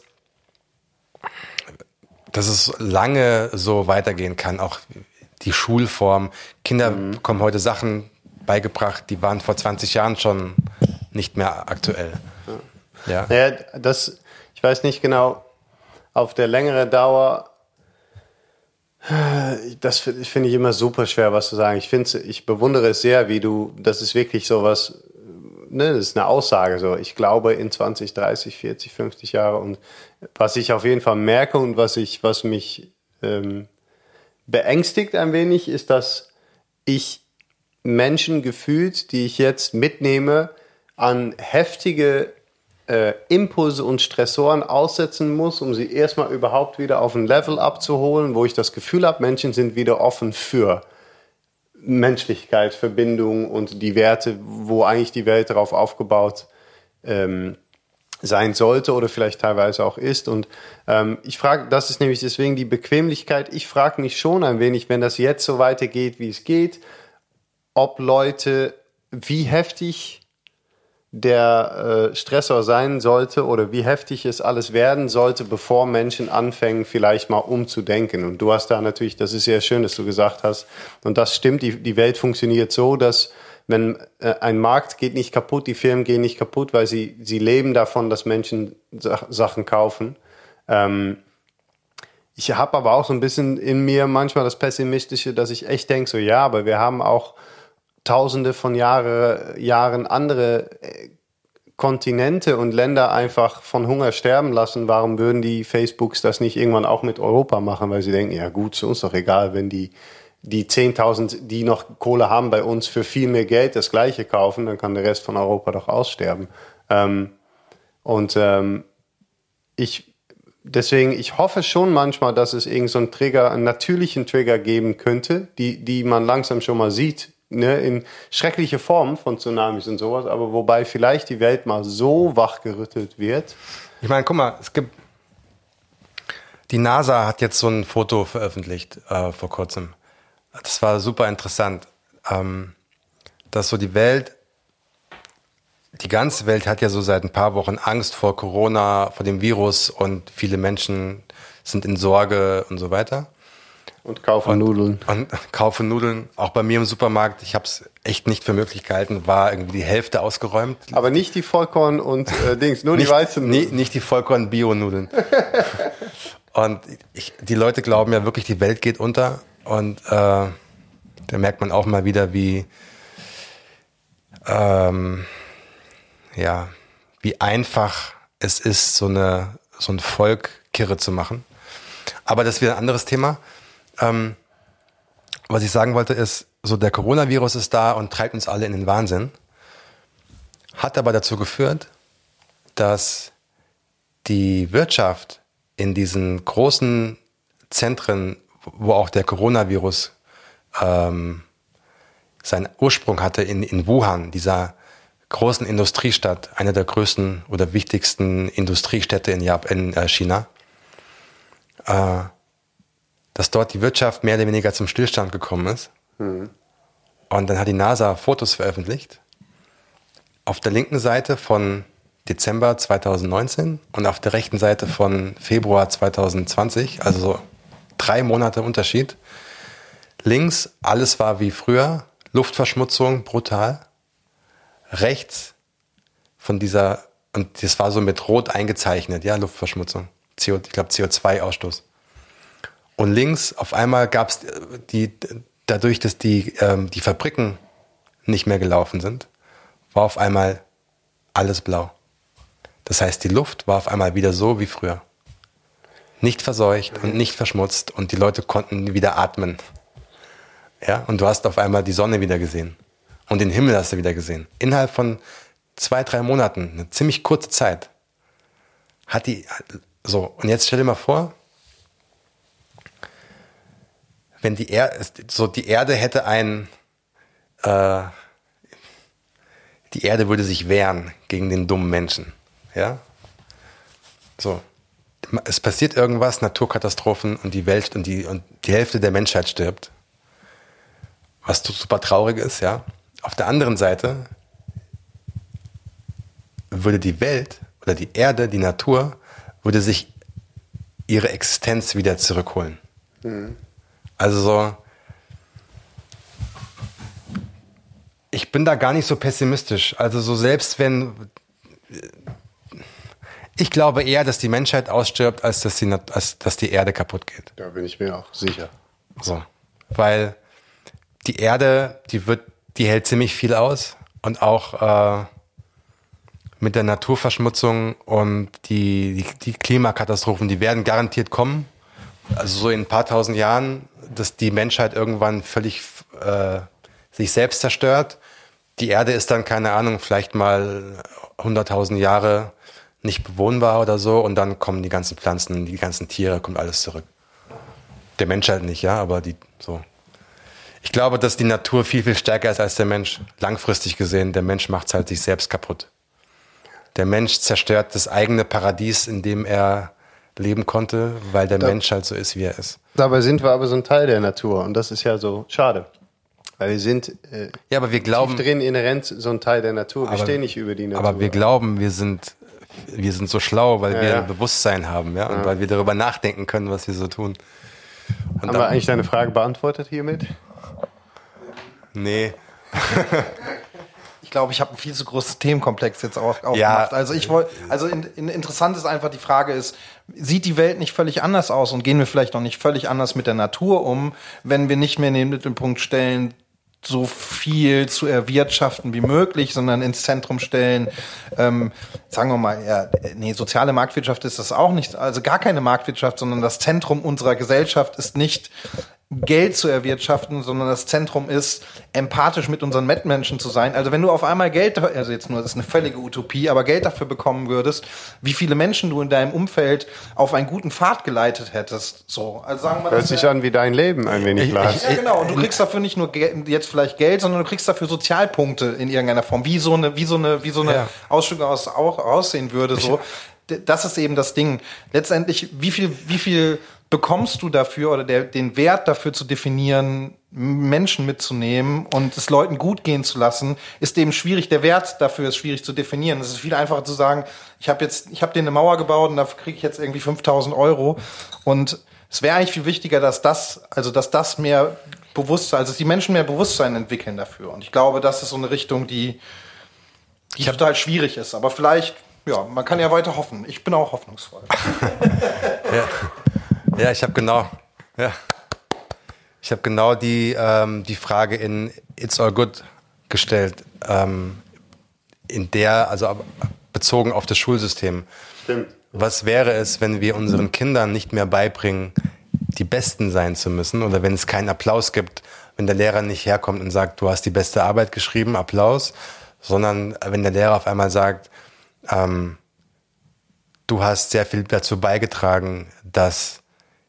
dass es lange so weitergehen kann, auch die Schulform. Kinder mhm. bekommen heute Sachen beigebracht, die waren vor zwanzig Jahren schon nicht mehr aktuell. Ja. Ja. Naja, das, ich weiß nicht genau, auf der längeren Dauer, das finde ich immer super schwer, was zu sagen. Ich finde, ich bewundere es sehr, wie du, das ist wirklich sowas, ne, das ist eine Aussage so. Ich glaube in zwanzig, dreißig, vierzig, fünfzig Jahre und was ich auf jeden Fall merke und was ich, was mich ähm, beängstigt ein wenig, ist, dass ich Menschen gefühlt, die ich jetzt mitnehme, an heftige äh, Impulse und Stressoren aussetzen muss, um sie erstmal überhaupt wieder auf ein Level abzuholen, wo ich das Gefühl habe, Menschen sind wieder offen für Menschlichkeit, Verbindung und die Werte, wo eigentlich die Welt darauf aufgebaut ähm, sein sollte oder vielleicht teilweise auch ist. Und ähm, ich frage, das ist nämlich deswegen die Bequemlichkeit. Ich frage mich schon ein wenig, wenn das jetzt so weitergeht, wie es geht, ob Leute, wie heftig der äh, Stressor sein sollte oder wie heftig es alles werden sollte, bevor Menschen anfangen, vielleicht mal umzudenken. Und du hast da natürlich, das ist sehr schön, dass du gesagt hast, und das stimmt, die, die Welt funktioniert so, dass wenn äh, ein Markt geht nicht kaputt, die Firmen gehen nicht kaputt, weil sie, sie leben davon, dass Menschen Sachen kaufen. Ähm, ich habe aber auch so ein bisschen in mir manchmal das Pessimistische, dass ich echt denke, so ja, aber wir haben auch Tausende von Jahre, Jahren andere Kontinente und Länder einfach von Hunger sterben lassen. Warum würden die Facebooks das nicht irgendwann auch mit Europa machen? Weil sie denken, ja gut, ist uns doch egal, wenn die, die zehntausend, die noch Kohle haben bei uns, für viel mehr Geld das Gleiche kaufen, dann kann der Rest von Europa doch aussterben. Ähm, und ähm, ich deswegen, ich hoffe schon manchmal, dass es irgend so einen Trigger, einen natürlichen Trigger geben könnte, die, die man langsam schon mal sieht, ne, in schreckliche Formen von Tsunamis und sowas, aber wobei vielleicht die Welt mal so wachgerüttelt wird. Ich meine, guck mal, es gibt, die NASA hat jetzt so ein Foto veröffentlicht äh, vor kurzem. Das war super interessant, ähm, dass so die Welt, die ganze Welt hat ja so seit ein paar Wochen Angst vor Corona, vor dem Virus und viele Menschen sind in Sorge und so weiter. Und kaufen und, Nudeln. Und kaufen Nudeln. Auch bei mir im Supermarkt, ich habe es echt nicht für möglich gehalten, war irgendwie die Hälfte ausgeräumt. Aber nicht die Vollkorn und äh, Dings, nur nicht, die weißen Nudeln. Nie, nicht die Vollkorn-Bio-Nudeln. Und ich, die Leute glauben ja wirklich, die Welt geht unter. Und äh, da merkt man auch mal wieder, wie, ähm, ja, wie einfach es ist, so, eine, so ein Volk kirre zu machen. Aber das ist wieder ein anderes Thema. Ähm, was ich sagen wollte ist, so der Coronavirus ist da und treibt uns alle in den Wahnsinn. Hat aber dazu geführt, dass die Wirtschaft in diesen großen Zentren, wo auch der Coronavirus ähm, seinen Ursprung hatte, in, in Wuhan, dieser großen Industriestadt, einer der größten oder wichtigsten Industriestädte in, Jap- in äh, China, äh, dass dort die Wirtschaft mehr oder weniger zum Stillstand gekommen ist. Mhm. Und dann hat die NASA Fotos veröffentlicht. Auf der linken Seite von Dezember zweitausendneunzehn und auf der rechten Seite von Februar zweitausendzwanzig, also so drei Monate Unterschied. Links, alles war wie früher, Luftverschmutzung, brutal. Rechts von dieser, und das war so mit Rot eingezeichnet, ja, Luftverschmutzung, C O, ich glaube C O zwei Ausstoß. Und links, auf einmal gab es die, dadurch, dass die, ähm, die Fabriken nicht mehr gelaufen sind, war auf einmal alles blau. Das heißt, die Luft war auf einmal wieder so wie früher. Nicht verseucht und nicht verschmutzt und die Leute konnten wieder atmen. Ja, und du hast auf einmal die Sonne wieder gesehen. Und den Himmel hast du wieder gesehen. Innerhalb von zwei, drei Monaten, eine ziemlich kurze Zeit, hat die, so, und jetzt stell dir mal vor, wenn die Erde, so die Erde hätte ein, äh, die Erde würde sich wehren gegen den dummen Menschen, ja, so, es passiert irgendwas, Naturkatastrophen und die Welt und die und die Hälfte der Menschheit stirbt, was super traurig ist, ja. Auf der anderen Seite würde die Welt oder die Erde, die Natur, würde sich ihre Existenz wieder zurückholen. Mhm. Also so, ich bin da gar nicht so pessimistisch. Also so selbst wenn, ich glaube eher, dass die Menschheit ausstirbt, als dass die, als dass die Erde kaputt geht. Da bin ich mir auch sicher. So, weil die Erde, die wird, die hält ziemlich viel aus und auch äh, mit der Naturverschmutzung und die, die, die Klimakatastrophen, die werden garantiert kommen. Also so in ein paar tausend Jahren, dass die Menschheit irgendwann völlig äh, sich selbst zerstört. Die Erde ist dann, keine Ahnung, vielleicht mal hunderttausend Jahre nicht bewohnbar oder so und dann kommen die ganzen Pflanzen, die ganzen Tiere, kommt alles zurück. Der Mensch halt nicht, ja, aber die so. Ich glaube, dass die Natur viel, viel stärker ist als der Mensch. Langfristig gesehen, der Mensch macht halt sich selbst kaputt. Der Mensch zerstört das eigene Paradies, in dem er leben konnte, weil der da, Mensch halt so ist, wie er ist. Dabei sind wir aber so ein Teil der Natur und das ist ja so schade. Weil wir sind äh, ja, aber wir glauben, tief drin inhärent so ein Teil der Natur. Wir aber, stehen nicht über die Natur. Aber wir glauben, wir sind, wir sind so schlau, weil ja, wir ja. ein Bewusstsein haben, ja, und ja. weil wir darüber nachdenken können, was wir so tun. Und haben dann, wir eigentlich deine Frage beantwortet hiermit? Nee. Ich glaube, ich habe ein viel zu großes Themenkomplex jetzt auch aufgemacht. Ja. Also ich wollte, also in, in, interessant ist einfach die Frage ist, sieht die Welt nicht völlig anders aus und gehen wir vielleicht noch nicht völlig anders mit der Natur um, wenn wir nicht mehr in den Mittelpunkt stellen, so viel zu erwirtschaften wie möglich, sondern ins Zentrum stellen, ähm, sagen wir mal, ja, nee, soziale Marktwirtschaft ist das auch nicht, also gar keine Marktwirtschaft, sondern das Zentrum unserer Gesellschaft ist nicht Geld zu erwirtschaften, sondern das Zentrum ist, empathisch mit unseren Mitmenschen zu sein. Also wenn du auf einmal Geld, also jetzt nur, das ist eine völlige Utopie, aber Geld dafür bekommen würdest, wie viele Menschen du in deinem Umfeld auf einen guten Pfad geleitet hättest. So, also sagen wir, Hört sich an wie dein Leben ein wenig, Lars. Ja, genau. Und du kriegst dafür nicht nur Geld, jetzt vielleicht Geld, sondern du kriegst dafür Sozialpunkte in irgendeiner Form, wie so eine, wie so eine, wie so eine ja. Ausstellung aus, auch aussehen würde. So, das ist eben das Ding. Letztendlich, wie viel, wie viel bekommst du dafür oder der, den Wert dafür zu definieren, Menschen mitzunehmen und es Leuten gut gehen zu lassen, ist eben schwierig. Der Wert dafür ist schwierig zu definieren. Es ist viel einfacher zu sagen, ich habe jetzt, ich habe dir eine Mauer gebaut und dafür kriege ich jetzt irgendwie fünftausend Euro. Und es wäre eigentlich viel wichtiger, dass das, also dass das mehr Bewusstsein, also dass die Menschen mehr Bewusstsein entwickeln dafür. Und ich glaube, das ist so eine Richtung, die, die total schwierig ist. Aber vielleicht, ja, man kann ja weiter hoffen. Ich bin auch hoffnungsvoll. ja. Ja, ich habe genau, ja, ich habe genau die ähm, die Frage in It's All Good gestellt, ähm, in der, also bezogen auf das Schulsystem. Stimmt. Was wäre es, wenn wir unseren Kindern nicht mehr beibringen, die Besten sein zu müssen, oder wenn es keinen Applaus gibt, wenn der Lehrer nicht herkommt und sagt, du hast die beste Arbeit geschrieben, Applaus, sondern wenn der Lehrer auf einmal sagt, ähm, du hast sehr viel dazu beigetragen, dass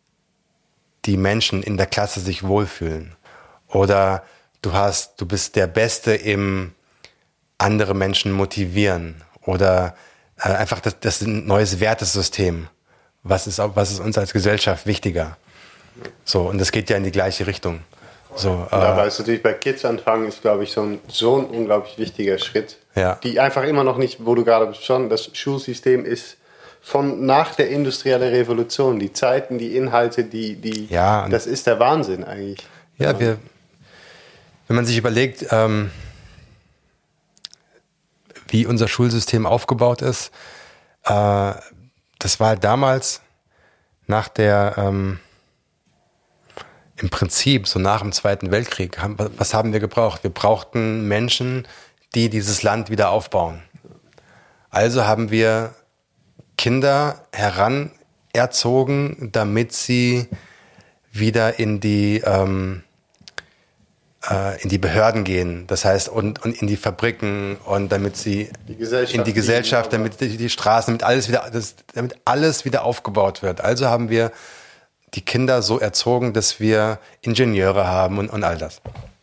die Menschen in der Klasse sich wohlfühlen. Oder du hast, du bist der Beste im andere Menschen motivieren. Oder äh, einfach das, das ist ein neues Wertesystem. Was ist, was ist uns als Gesellschaft wichtiger? So, und das geht ja in die gleiche Richtung. So, äh, Aber es natürlich bei Kids anfangen, ist, glaube ich, so ein, so ein unglaublich wichtiger Schritt. Ja. Die einfach immer noch nicht, wo du gerade schon, das Schulsystem ist von nach der industriellen Revolution, die Zeiten, die Inhalte, die, die, ja, das ist der Wahnsinn eigentlich. Ja, wir, wenn man sich überlegt, ähm, wie unser Schulsystem aufgebaut ist, äh, das war halt damals nach der, ähm, im Prinzip so nach dem Zweiten Weltkrieg, haben, was haben wir gebraucht? Wir brauchten Menschen, die dieses Land wieder aufbauen. Also haben wir Kinder heranerzogen, damit sie wieder in die ähm, äh, in die Behörden gehen, das heißt und, und in die Fabriken und damit sie die Gesellschaft in die Gesellschaft, damit die, die Straßen, damit alles wieder, das, damit alles wieder aufgebaut wird. Also haben wir die Kinder so erzogen, dass wir Ingenieure haben und, und all das.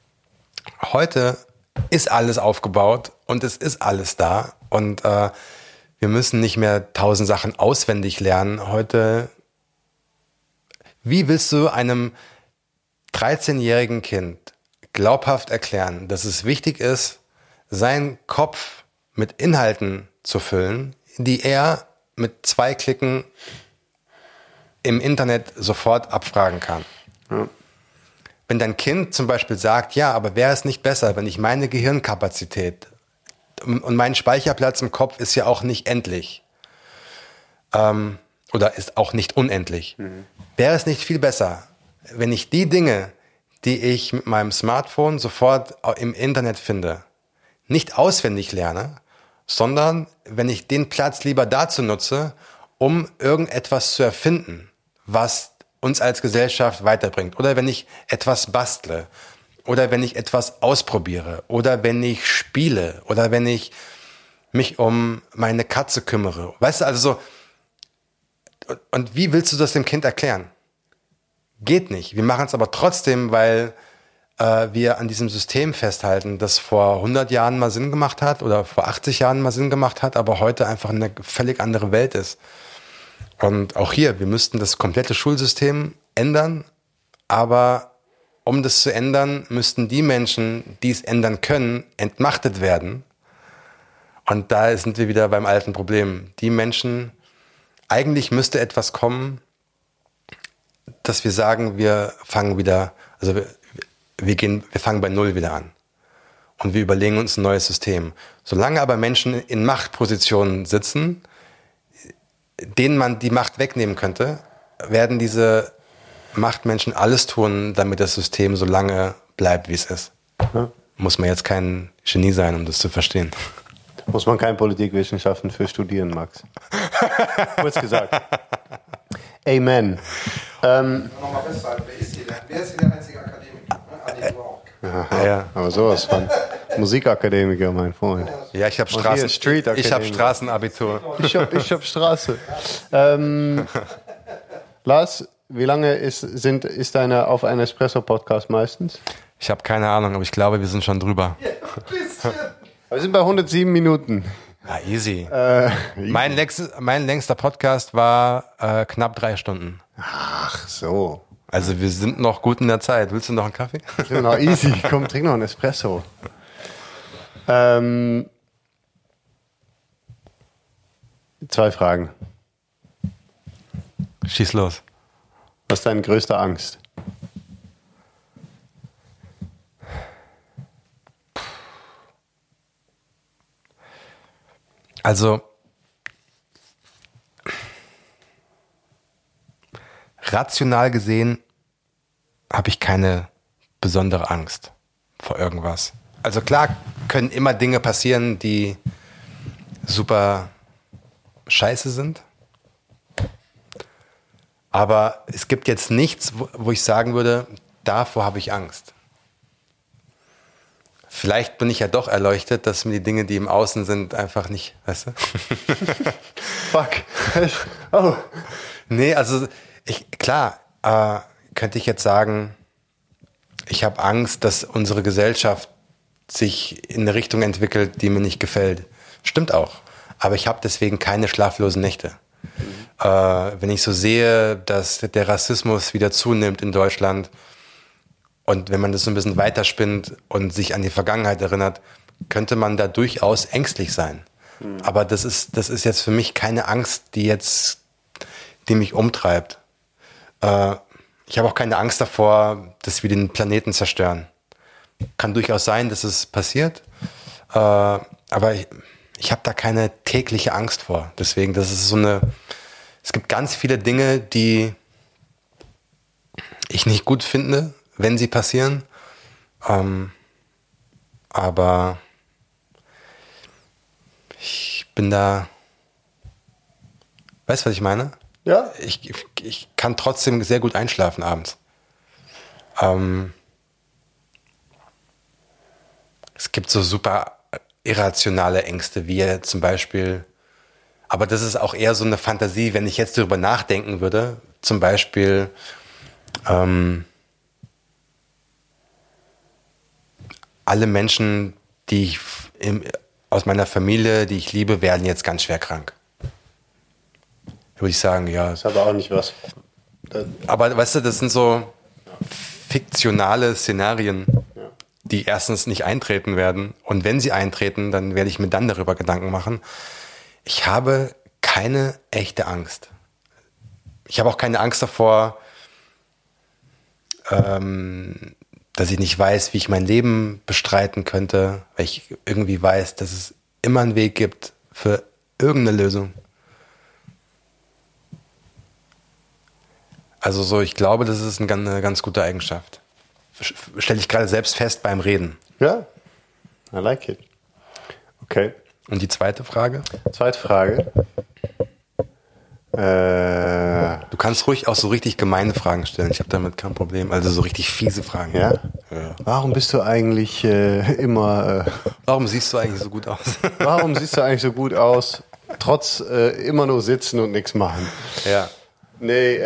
Heute ist alles aufgebaut und es ist alles da und äh, wir müssen nicht mehr tausend Sachen auswendig lernen. Heute, wie willst du einem dreizehnjährigen Kind glaubhaft erklären, dass es wichtig ist, seinen Kopf mit Inhalten zu füllen, die er mit zwei Klicken im Internet sofort abfragen kann? Ja. Wenn dein Kind zum Beispiel sagt, ja, aber wäre es nicht besser, wenn ich meine Gehirnkapazität und mein Speicherplatz im Kopf ist ja auch nicht endlich. Ähm, oder ist auch nicht unendlich. Mhm. Wäre es nicht viel besser, wenn ich die Dinge, die ich mit meinem Smartphone sofort im Internet finde, nicht auswendig lerne, sondern wenn ich den Platz lieber dazu nutze, um irgendetwas zu erfinden, was uns als Gesellschaft weiterbringt. Oder wenn ich etwas bastle. Oder wenn ich etwas ausprobiere, oder wenn ich spiele, oder wenn ich mich um meine Katze kümmere. Weißt du, also so, und wie willst du das dem Kind erklären? Geht nicht. Wir machen es aber trotzdem, weil äh, wir an diesem System festhalten, das vor hundert Jahren mal Sinn gemacht hat oder vor achtzig Jahren mal Sinn gemacht hat, aber heute einfach eine völlig andere Welt ist. Und auch hier, wir müssten das komplette Schulsystem ändern, aber um das zu ändern, müssten die Menschen, die es ändern können, entmachtet werden. Und da sind wir wieder beim alten Problem. Die Menschen, eigentlich müsste etwas kommen, dass wir sagen, wir fangen wieder, also wir, wir gehen, wir fangen bei Null wieder an. Und wir überlegen uns ein neues System. Solange aber Menschen in Machtpositionen sitzen, denen man die Macht wegnehmen könnte, werden diese Machtmenschen alles tun, damit das System so lange bleibt, wie es ist. Ja. Muss man jetzt kein Genie sein, um das zu verstehen. Muss man keine Politikwissenschaften für studieren, Max. Kurz gesagt. Amen. Ähm, Nochmal festhalten, wer ist hier Wer ist der einzige Akademiker? Ah, du auch. Aha, Ja. aber sowas von Musikakademiker, mein Freund. Ja, ich habe Und Straßen, hier Street ich habe Academy. Straßenabitur. Ich hab, ich hab Straße. Ähm, Lars, wie lange ist, sind, ist deine Auf ein Espresso-Podcast meistens? Ich habe keine Ahnung, aber ich glaube, wir sind schon drüber. Wir sind bei hundertsieben Minuten. Ja, easy. Äh, Mein, längst, mein längster Podcast war äh, knapp drei Stunden. Ach so. Also wir sind noch gut in der Zeit. Willst du noch einen Kaffee? Genau, easy. Komm, trink noch einen Espresso. Ähm, zwei Fragen. Schieß los. Was ist deine größte Angst? Also rational gesehen habe ich keine besondere Angst vor irgendwas. Also klar können immer Dinge passieren, die super scheiße sind. Aber es gibt jetzt nichts, wo, wo ich sagen würde, davor habe ich Angst. Vielleicht bin ich ja doch erleuchtet, dass mir die Dinge, die im Außen sind, einfach nicht, weißt du? Fuck. Oh. Nee, also ich, klar, äh, könnte ich jetzt sagen, ich habe Angst, dass unsere Gesellschaft sich in eine Richtung entwickelt, die mir nicht gefällt. Stimmt auch. Aber ich habe deswegen keine schlaflosen Nächte. Mhm. Äh, wenn ich so sehe, dass der Rassismus wieder zunimmt in Deutschland und wenn man das so ein bisschen weiterspinnt und sich an die Vergangenheit erinnert, könnte man da durchaus ängstlich sein. Mhm. Aber das ist, das ist jetzt für mich keine Angst, die jetzt, die mich umtreibt. Äh, ich habe auch keine Angst davor, dass wir den Planeten zerstören. Kann durchaus sein, dass es passiert, äh, aber ich, ich habe da keine tägliche Angst vor. Deswegen, das ist so eine, es gibt ganz viele Dinge, die ich nicht gut finde, wenn sie passieren, ähm, aber ich bin da, weißt du, was ich meine? Ja. Ich, ich kann trotzdem sehr gut einschlafen abends. Ähm, es gibt so super irrationale Ängste, wie zum Beispiel, aber das ist auch eher so eine Fantasie, wenn ich jetzt darüber nachdenken würde, zum Beispiel, ähm, alle Menschen, die ich im, aus meiner Familie, die ich liebe, werden jetzt ganz schwer krank. Würde ich sagen, ja. Das ist aber auch nicht was. Das Aber weißt du, das sind so fiktionale Szenarien, Ja. die erstens nicht eintreten werden. Und wenn sie eintreten, dann werde ich mir dann darüber Gedanken machen. Ich habe keine echte Angst. Ich habe auch keine Angst davor, ähm, dass ich nicht weiß, wie ich mein Leben bestreiten könnte, weil ich irgendwie weiß, dass es immer einen Weg gibt für irgendeine Lösung. Also so, ich glaube, das ist eine ganz gute Eigenschaft. Stelle ich gerade selbst fest beim Reden. Ja, I like it. Okay. Und die zweite Frage? Zweite Frage. Äh, Du kannst ruhig auch so richtig gemeine Fragen stellen. Ich habe damit kein Problem. Also so richtig fiese Fragen. ja? Ja. Warum bist du eigentlich äh, immer... Äh, Warum siehst du eigentlich so gut aus? warum siehst du eigentlich so gut aus, trotz äh, immer nur sitzen und nichts machen? Ja. Nee,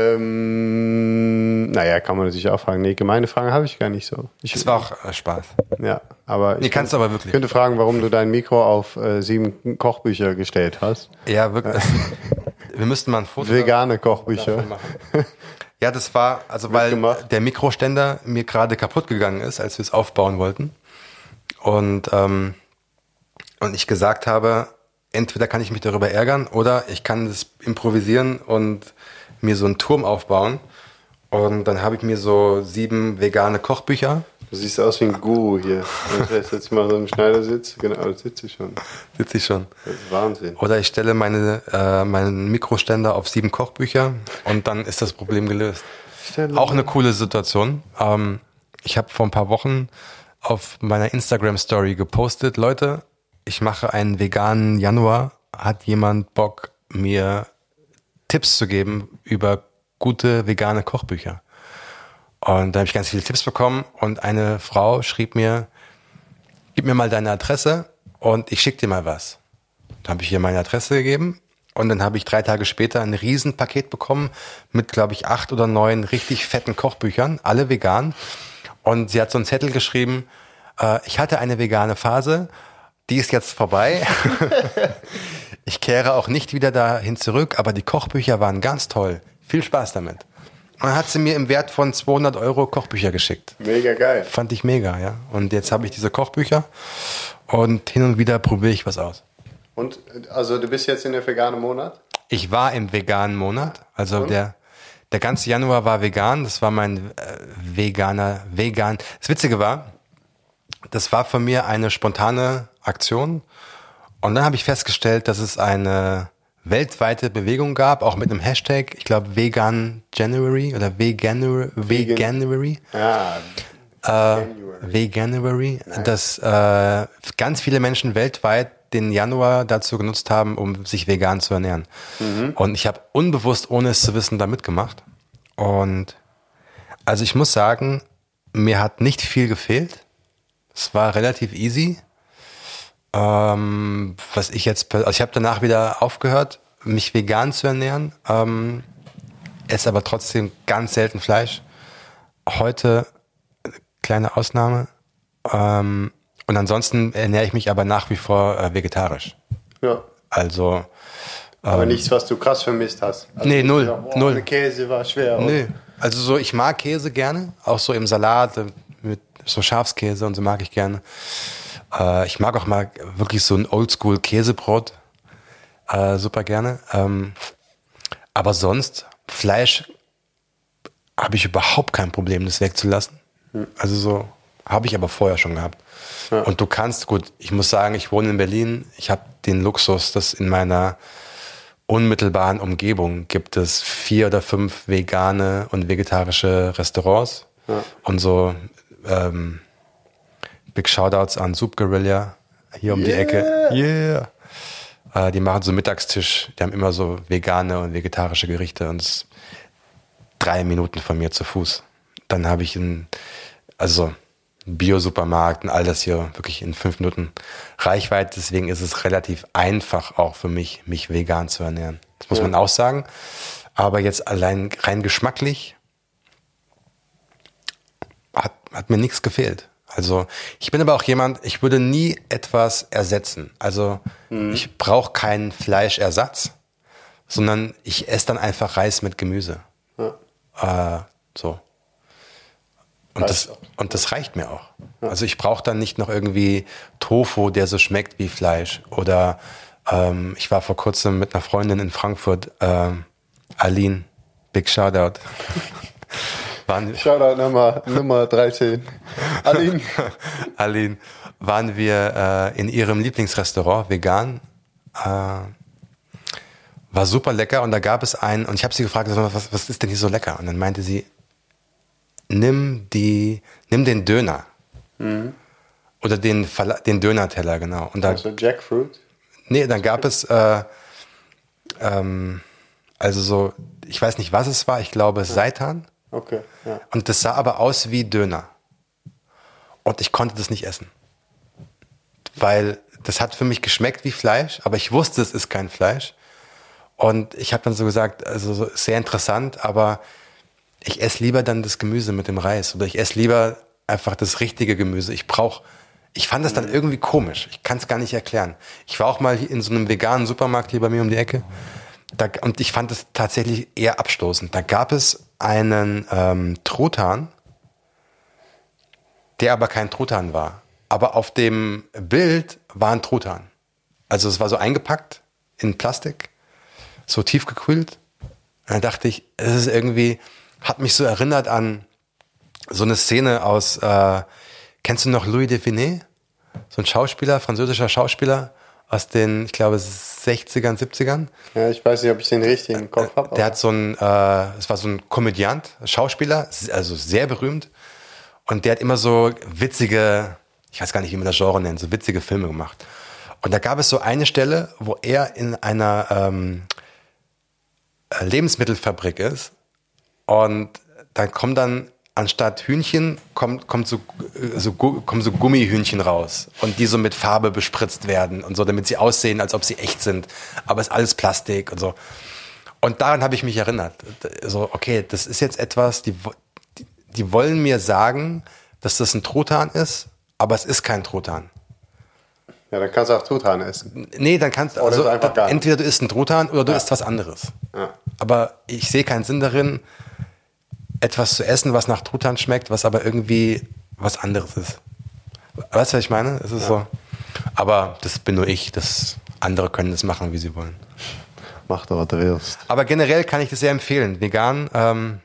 ähm, naja, kann man natürlich auch fragen. Nee, gemeine Fragen habe ich gar nicht so. Ich, Das war auch äh, Spaß. ja, aber ich Nee, kannst du aber wirklich. könnte fragen, warum du dein Mikro auf äh, sieben Kochbücher gestellt hast. Ja, wirklich. Das, wir müssten mal ein Foto Vegane Kochbücher. davon machen. Ja, das war, also weil gemacht. der Mikroständer mir gerade kaputt gegangen ist, als wir es aufbauen wollten. Und, ähm, und ich gesagt habe, entweder kann ich mich darüber ärgern oder ich kann das improvisieren und mir so einen Turm aufbauen. Und dann habe ich mir so sieben vegane Kochbücher. Du siehst aus wie ein Guru hier. Wenn ich jetzt mal so im Schneidersitz, genau, das sitze ich schon. Sitze ich schon. Das ist Wahnsinn. Oder ich stelle meine, äh, meinen Mikroständer auf sieben Kochbücher und dann ist das Problem gelöst. Stelle- Auch eine coole Situation. Ähm, ich habe vor ein paar Wochen auf meiner Instagram-Story gepostet, Leute, ich mache einen veganen Januar. Hat jemand Bock, mir Tipps zu geben über gute vegane Kochbücher? Und da habe ich ganz viele Tipps bekommen und eine Frau schrieb mir, gib mir mal deine Adresse und ich schicke dir mal was. Da habe ich ihr meine Adresse gegeben und dann habe ich drei Tage später ein Riesenpaket bekommen mit, glaube ich, acht oder neun richtig fetten Kochbüchern, alle vegan. Und sie hat so einen Zettel geschrieben, äh, ich hatte eine vegane Phase, die ist jetzt vorbei. Ich kehre auch nicht wieder dahin zurück, aber die Kochbücher waren ganz toll. Viel Spaß damit. Und dann hat sie mir im Wert von zweihundert Euro Kochbücher geschickt. Mega geil. Fand ich mega, ja. Und jetzt habe ich diese Kochbücher und hin und wieder probiere ich was aus. Und also du bist jetzt in der veganen Monat? Ich war im veganen Monat, also Und? der der ganze Januar war vegan. Das war mein äh, veganer vegan. Das Witzige war, das war von mir eine spontane Aktion und dann habe ich festgestellt, dass es eine weltweite Bewegung gab, auch mit einem Hashtag, ich glaube Vegan January oder Veganuary, Veganuary, Ja. äh, Veganuary, dass äh, ganz viele Menschen weltweit den Januar dazu genutzt haben, um sich vegan zu ernähren. Mhm. Und ich habe unbewusst, ohne es zu wissen, da mitgemacht. Und also ich muss sagen, mir hat nicht viel gefehlt. Es war relativ easy. Ähm, was ich jetzt, also ich habe danach wieder aufgehört, mich vegan zu ernähren, ähm, esse aber trotzdem ganz selten Fleisch. Heute kleine Ausnahme. Ähm, und ansonsten ernähre ich mich aber nach wie vor äh, vegetarisch. Ja. Also Aber ähm, nichts, was du krass vermisst hast. Also nee, nicht null, gesagt, boah, null. Der Käse war schwer. nee. Also so, ich mag Käse gerne, auch so im Salat äh, mit so Schafskäse und so mag ich gerne. Äh, ich mag auch mal wirklich so ein Oldschool-Käsebrot äh, super gerne. Ähm, aber sonst, Fleisch habe ich überhaupt kein Problem, das wegzulassen. Hm. Also so habe ich aber vorher schon gehabt. Ja. Und du kannst, gut, ich muss sagen, ich wohne in Berlin, ich habe den Luxus, dass in meiner unmittelbaren Umgebung gibt es vier oder fünf vegane und vegetarische Restaurants. Ja. Und so ähm, Big Shoutouts an Soup Guerilla hier um yeah. die Ecke. Yeah! Äh, die machen so Mittagstisch, die haben immer so vegane und vegetarische Gerichte und es ist drei Minuten von mir zu Fuß. Dann habe ich einen, also Bio-Supermarkt und all das hier wirklich in fünf Minuten Reichweite. Deswegen ist es relativ einfach auch für mich, mich vegan zu ernähren. Das muss ja. man auch sagen. Aber jetzt allein rein geschmacklich hat, hat mir nichts gefehlt. Also ich bin aber auch jemand, ich würde nie etwas ersetzen. Also mhm. ich brauche keinen Fleischersatz, sondern ich esse dann einfach Reis mit Gemüse. Ja. Äh, so. Und das, und das reicht mir auch. Ja. Also ich brauche dann nicht noch irgendwie Tofu, der so schmeckt wie Fleisch. Oder ähm, ich war vor kurzem mit einer Freundin in Frankfurt, ähm, Aline, big Shoutout. waren Shoutout Nummer, Nummer dreizehn. Aline. Aline, waren wir äh, in ihrem Lieblingsrestaurant, vegan. Äh, war super lecker und da gab es einen, und ich habe sie gefragt, was, was ist denn hier so lecker? Und dann meinte sie, nimm die, nimm den Döner. Mhm. Oder den, den Döner-Teller, genau. Und da, also Jackfruit? Nee, dann gab es, äh, ähm, also so, ich weiß nicht, was es war, ich glaube ja. Seitan. Okay, ja. Und das sah aber aus wie Döner. Und ich konnte das nicht essen. Weil das hat für mich geschmeckt wie Fleisch, aber ich wusste, es ist kein Fleisch. Und ich habe dann so gesagt, also so, sehr interessant, aber ich esse lieber dann das Gemüse mit dem Reis oder ich esse lieber einfach das richtige Gemüse. Ich brauche, ich fand das dann irgendwie komisch. Ich kann es gar nicht erklären. Ich war auch mal in so einem veganen Supermarkt hier bei mir um die Ecke da, und ich fand es tatsächlich eher abstoßend. Da gab es einen ähm, Truthahn, der aber kein Truthahn war. Aber auf dem Bild war ein Truthahn. Also es war so eingepackt in Plastik, so tiefgekühlt. Und dann dachte ich, es ist irgendwie, hat mich so erinnert an so eine Szene aus, äh, kennst du noch Louis de Funès? So ein Schauspieler, französischer Schauspieler aus den, ich glaube, sechzigern, siebzigern. Ja, ich weiß nicht, ob ich den richtig im Kopf habe. Der hat so ein, äh, es war so ein Komödiant, Schauspieler, also sehr berühmt. Und der hat immer so witzige, ich weiß gar nicht, wie man das Genre nennt, so witzige Filme gemacht. Und da gab es so eine Stelle, wo er in einer ähm, Lebensmittelfabrik ist und da kommt dann anstatt Hühnchen kommt, kommt so, so, kommen so Gummihühnchen raus und die so mit Farbe bespritzt werden und so, damit sie aussehen, als ob sie echt sind. Aber es ist alles Plastik und so. Und daran habe ich mich erinnert. So, okay, das ist jetzt etwas, die, die, die wollen mir sagen, dass das ein Truthahn ist, aber es ist kein Truthahn. Ja, dann kannst du auch Truthahn essen. Nee, dann kannst du, Oder also, ist einfach geil. entweder du isst einen Truthahn oder du Ja. isst was anderes. Ja. Aber ich sehe keinen Sinn darin, etwas zu essen, was nach Truthahn schmeckt, was aber irgendwie was anderes ist. Weißt du, was ich meine? Es ist Ja. so. Aber das bin nur ich. Das, andere können das machen, wie sie wollen. Mach doch, was du willst. Aber generell kann ich das sehr empfehlen. Vegan. Ähm,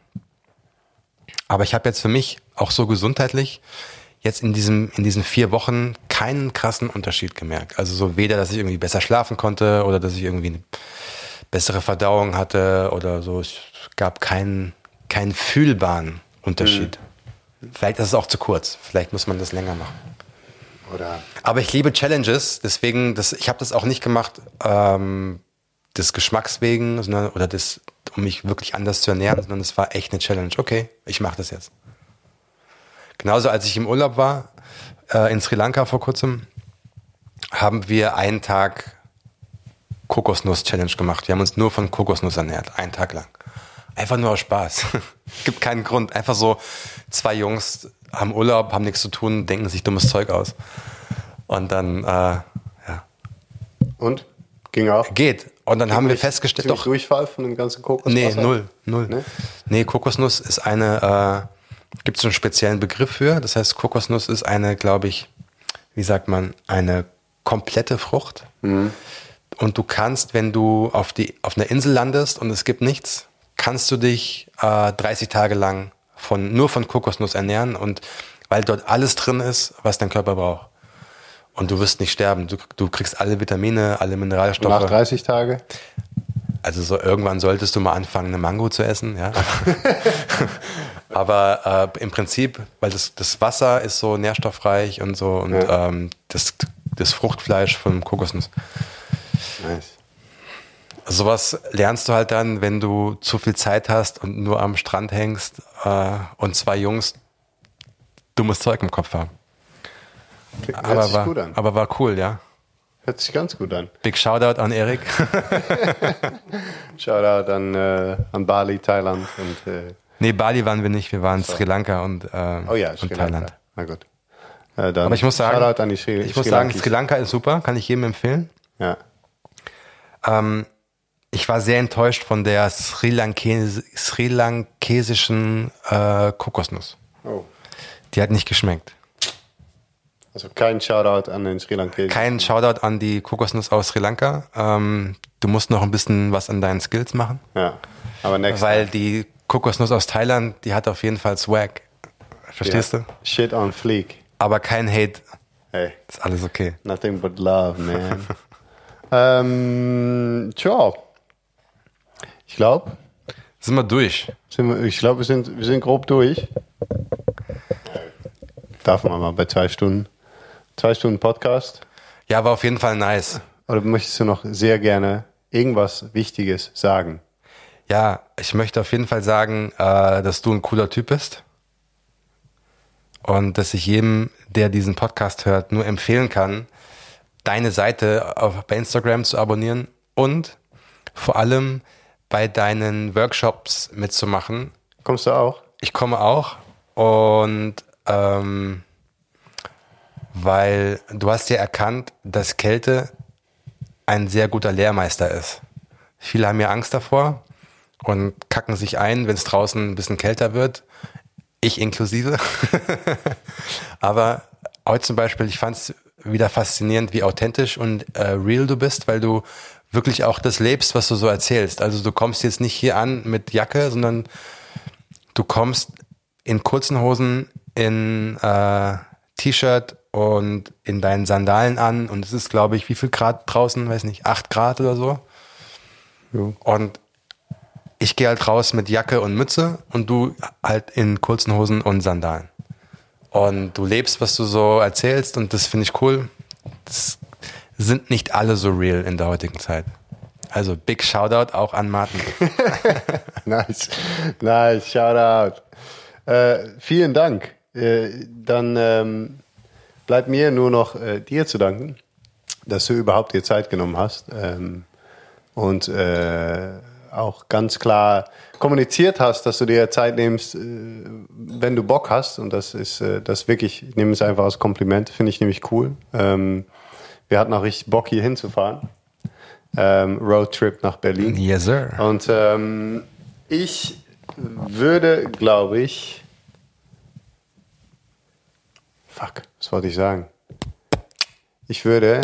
aber ich habe jetzt für mich auch so gesundheitlich jetzt in diesem in diesen vier Wochen keinen krassen Unterschied gemerkt. Also so weder, dass ich irgendwie besser schlafen konnte oder dass ich irgendwie eine bessere Verdauung hatte oder so. Es gab keinen keinen fühlbaren Unterschied. Mhm. Vielleicht ist es auch zu kurz. Vielleicht muss man das länger machen. Oder Aber ich liebe Challenges, deswegen, das, ich habe das auch nicht gemacht, ähm, des Geschmacks wegen, sondern, oder des, um mich wirklich anders zu ernähren, sondern es war echt eine Challenge. Okay, ich mache das jetzt. Genauso als ich im Urlaub war, äh, in Sri Lanka vor kurzem, haben wir einen Tag Kokosnuss-Challenge gemacht. Wir haben uns nur von Kokosnuss ernährt, einen Tag lang. Einfach nur aus Spaß. Gibt keinen Grund. Einfach so, zwei Jungs haben Urlaub, haben nichts zu tun, denken sich dummes Zeug aus. Und dann, äh, ja, und? Ging auch? geht. Und dann haben wir Ziemlich- festgestellt, ziemlich doch, Durchfall von dem ganzen Kokoswasser? nee, null, null. Nee? Nee, Kokosnuss ist eine, äh, gibt es einen speziellen Begriff für. Das heißt, Kokosnuss ist eine, glaube ich, wie sagt man, eine komplette Frucht. Mhm. Und du kannst, wenn du auf, die, auf einer Insel landest und es gibt nichts, kannst du dich äh, dreißig Tage lang von, nur von Kokosnuss ernähren, und weil dort alles drin ist, was dein Körper braucht. Und du wirst nicht sterben. Du, du kriegst alle Vitamine, alle Mineralstoffe. Nach dreißig Tage? Also so irgendwann solltest du mal anfangen, eine Mango zu essen, ja. Aber äh, im Prinzip, weil das, das Wasser ist so nährstoffreich und so, und Ja. ähm, das, das Fruchtfleisch von Kokosnuss. Nice. Sowas lernst du halt dann, wenn du zu viel Zeit hast und nur am Strand hängst äh, und zwei Jungs dummes Zeug im Kopf haben. Hört Aber sich war, gut an. aber war cool, ja. Hört sich ganz gut an. Big Shoutout an Erik. Shoutout an, äh, an Bali, Thailand und äh, Nee, Bali waren wir nicht, wir waren in Sri Lanka und, äh, oh ja, und Sri Thailand. Lanka. Na gut. Äh, dann Aber ich muss sagen, Shoutout an die Sri, ich muss Sri sagen, Lankis. Sri Lanka ist super, kann ich jedem empfehlen. Ja. Ähm, ich war sehr enttäuscht von der Sri, Lankes Sri Lankesischen äh, Kokosnuss. Oh. Die hat nicht geschmeckt. Also kein Shoutout an den Sri Lankesen. Kein Shoutout an die Kokosnuss aus Sri Lanka. Ähm, du musst noch ein bisschen was an deinen Skills machen. Ja. Aber next Weil time. die Kokosnuss aus Thailand, die hat auf jeden Fall Swag. Verstehst Ja. du? Shit on fleek. Aber kein Hate. Hey, Ist alles okay. nothing but love, man. ähm, tja. Ich glaube, Sind wir durch. sind wir, ich glaube, wir sind, wir sind grob durch. Darf man mal bei zwei Stunden. Zwei Stunden Podcast. Ja, war auf jeden Fall nice. Oder möchtest du noch sehr gerne irgendwas Wichtiges sagen? Ja, ich möchte auf jeden Fall sagen, äh, dass du ein cooler Typ bist. Und dass ich jedem, der diesen Podcast hört, nur empfehlen kann, deine Seite auf, bei Instagram zu abonnieren und vor allem bei deinen Workshops mitzumachen. Kommst du auch? Ich komme auch, und ähm, weil du hast ja erkannt, dass Kälte ein sehr guter Lehrmeister ist. Viele haben ja Angst davor und kacken sich ein, wenn es draußen ein bisschen kälter wird. Ich inklusive. Aber heute zum Beispiel, ich fand es wieder faszinierend, wie authentisch und äh, real du bist, weil du wirklich auch das lebst, was du so erzählst. Also du kommst jetzt nicht hier an mit Jacke, sondern du kommst in kurzen Hosen, in äh, T-Shirt und in deinen Sandalen an, und es ist, glaube ich, wie viel Grad draußen, weiß nicht, acht Grad oder so. Jo. Und ich gehe halt raus mit Jacke und Mütze und du halt in kurzen Hosen und Sandalen. Und du lebst, was du so erzählst, und das finde ich cool. Das sind nicht alle so real in der heutigen Zeit. Also big Shoutout auch an Martin. Nice. Nice. Shoutout. Äh, vielen Dank. Äh, dann ähm, bleibt mir nur noch äh, dir zu danken, dass du überhaupt dir Zeit genommen hast ähm, und äh, auch ganz klar kommuniziert hast, dass du dir Zeit nimmst, äh, wenn du Bock hast. Und das ist äh, das wirklich, ich nehme es einfach als Kompliment, finde ich nämlich cool. Ähm, wir hatten auch richtig Bock, hier hinzufahren. Ähm, Roadtrip nach Berlin. Yes, sir. Und ähm, ich würde, glaube ich, fuck, was wollte ich sagen? Ich würde,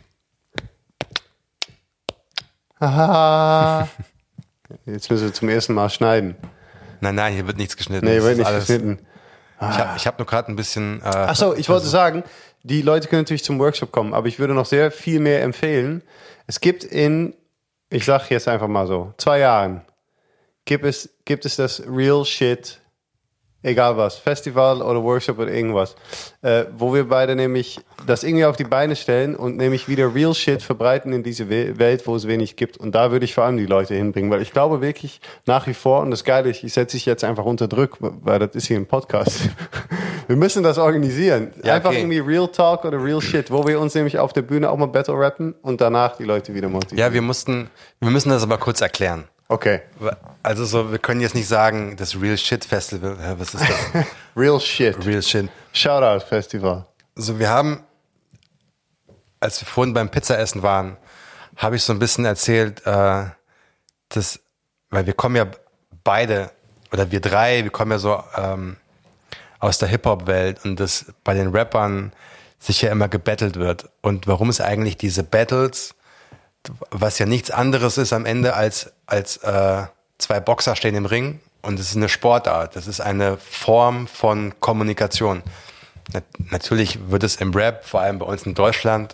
haha, jetzt müssen wir zum ersten Mal schneiden. Nein, nein, hier wird nichts geschnitten. Nee, Das wird ist nicht alles- geschnitten. Ich habe ich hab nur gerade ein bisschen... Äh, Ach so, ich wollte sagen, die Leute können natürlich zum Workshop kommen, aber ich würde noch sehr viel mehr empfehlen. Es gibt in, ich sag jetzt einfach mal so, zwei Jahren, gibt es, gibt es das Real Shit, egal was, Festival oder Workshop oder irgendwas, äh, wo wir beide nämlich das irgendwie auf die Beine stellen und nämlich wieder Real Shit verbreiten in diese We- Welt, wo es wenig gibt. Und da würde ich vor allem die Leute hinbringen, weil ich glaube wirklich nach wie vor, und das Geile ist, ich setze dich jetzt einfach unter Druck, weil das ist hier ein Podcast. Wir müssen das organisieren. Ja, einfach okay. irgendwie Real Talk oder Real Shit, wo wir uns nämlich auf der Bühne auch mal Battle rappen und danach die Leute wieder motivieren. Ja, wir mussten, wir müssen das aber kurz erklären. Okay. Also so, wir können jetzt nicht sagen, das Real Shit Festival, hä, was ist das? Real Shit. Real Shit. Shoutout Festival. So, wir haben, als wir vorhin beim Pizzaessen waren, habe ich so ein bisschen erzählt, äh, dass, weil wir kommen ja beide, oder wir drei, wir kommen ja so ähm, aus der Hip-Hop-Welt und dass bei den Rappern sich ja immer gebettelt wird. Und warum es eigentlich diese Battles, was ja nichts anderes ist am Ende als, als äh, zwei Boxer stehen im Ring und es ist eine Sportart, das ist eine Form von Kommunikation. Nat- natürlich wird es im Rap, vor allem bei uns in Deutschland,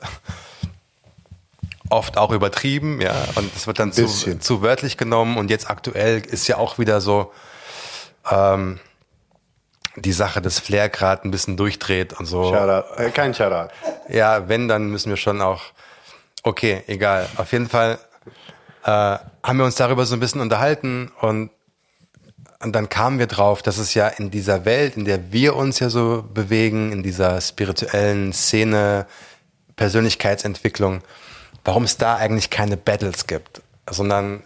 oft auch übertrieben, ja, und es wird dann zu, Bisschen. zu wörtlich genommen und jetzt aktuell ist ja auch wieder so ähm, die Sache, dass Flair gerade ein bisschen durchdreht und so. Shoutout. Äh, kein Shoutout. Ja, wenn, dann müssen wir schon auch. Okay, egal. Auf jeden Fall äh, haben wir uns darüber so ein bisschen unterhalten und, und dann kamen wir drauf, dass es ja in dieser Welt, in der wir uns ja so bewegen, in dieser spirituellen Szene, Persönlichkeitsentwicklung, warum es da eigentlich keine Battles gibt, sondern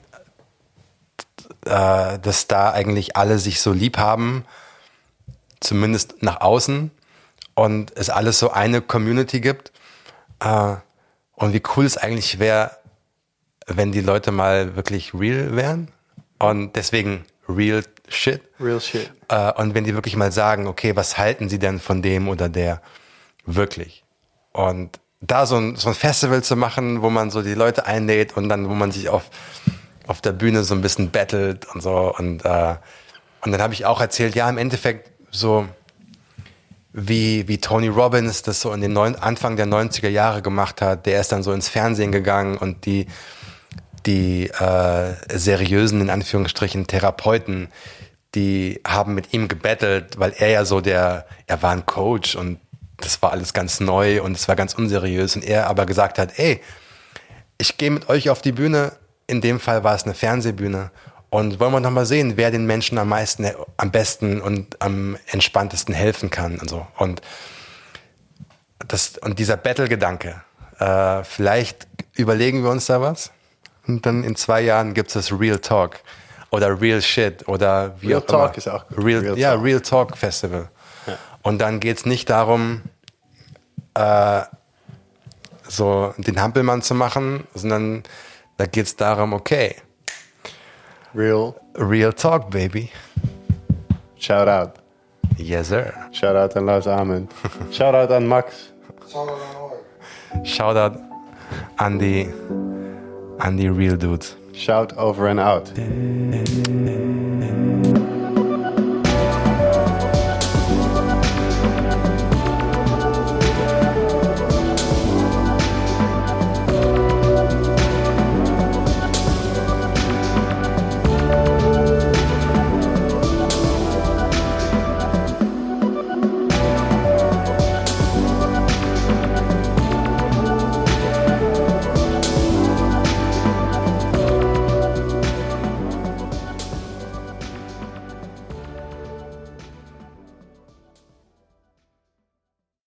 äh, dass da eigentlich alle sich so lieb haben, zumindest nach außen, und es alles so eine Community gibt. Äh, und wie cool es eigentlich wäre, wenn die Leute mal wirklich real wären. Und deswegen real shit. Real Shit. Äh, und wenn die wirklich mal sagen, okay, was halten sie denn von dem oder der wirklich? Und da so ein, so ein Festival zu machen, wo man so die Leute einlädt und dann, wo man sich auf, auf der Bühne so ein bisschen battelt und so. Und, äh, und dann habe ich auch erzählt, ja, im Endeffekt so wie, wie Tony Robbins das so in den neun, Anfang der neunziger Jahre gemacht hat. Der ist dann so ins Fernsehen gegangen und die, die äh, seriösen, in Anführungsstrichen, Therapeuten, die haben mit ihm gebettelt, weil er ja so der, er war ein Coach und das war alles ganz neu und es war ganz unseriös und er aber gesagt hat, ey, ich gehe mit euch auf die Bühne, in dem Fall war es eine Fernsehbühne und wollen wir noch mal sehen, wer den Menschen am meisten, am besten und am entspanntesten helfen kann und so. Und das, und dieser Battle-Gedanke, äh, vielleicht überlegen wir uns da was und dann in zwei Jahren gibt es das Real Talk oder Real Shit oder wie Real auch Talk immer. ist auch gut. Real, Real ja, Talk. Real Talk Festival. Ja. Und dann geht es nicht darum, äh, so den Hampelmann zu machen, sondern da geht es darum, okay, Real. Real Talk, baby. Shoutout. Yes, sir. Shoutout an Lars Ahmed. Shoutout an Max. Shoutout an die, an die Real Dudes. Shout over and out.